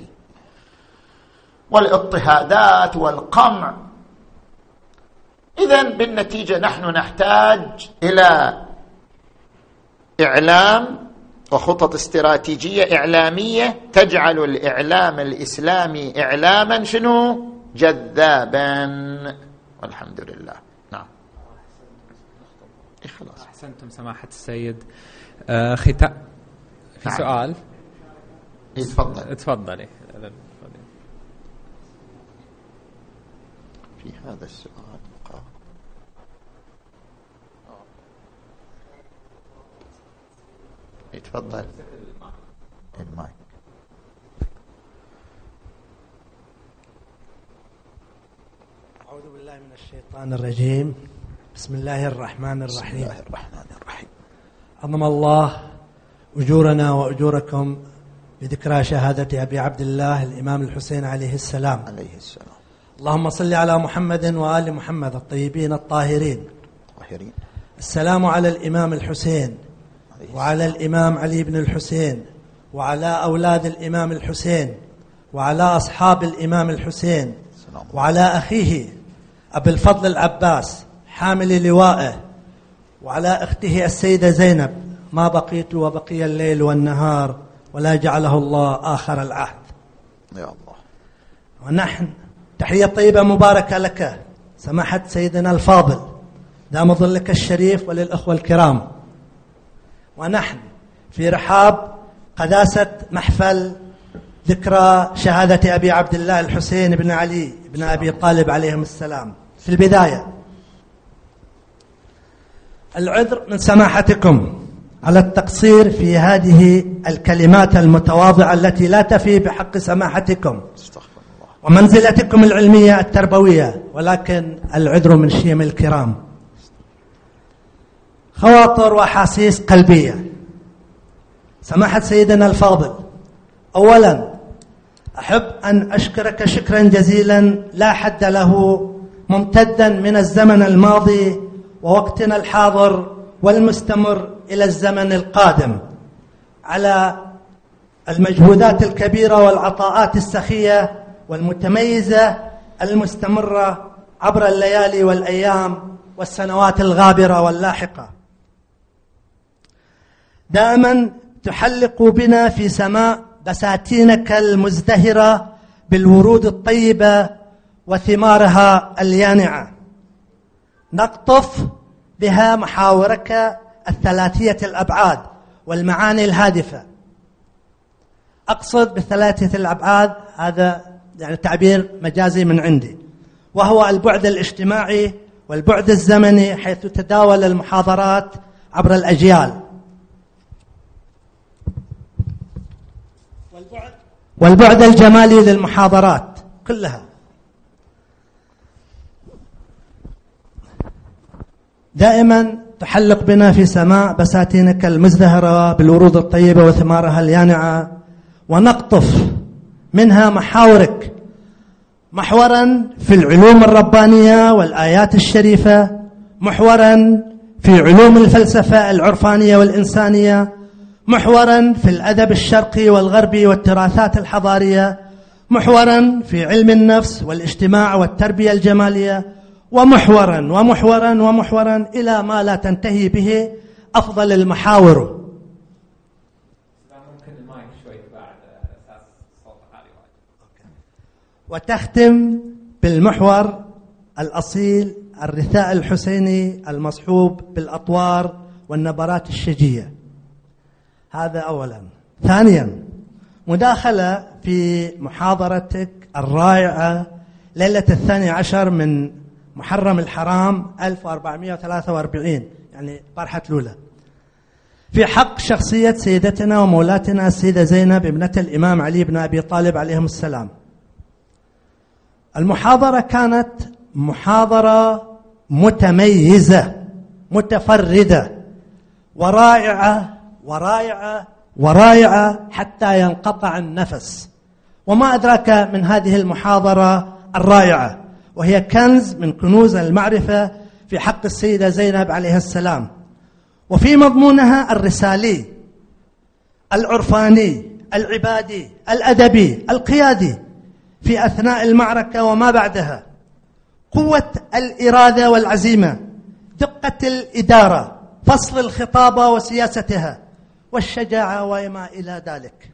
والاضطهادات والقمع. إذن بالنتيجة نحن نحتاج إلى إعلام وخطط استراتيجية إعلامية تجعل الإعلام الإسلامي إعلاما شنو؟ جذابا. والحمد لله. نعم. إيه خلاص. أحسنتم سماحة السيد. آه ختام في نعم. سؤال. إيه تفضل. تفضلي. في هذا السؤال مقابل. يتفضل المايك. أعوذ بالله من الشيطان الرجيم. بسم الله الرحمن الرحيم. بسم الله الرحمن الرحيم. عظم الله أجورنا وأجوركم بذكرى شهادة أبي عبد الله الإمام الحسين عليه السلام. عليه السلام. اللهم صل على محمد وآل محمد الطيبين الطاهرين. طاهرين. السلام على الإمام الحسين وعلى الإمام علي بن الحسين وعلى أولاد الإمام الحسين وعلى أصحاب الإمام الحسين وعلى أخيه أبي الفضل العباس حامل لوائه وعلى أخته السيدة زينب، ما بقيت وبقي الليل والنهار ولا جعله الله آخر العهد. يا الله. ونحن تحية طيبة مباركة لك سماحة سيدنا الفاضل، دام ظلك الشريف، وللأخوة الكرام. ونحن في رحاب قداسة محفل ذكرى شهادة أبي عبد الله الحسين بن علي بن أبي طالب عليهم السلام. في البداية العذر من سماحتكم على التقصير في هذه الكلمات المتواضعة التي لا تفي بحق سماحتكم ومنزلتكم العلمية التربوية، ولكن العذر من شيم الكرام. خواطر وأحاسيس قلبية. سماحة سيدنا الفاضل، أولا أحب أن أشكرك شكرا جزيلا لا حد له، ممتدا من الزمن الماضي ووقتنا الحاضر والمستمر إلى الزمن القادم، على المجهودات الكبيرة والعطاءات السخية والمتميزة المستمرة عبر الليالي والأيام والسنوات الغابرة واللاحقة. دائما تحلق بنا في سماء بساتينك المزدهرة بالورود الطيبة وثمارها اليانعة، نقطف بها محاورك الثلاثية الأبعاد والمعاني الهادفة. أقصد بثلاثية الأبعاد هذا يعني تعبير مجازي من عندي، وهو البعد الاجتماعي والبعد الزمني، حيث تتداول المحاضرات عبر الأجيال، والبعد, والبعد الجمالي للمحاضرات كلها. دائما تحلق بنا في سماع بساتينك المزدهرة بالورود الطيبة وثمارها اليانعة، ونقطف منها محاورك محورا في العلوم الربانية والآيات الشريفة، محورا في علوم الفلسفة العرفانية والإنسانية، محورا في الأدب الشرقي والغربي والتراثات الحضارية، محورا في علم النفس والاجتماع والتربية الجمالية، ومحورا ومحورا ومحورا إلى ما لا تنتهي به أفضل المحاور. وتختم بالمحور الأصيل الرثاء الحسيني المصحوب بالأطوار والنبرات الشجية. هذا أولا. ثانيا، مداخلة في محاضرتك الرائعة ليلة الثاني عشر من محرم الحرام ألف وأربعمائة وثلاثة وأربعين، يعني فرحة لولا، في حق شخصية سيدتنا ومولاتنا السيدة زينب ابنة الإمام علي بن أبي طالب عليهم السلام. المحاضرة كانت محاضرة متميزة متفردة ورائعة ورائعة ورائعة حتى ينقطع النفس. وما أدراك من هذه المحاضرة الرائعة، وهي كنز من كنوز المعرفة في حق السيدة زينب عليه السلام، وفي مضمونها الرسالي العرفاني العبادي الأدبي القيادي في أثناء المعركة وما بعدها، قوة الإرادة والعزيمة، دقة الإدارة، فصل الخطابة وسياستها، والشجاعة وما إلى ذلك.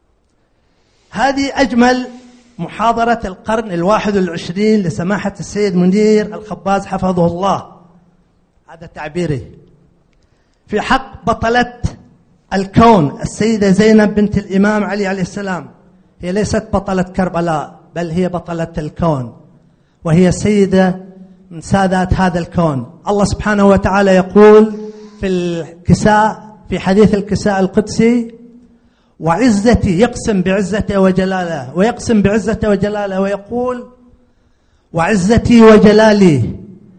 هذه أجمل محاضرة القرن الواحد والعشرين لسماحة السيد منير الخباز حفظه الله، هذا تعبيري، في حق بطلة الكون السيدة زينب بنت الإمام علي عليه السلام. هي ليست بطلة كربلاء، بل هي بطلة الكون، وهي سيدة من سادات هذا الكون. الله سبحانه وتعالى يقول في الكساء، في حديث الكساء القدسي: وعزتي، يقسم بعزته وجلاله، ويقسم بعزته وجلاله ويقول: وعزتي وجلالي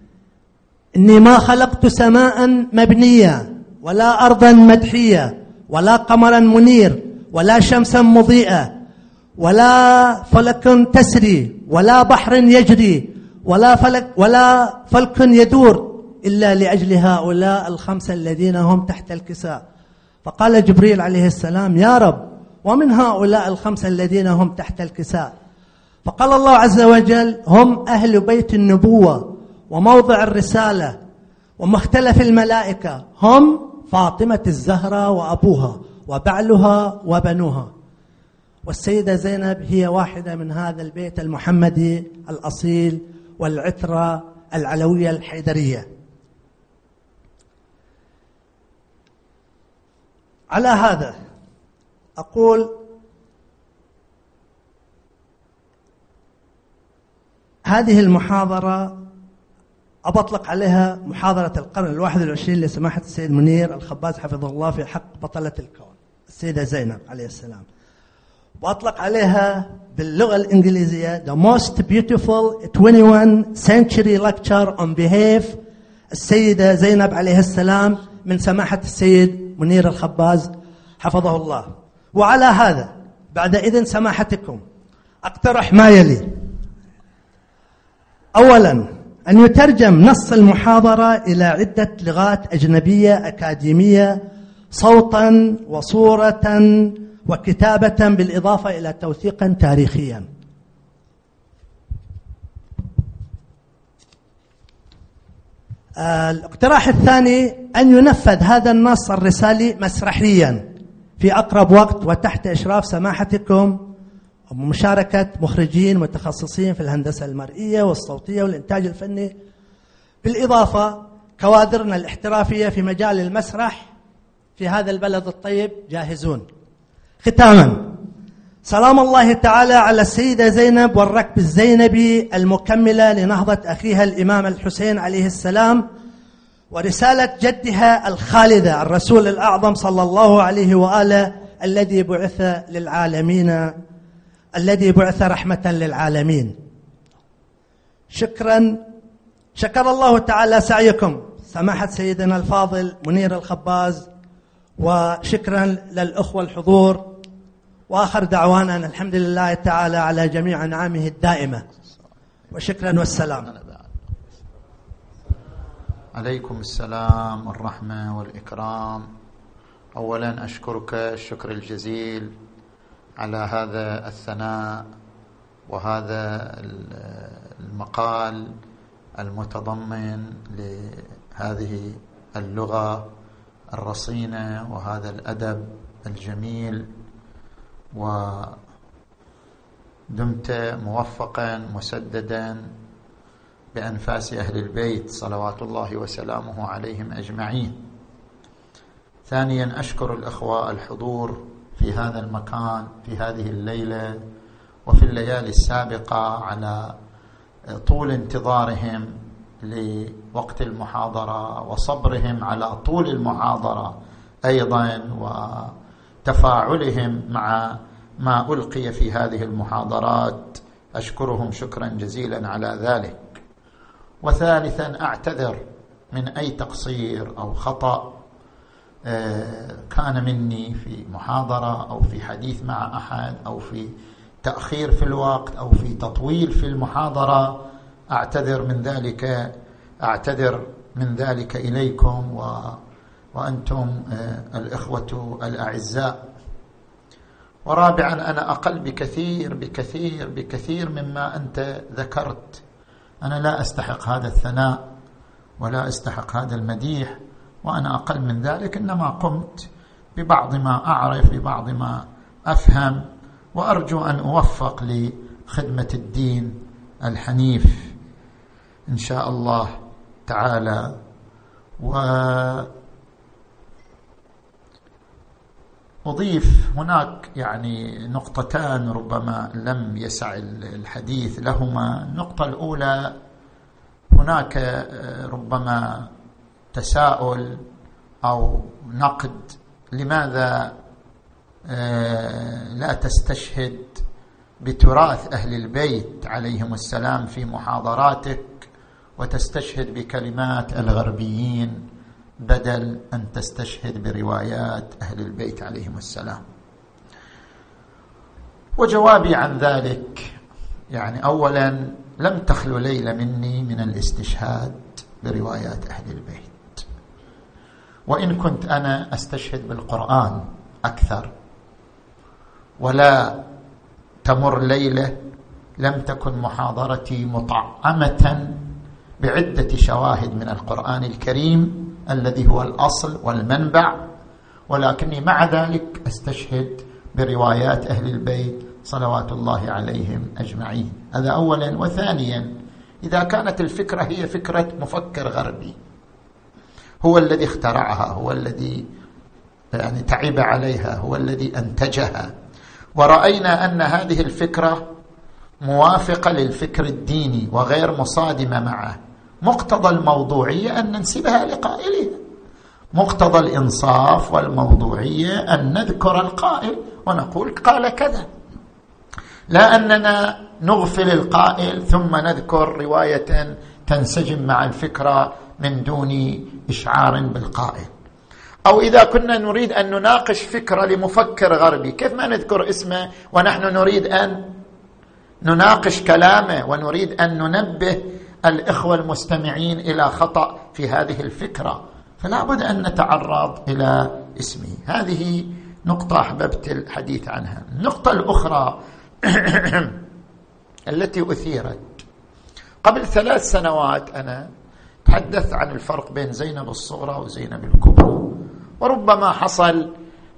إني ما خلقت سماء مبنية ولا أرضا مدحية ولا قمرا منير ولا شمسا مضيئة ولا فلك تسري ولا بحر يجري ولا فلك ولا فلك يدور إلا لأجل هؤلاء الخمسة الذين هم تحت الكساء. فقال جبريل عليه السلام: يا رب، ومن هؤلاء الخمسة الذين هم تحت الكساء؟ فقال الله عز وجل: هم أهل بيت النبوة وموضع الرسالة ومختلف الملائكة، هم فاطمة الزهراء وأبوها وبعلها وبنوها. والسيدة زينب هي واحدة من هذا البيت المحمدي الأصيل والعترة العلوية الحيدرية. على هذا أقول هذه المحاضرة أطلق عليها محاضرة القرن الواحد والعشرين لسماحة السيد منير الخباز حفظه الله في حق بطلة الكون السيدة زينب عليه السلام، وأطلق عليها باللغة الإنجليزية The most beautiful twenty-first century lecture on behalf السيدة زينب عليه السلام من سماحة السيد منير الخباز حفظه الله. وعلى هذا بعد إذن سماحتكم أقترح ما يلي: أولا، أن يترجم نص المحاضرة إلى عدة لغات أجنبية أكاديمية صوتا وصورة وكتابة، بالإضافة إلى توثيقا تاريخيا. الاقتراح الثاني: أن ينفذ هذا النص الرسالي مسرحيا في أقرب وقت وتحت إشراف سماحتكم ومشاركة مخرجين متخصصين في الهندسة المرئية والصوتية والإنتاج الفني، بالإضافة كوادرنا الاحترافية في مجال المسرح في هذا البلد الطيب جاهزون. ختاما، سلام الله تعالى على السيدة زينب والركب الزينبي المكملة لنهضة أخيها الإمام الحسين عليه السلام، ورسالة جدها الخالدة الرسول الأعظم صلى الله عليه وآله الذي بعث للعالمين، الذي بعث رحمة للعالمين. شكرا شكر الله تعالى سعيكم سماحة سيدنا الفاضل منير الخباز، وشكرا للأخوة الحضور، وآخر دعوانا الحمد لله تعالى على جميع نعمه الدائمة، وشكرا والسلام. عليكم السلام والرحمة والإكرام. أولا أشكرك الشكر الجزيل على هذا الثناء وهذا المقال المتضمن لهذه اللغة الرصينة وهذا الأدب الجميل، ودمت موفقا مسددا بأنفاس أهل البيت صلوات الله وسلامه عليهم أجمعين. ثانيا أشكر الأخوة الحضور في هذا المكان في هذه الليلة وفي الليالي السابقة على طول انتظارهم لوقت المحاضرة وصبرهم على طول المحاضرة أيضا، وتفاعلهم مع ما ألقي في هذه المحاضرات. أشكرهم شكرا جزيلا على ذلك. وثالثا أعتذر من أي تقصير أو خطأ كان مني في محاضرة أو في حديث مع أحد أو في تأخير في الوقت أو في تطويل في المحاضرة. أعتذر من ذلك أعتذر من ذلك إليكم و وأنتم الإخوة الأعزاء. ورابعا أنا أقل بكثير بكثير بكثير مما أنت ذكرت. أنا لا أستحق هذا الثناء ولا أستحق هذا المديح، وأنا أقل من ذلك، إنما قمت ببعض ما أعرف ببعض ما أفهم، وأرجو أن أوفق لخدمة الدين الحنيف إن شاء الله تعالى. وأضيف هناك يعني نقطتان ربما لم يسع الحديث لهما. النقطة الأولى، هناك ربما تساؤل أو نقد: لماذا لا تستشهد بتراث أهل البيت عليهم السلام في محاضراتك وتستشهد بكلمات الغربيين بدل أن تستشهد بروايات أهل البيت عليهم السلام؟ وجوابي عن ذلك يعني أولا لم تخلو ليلة مني من الاستشهاد بروايات أهل البيت، وإن كنت أنا أستشهد بالقرآن أكثر، ولا تمر ليلة لم تكن محاضرتي مطعمة بعدة شواهد من القرآن الكريم الذي هو الأصل والمنبع، ولكني مع ذلك أستشهد بروايات أهل البيت صلوات الله عليهم أجمعين. هذا أولا. وثانيا، إذا كانت الفكرة هي فكرة مفكر غربي هو الذي اخترعها، هو الذي يعني تعب عليها، هو الذي أنتجها، ورأينا أن هذه الفكرة موافقة للفكر الديني وغير مصادمة معه، مقتضى الموضوعية أن ننسبها لقائلها، مقتضى الإنصاف والموضوعية أن نذكر القائل ونقول قال كذا، لا أننا نغفل القائل ثم نذكر رواية تنسجم مع الفكرة من دون إشعار بالقائل. أو إذا كنا نريد أن نناقش فكرة لمفكر غربي، كيف ما نذكر اسمه ونحن نريد أن نناقش كلامه ونريد أن ننبه الإخوة المستمعين إلى خطأ في هذه الفكرة، فلا بد أن نتعرض إلى اسمه. هذه نقطة أحببت الحديث عنها. النقطة الأخرى التي أثيرت قبل ثلاث سنوات، أنا تحدثت عن الفرق بين زينب الصغرى وزينب الكبرى، وربما حصل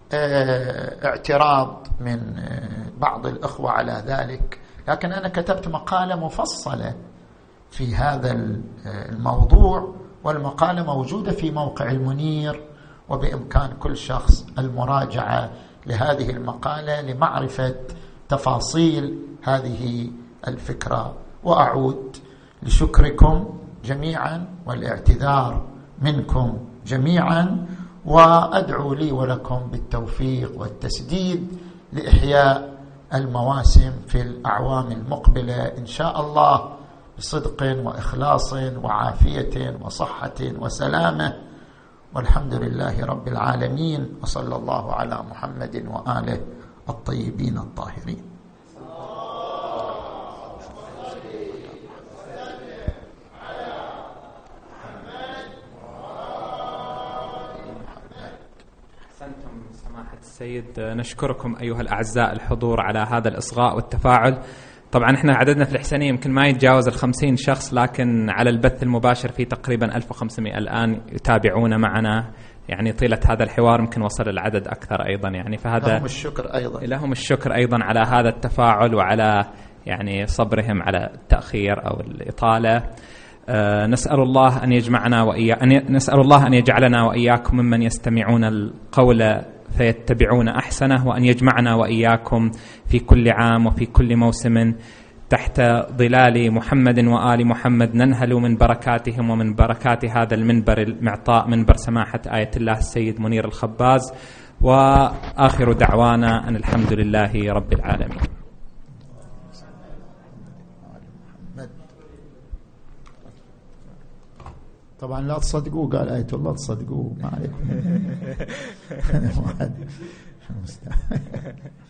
اعتراض من بعض الأخوة على ذلك، لكن أنا كتبت مقالة مفصلة في هذا الموضوع والمقالة موجودة في موقع المنير، وبإمكان كل شخص المراجعة لهذه المقالة لمعرفة تفاصيل هذه الفكرة. وأعود لشكركم جميعا والاعتذار منكم جميعا، وأدعو لي ولكم بالتوفيق والتسديد لإحياء المواسم في الأعوام المقبلة إن شاء الله بصدق وإخلاص وعافية وصحة وسلامة، والحمد لله رب العالمين، وصلى الله على محمد وآله الطيبين الطاهرين. السيد، نشكركم أيها الأعزاء الحضور على هذا الإصغاء والتفاعل. طبعا احنا عددنا في الحسينية يمكن ما يتجاوز الخمسين شخص، لكن على البث المباشر في تقريبا ألف وخمسمائة الآن يتابعون معنا يعني طيلة هذا الحوار، يمكن وصل العدد أكثر أيضا يعني، فهذا لهم الشكر أيضا لهم الشكر أيضا على هذا التفاعل وعلى يعني صبرهم على التأخير أو الإطالة. أه نسأل الله أن يجمعنا وإيا أن نسأل الله أن يجعلنا وإياكم ممن يستمعون القول فيتبعون أحسنه، وأن يجمعنا وإياكم في كل عام وفي كل موسم تحت ظلال محمد وآل محمد، ننهل من بركاتهم ومن بركات هذا المنبر المعطاء، منبر سماحة آية الله السيد منير الخباز. وآخر دعوانا أن الحمد لله رب العالمين. طبعا لا تصدقوا، قال آية الله تصدقوا، ما عليكم.